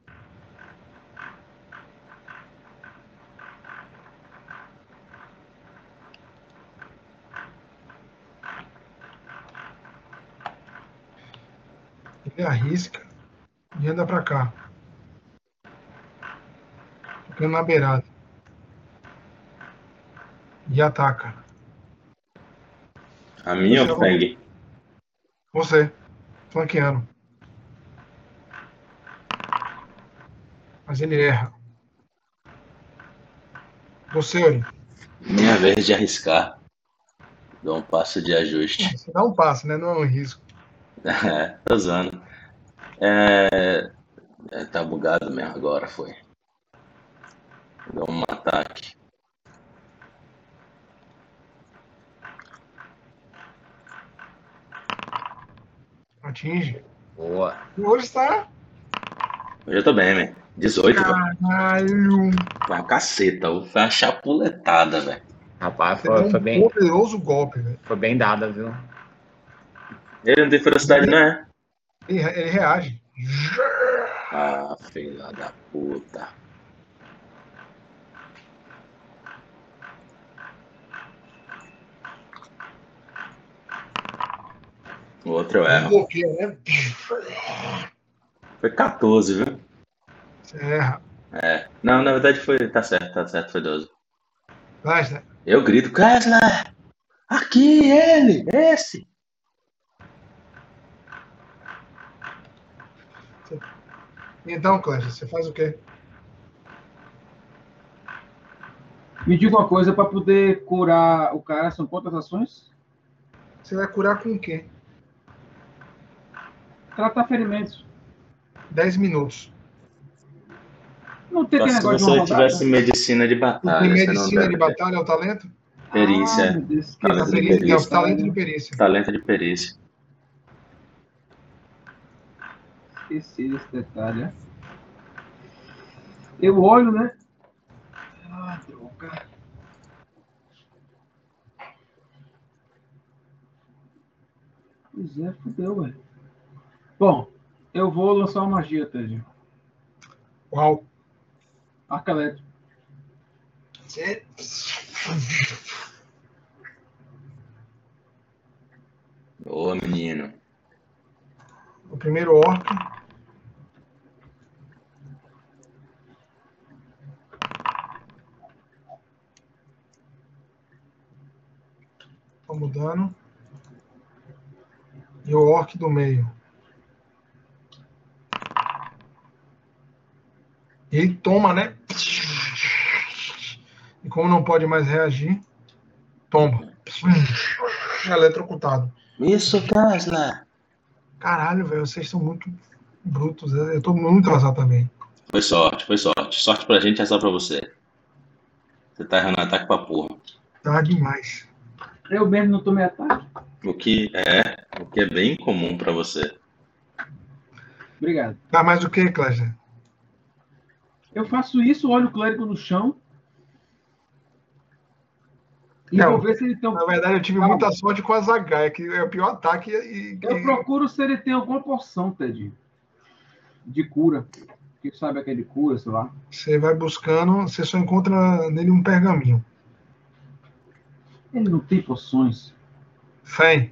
Ele arrisca e anda pra cá. Ficando na beirada. E ataca. A minha Você, ou Feng? Você, flanqueando. Mas ele erra. Você, Ori. Minha vez de arriscar. Dou um passo de ajuste. Você dá um passo, né? Não é um risco. É, tô usando. É, é, tá bugado mesmo agora, foi. Dou um ataque. Atinge. Boa. Hoje está. Hoje eu tô bem, velho. dezoito, velho. Caralho. Foi uma caceta, foi uma chapuletada, velho. Rapaz, Você foi, deu foi um bem, poderoso golpe, velho. foi bem dada, viu? Ele não tem ferocidade, não é? Ele, ele reage. Ah, filha da puta. O outro eu erro. Bloqueia, né? Foi quatorze, viu? Você erra. É. Não, na verdade foi. Tá certo, tá certo, foi doze. Basta. Eu grito, Kessler! Aqui, ele! Esse! Então, Clash, você faz o quê? Me diga uma coisa, para poder curar o cara, são quantas ações? Você vai curar com o quê? Tratar ferimentos. dez minutos. Não tem Só aquele se negócio de uma você rodada? tivesse medicina de Tem batalha, você não medicina deve de ter. batalha é o talento? Perícia. Ah, meu Deus, esqueci. Talento de Perícia, é o perícia. talento de perícia. Talento de perícia. Esqueci desse detalhe. Eu olho, né? Ah, droga. Pois é, fudeu, velho. Bom, eu vou lançar uma magia, Ted. Uau. Arco elétrico. Você... Ô, menino. O primeiro orc. Tá mudando. E o orc do meio. E ele toma, né? E como não pode mais reagir, toma. Eletrocutado. Isso, Kessler! Caralho, velho, vocês são muito Brutos, eu tô muito azar também. Foi sorte, foi sorte. Sorte pra gente é só pra você. Você tá errando ataque pra porra. Tá demais. Eu mesmo não tomei ataque. O que é, o que é bem comum pra você. Obrigado. Tá mais o que, Clésia? Eu faço isso, olho o clérigo no chão. E Não, vou ver se ele tem um... Na verdade, eu tive Calma. muita sorte com a Zagaia, que é o pior ataque. E, Eu e- procuro se ele tem alguma porção, Ted. De cura. Que sabe aquele cura, sei lá. Você vai buscando, você só encontra nele um pergaminho. Ele não tem poções. Fém.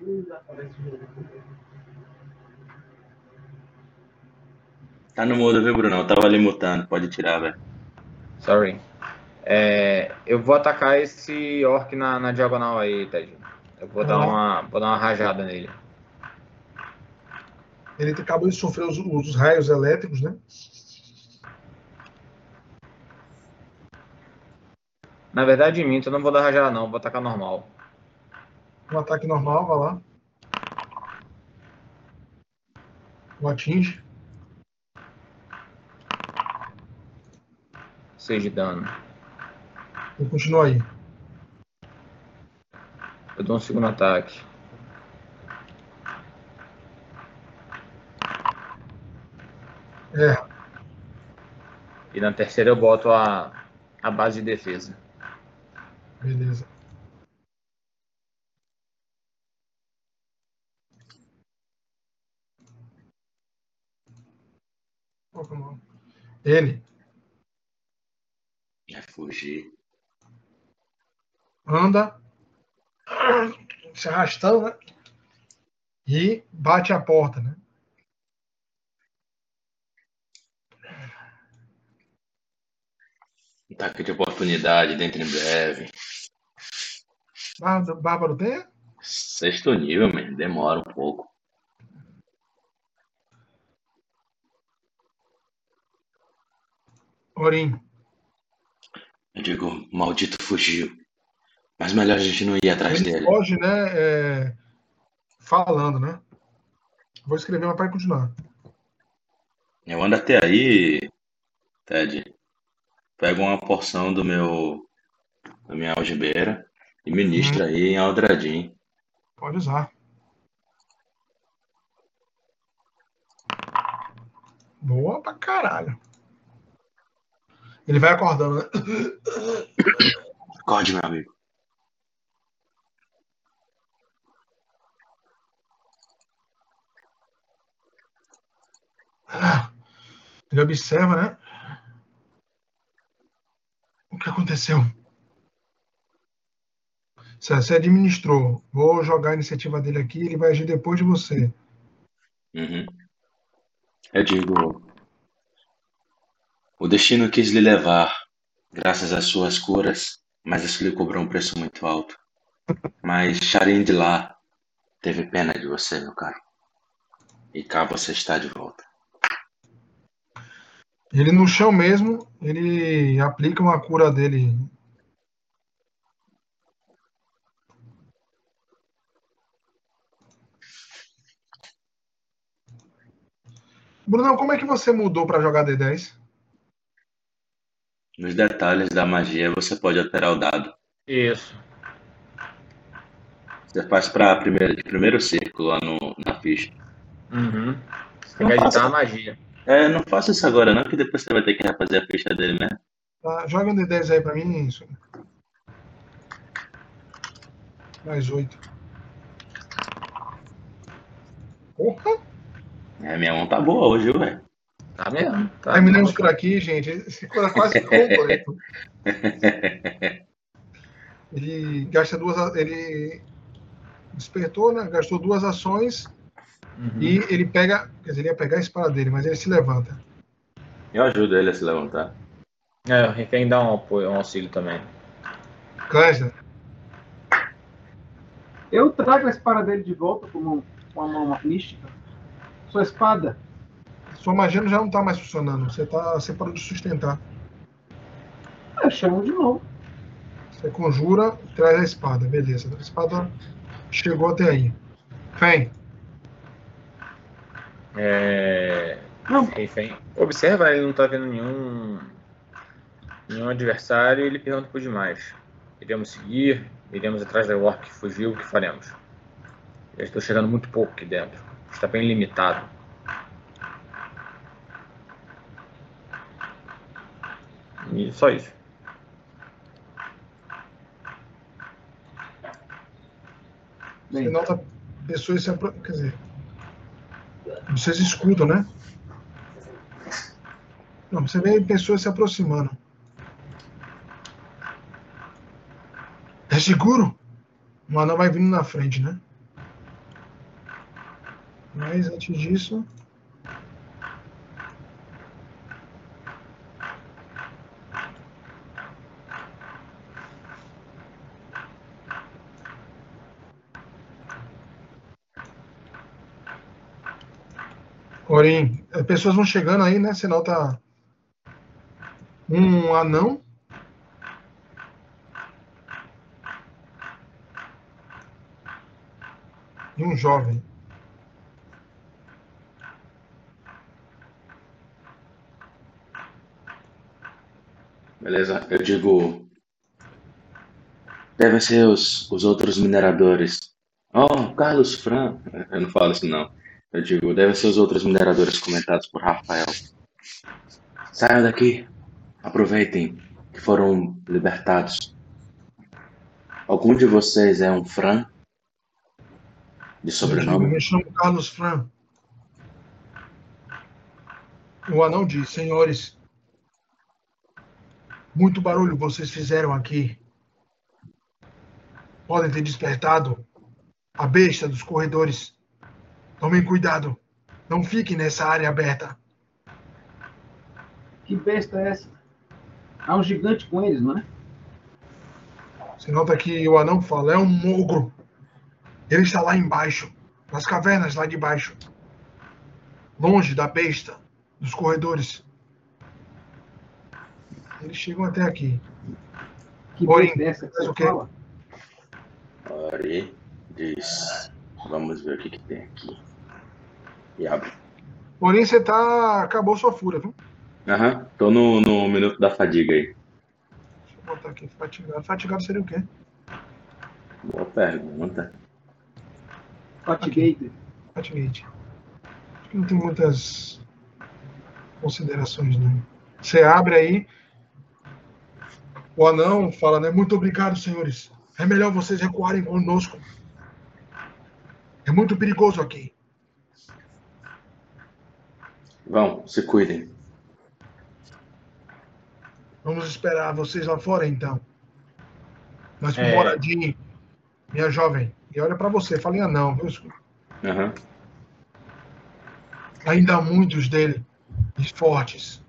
Tá no mudo, viu, Bruno? Eu tava ali mutando. Pode tirar, velho. Sorry. É, eu vou atacar esse orc na, na diagonal aí, Ted. Eu vou dar, uma, vou dar uma rajada nele. Ele acabou de sofrer os, os raios elétricos, né? Na verdade, em mim, eu não vou dar rajada não, vou atacar normal. Um ataque normal, vai lá. O atinge. seis de dano. E continua aí. Eu dou um segundo ataque. É, E na terceira eu boto a, a base de defesa. beleza. Pokémon. Ele É fugir. anda se arrastando, né? E bate a porta, né? Ataque de oportunidade dentro em breve. Bárbaro, Bárbaro tem? Sexto nível, man. Demora um pouco. Orim. Eu digo, maldito fugiu. Mas melhor a gente não ir atrás Ele dele. foge, né? É, falando, né? Vou escrever uma para continuar. Eu ando até aí, Ted. Pego uma porção do meu, da minha algibeira e ministra Hum, aí em Aldradim. pode usar. Boa pra caralho. Ele vai acordando, né? Acorde, meu amigo. Ele observa, né? O que aconteceu? Você administrou. Vou jogar a iniciativa dele aqui. Ele vai agir depois de você. Uhum. Eu digo, o destino quis lhe levar, graças às suas curas, mas isso lhe cobrou um preço muito alto. Mas Sharin de lá teve pena de você, meu caro. E cá você está de volta. Ele no chão mesmo, ele aplica uma cura dele. Brunão, como é que você mudou para jogar D dez? Nos detalhes da magia você pode alterar o dado. Isso. Você faz para primeiro, de primeiro círculo lá no, na ficha. Uhum. Você tem Não que faça, editar a magia. é, não faça isso agora não, que depois você vai ter que refazer a ficha dele mesmo. Tá? Joga um D dez aí para mim. Isso. Mais oito. Porra! É, minha mão tá boa hoje, velho. Tá mesmo? Tá Terminamos por aqui, gente. Esse cura quase completo. Ele gasta duas. Ele despertou, né? Gastou duas ações. Uhum. E ele pega. Quer dizer, ele ia pegar a espada dele, mas ele se levanta. Eu ajudo ele a se levantar. É, o Refém dá um apoio, um auxílio também. Clésner, Eu trago a espada dele de volta com uma, com uma mão mística. Sua espada. sua magia já não está mais funcionando. Você, tá, você parou de sustentar. Eu chamo de novo. Você conjura, traz a espada. Beleza. A espada chegou até aí. Vem. É... Não. Refém observa, ele não tá vendo nenhum nenhum adversário e ele pergunta por demais. Iremos seguir? Iremos atrás da orc que fugiu? O que faremos? Eu estou chegando muito pouco aqui dentro. Está bem limitado. E só isso. Você Bem, nota pessoas se apro... Quer dizer, vocês escutam, né? Não, você vê pessoas se aproximando. É seguro? O anão vai vindo na frente, né? Mas antes disso. Porém, as pessoas vão chegando aí, né? Você nota um anão. E um jovem. Beleza? Eu digo. Devem ser os, os outros mineradores. Oh, Carlos Fran. Eu não falo isso, não. Eu digo, devem ser os outros mineradores comentados por Rafael. Saiam daqui. Aproveitem que foram libertados. Algum de vocês é um Fran? De Eu digo, sobrenome? me chamo Carlos Fran. O anão diz, senhores, muito barulho vocês fizeram aqui. Podem ter despertado a besta dos corredores. Tomem cuidado. Não fiquem nessa área aberta. que besta é essa? Há um gigante com eles, não é? Você nota que o anão fala, é um ogro. Ele está lá embaixo, nas cavernas lá de baixo. Longe da besta, dos corredores. Eles chegam até aqui. Que Porém, besta é essa que faz você o quê? fala? Ori diz. Vamos ver o que, que tem aqui. E abre. Porém, você tá. Acabou sua fúria, viu? Aham, tô no, no minuto da fadiga aí. Deixa eu botar aqui, fatigado. Fatigado seria o quê? Boa pergunta. Fatigated. Fatigate. Acho que não tem muitas considerações, não. Você abre aí. O anão fala, né? Muito obrigado, senhores. É melhor vocês recuarem conosco. É muito perigoso aqui. Vão, se cuidem. Vamos esperar vocês lá fora, então. Mas com É. Moradinho, minha jovem, e olha pra você, fala em anão, viu? Aham. Ainda há muitos dele, e fortes.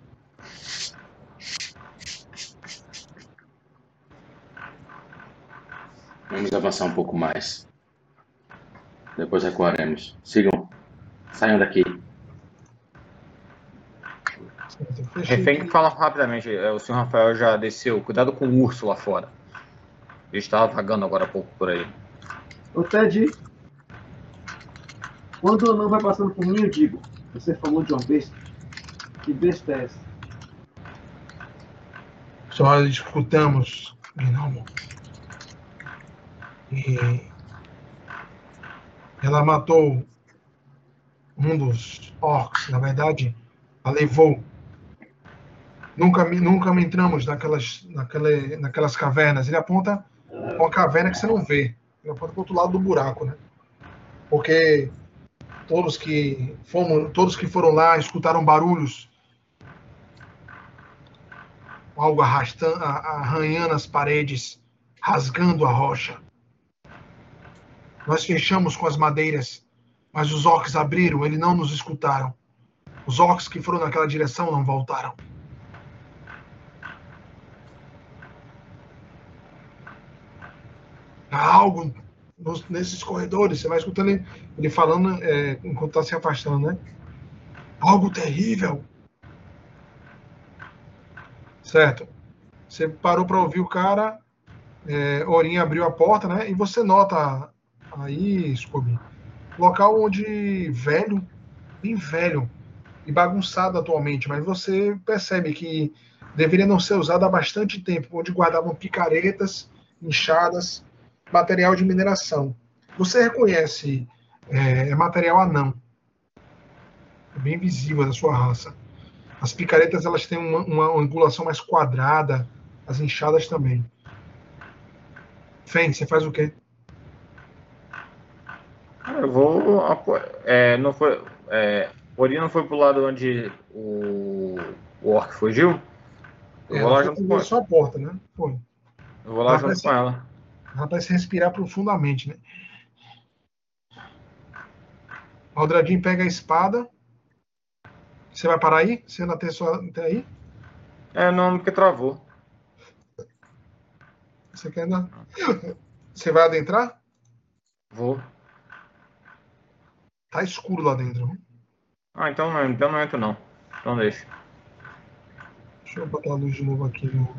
Vamos avançar um pouco mais. Depois recuaremos. Sigam. Saiam daqui. Fechei Refém aqui. fala rapidamente. é, O senhor Rafael já desceu. Cuidado com o urso lá fora. Ele estava vagando agora há pouco por aí. Ô Ted, quando o anão vai passando por mim, eu digo, você falou de uma besta? Que besta é essa? Só escutamos, Gnomo. E ela matou um dos orcs, na verdade, a levou. Nunca, nunca entramos naquelas, naquela, naquelas cavernas. Ele aponta uma caverna que você não vê. Ele aponta para o outro lado do buraco, né? Porque todos que fomos, todos que foram lá escutaram barulhos, algo arrastando, arranhando as paredes, rasgando a rocha. Nós fechamos com as madeiras, mas os orcs abriram, eles não nos escutaram. Os orcs que foram naquela direção não voltaram. Há algo nos, nesses corredores, você vai escutando ele, ele falando é, enquanto está se afastando, né? Algo terrível. Certo. Você parou para ouvir o cara, é, Orin abriu a porta, né? E você nota aí, Scooby, local onde velho, bem velho, e bagunçada atualmente, mas você percebe que deveria não ser usada há bastante tempo, onde guardavam picaretas, enxadas, material de mineração. Você reconhece é, é material anão, é bem visível da sua raça. As picaretas elas têm uma, uma angulação mais quadrada, as enxadas também. Fen, você faz o quê? Eu vou. apo- É, não foi. É, o Ori não foi pro lado onde o, o Orc fugiu? Eu É, vou ela lá foi junto com atender ela. só a porta, né? Foi. Eu vou lá Ela junto parece, com ela. ela parece respirar profundamente, né? Aldradin pega a espada. Você vai parar aí? Você ainda tem sua até aí? É, não, porque travou. Você quer ainda? Você vai adentrar? Vou. Tá escuro lá dentro. Ah, então não, então não entro não. Então deixa. Deixa eu botar a luz de novo aqui no.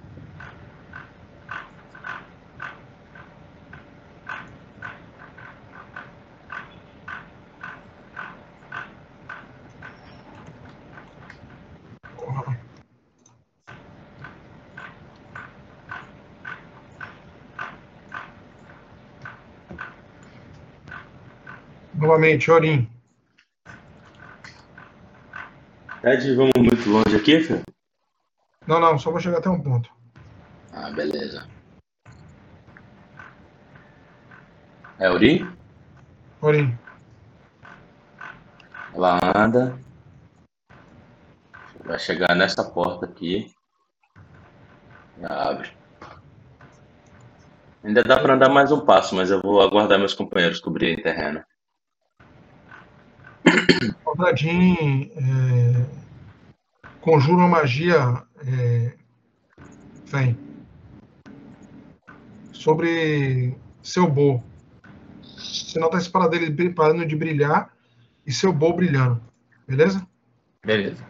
Novamente, Orim. Ted, vamos muito longe aqui, filho? Não, não, só vou chegar até um ponto. Ah, beleza. É Ori? Orim. Ela anda. Vai chegar nessa porta aqui. E abre. Ainda dá pra andar mais um passo, mas eu vou aguardar meus companheiros cobrirem terreno. Aldradin é, conjura uma magia. É, vem. Sobre seu bo. Você nota a espada dele parando de brilhar e seu bo brilhando. Beleza? Beleza.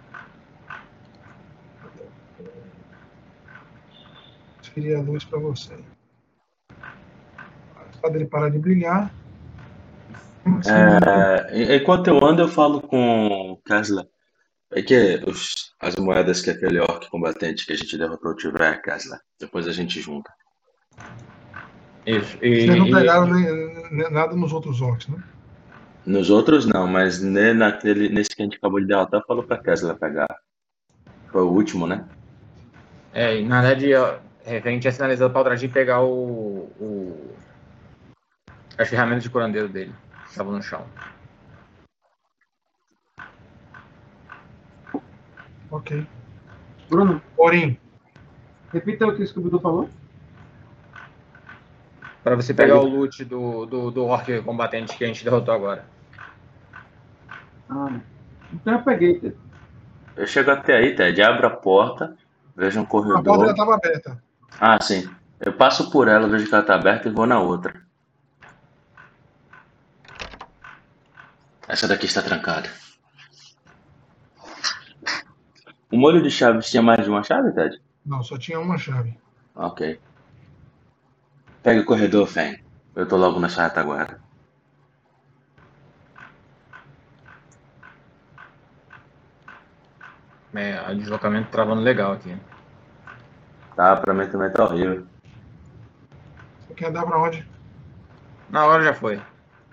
Transferir a luz para você. A espada dele para de brilhar. É, enquanto eu ando, eu falo com o Kasla. É que os- as moedas que aquele orc combatente que a gente derrotou tiver, Kasla. Depois a gente junta. Isso. E, Vocês não e- pegaram nem- nem- nada nos outros orcs, né? Nos outros não, mas ne- naquele, nesse que a gente acabou de derrotar, falou pra Kasla pegar. Foi o último, né? é, e, na verdade, ó, é, a gente tinha sinalizado para o Aldradin pegar o, o, as ferramentas de curandeiro dele. Estavam no chão. Ok. Bruno, Orim, repita o que o Scooby-Doo falou. Para você pegar o loot do, do, do orc combatente que a gente derrotou agora. Ah, então eu peguei. Eu chego até aí, Ted, abro a porta, vejo um a porta já corredor. estava aberta. Ah, sim. Eu passo por ela, vejo que ela tá aberta e vou na outra. Essa daqui está trancada. O molho de chaves tinha mais de uma chave, Ted? Não, só tinha uma chave. Ok. Pega o corredor, Fen. Eu tô logo nessa retaguarda. É, o deslocamento travando legal aqui. Tá, pra mim também tá horrível. Você quer andar para onde? Na hora já foi.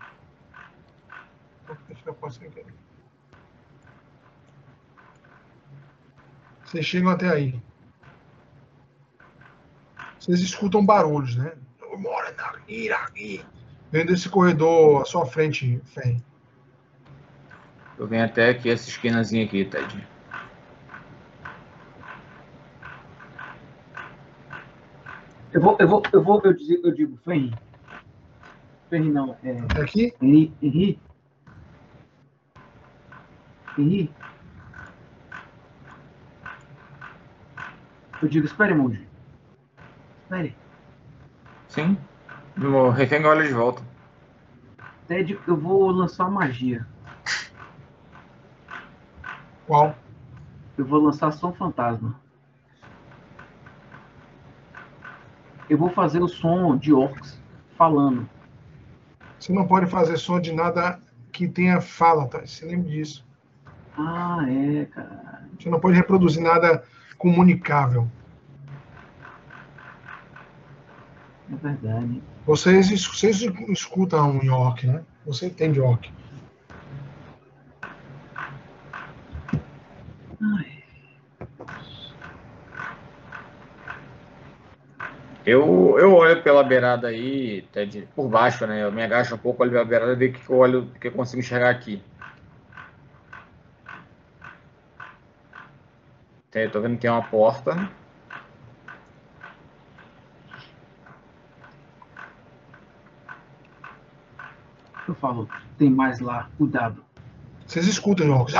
Deixa eu posso aqui. Vocês chegam até aí. Vocês escutam barulhos, né? Vendo desse corredor à sua frente, Fen. Eu venho até aqui, essa esquinazinha aqui, Ted. Eu vou, eu vou, eu vou, eu digo, eu digo Ferri. Ferri não, é. Até aqui? Henri. Henri. Henri. Eu digo, espere, monge. Espere. Sim. O refém olha de volta. Ted, eu vou lançar uma magia. Qual? Eu vou lançar som fantasma. Eu vou fazer o som de orcs falando. Você não pode fazer som de nada que tenha fala, tá? Você lembra disso. Ah, é, cara. Você não pode reproduzir nada comunicável. É verdade. Vocês, vocês escutam em orc, né? Você entende orc. Ai, Eu, eu olho pela beirada aí, até de, por baixo, né? Eu me agacho um pouco, olho pela beirada e vejo o que eu olho, o que eu consigo enxergar aqui. Tem- Tô vendo que tem uma porta. eu falo, tem mais lá, cuidado. Vocês escutam em orc.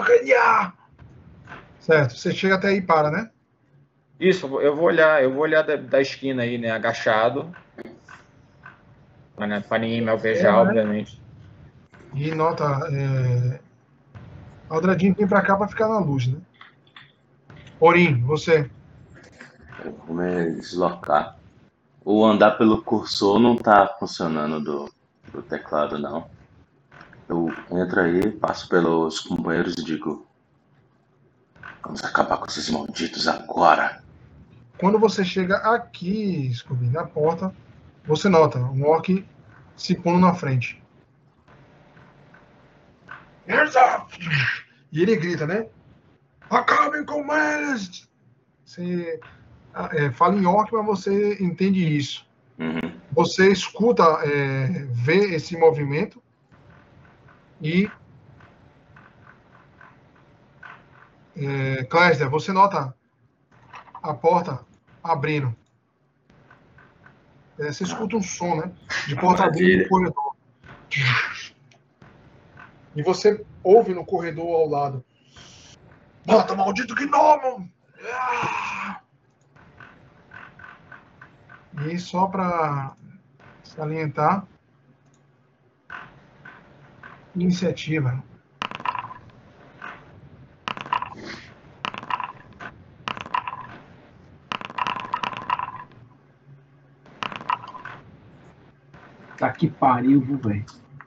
Certo, você chega até aí e para, né? Isso, eu vou- eu vou olhar, eu vou olhar da, da esquina aí, né? Agachado. Pra, né, pra ninguém me alvejar, Observa, né? obviamente. E nota. É... Aldradinho vem pra cá pra ficar na luz, né? Orim, você. Eu vou me deslocar. O andar pelo cursor não tá funcionando do, do teclado, não. Eu entro aí, passo pelos companheiros e digo: vamos acabar com esses malditos agora. Quando você chega aqui, Scooby, na porta, você nota um orc se pondo na frente. Hands up! E ele grita, né? Acabem com eles! Você é, fala em orc, mas você entende isso. Uhum. Você escuta, é, vê esse movimento e é, Clésder, você nota a porta abrindo. É, você escuta um som, né? De porta abrindo no Maravilha. corredor. E você ouve no corredor ao lado. Bota, maldito gnomo! Ah! E só para salientar, iniciativa. Tá que pariu, viu, velho?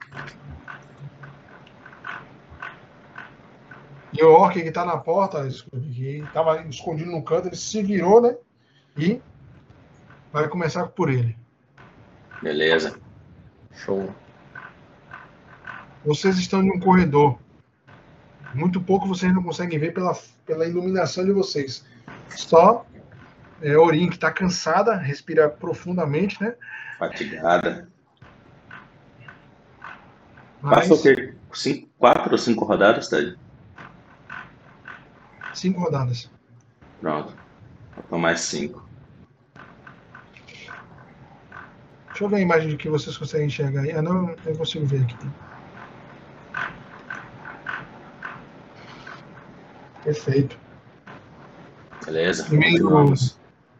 E o orc que tá na porta, que estava escondido no canto, ele se virou, né? E vai começar por ele. Beleza. Show. Vocês estão em um corredor. Muito pouco vocês não conseguem ver pela, pela iluminação de vocês. Só é, Orin, que está cansada, respira profundamente, né? Fatigada. Mas Passou o quê? Cinco, quatro ou cinco rodadas, tá? cinco rodadas. Pronto. Faltam mais cinco. Deixa eu ver a imagem de que vocês conseguem enxergar aí. Ah, não, eu consigo ver aqui. Perfeito. Beleza? Primeiro, Continuamos.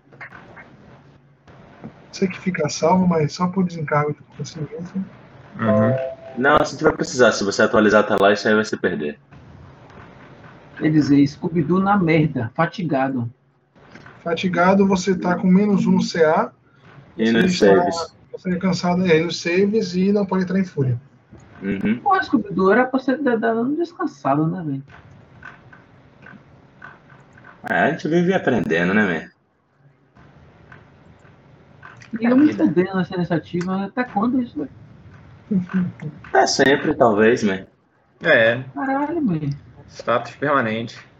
sei que fica salvo, mas só por desencargo de consciência. Uhum. Não, se tiver precisar, se você atualizar até lá, isso aí vai se perder. Quer dizer, Scooby-Doo na merda, fatigado. Fatigado, você tá com menos um no C A. E Você nos está, saves. você é cansado é, nos saves e não pode entrar em fúria. Uhum. Pô, Scooby-Doo era pra você dar dar um descansado, né, velho? É, a gente vive aprendendo, né, man? E eu me fudendo nessa iniciativa, até quando isso, velho? É sempre, talvez, man. É, Caralho, velho. status permanente.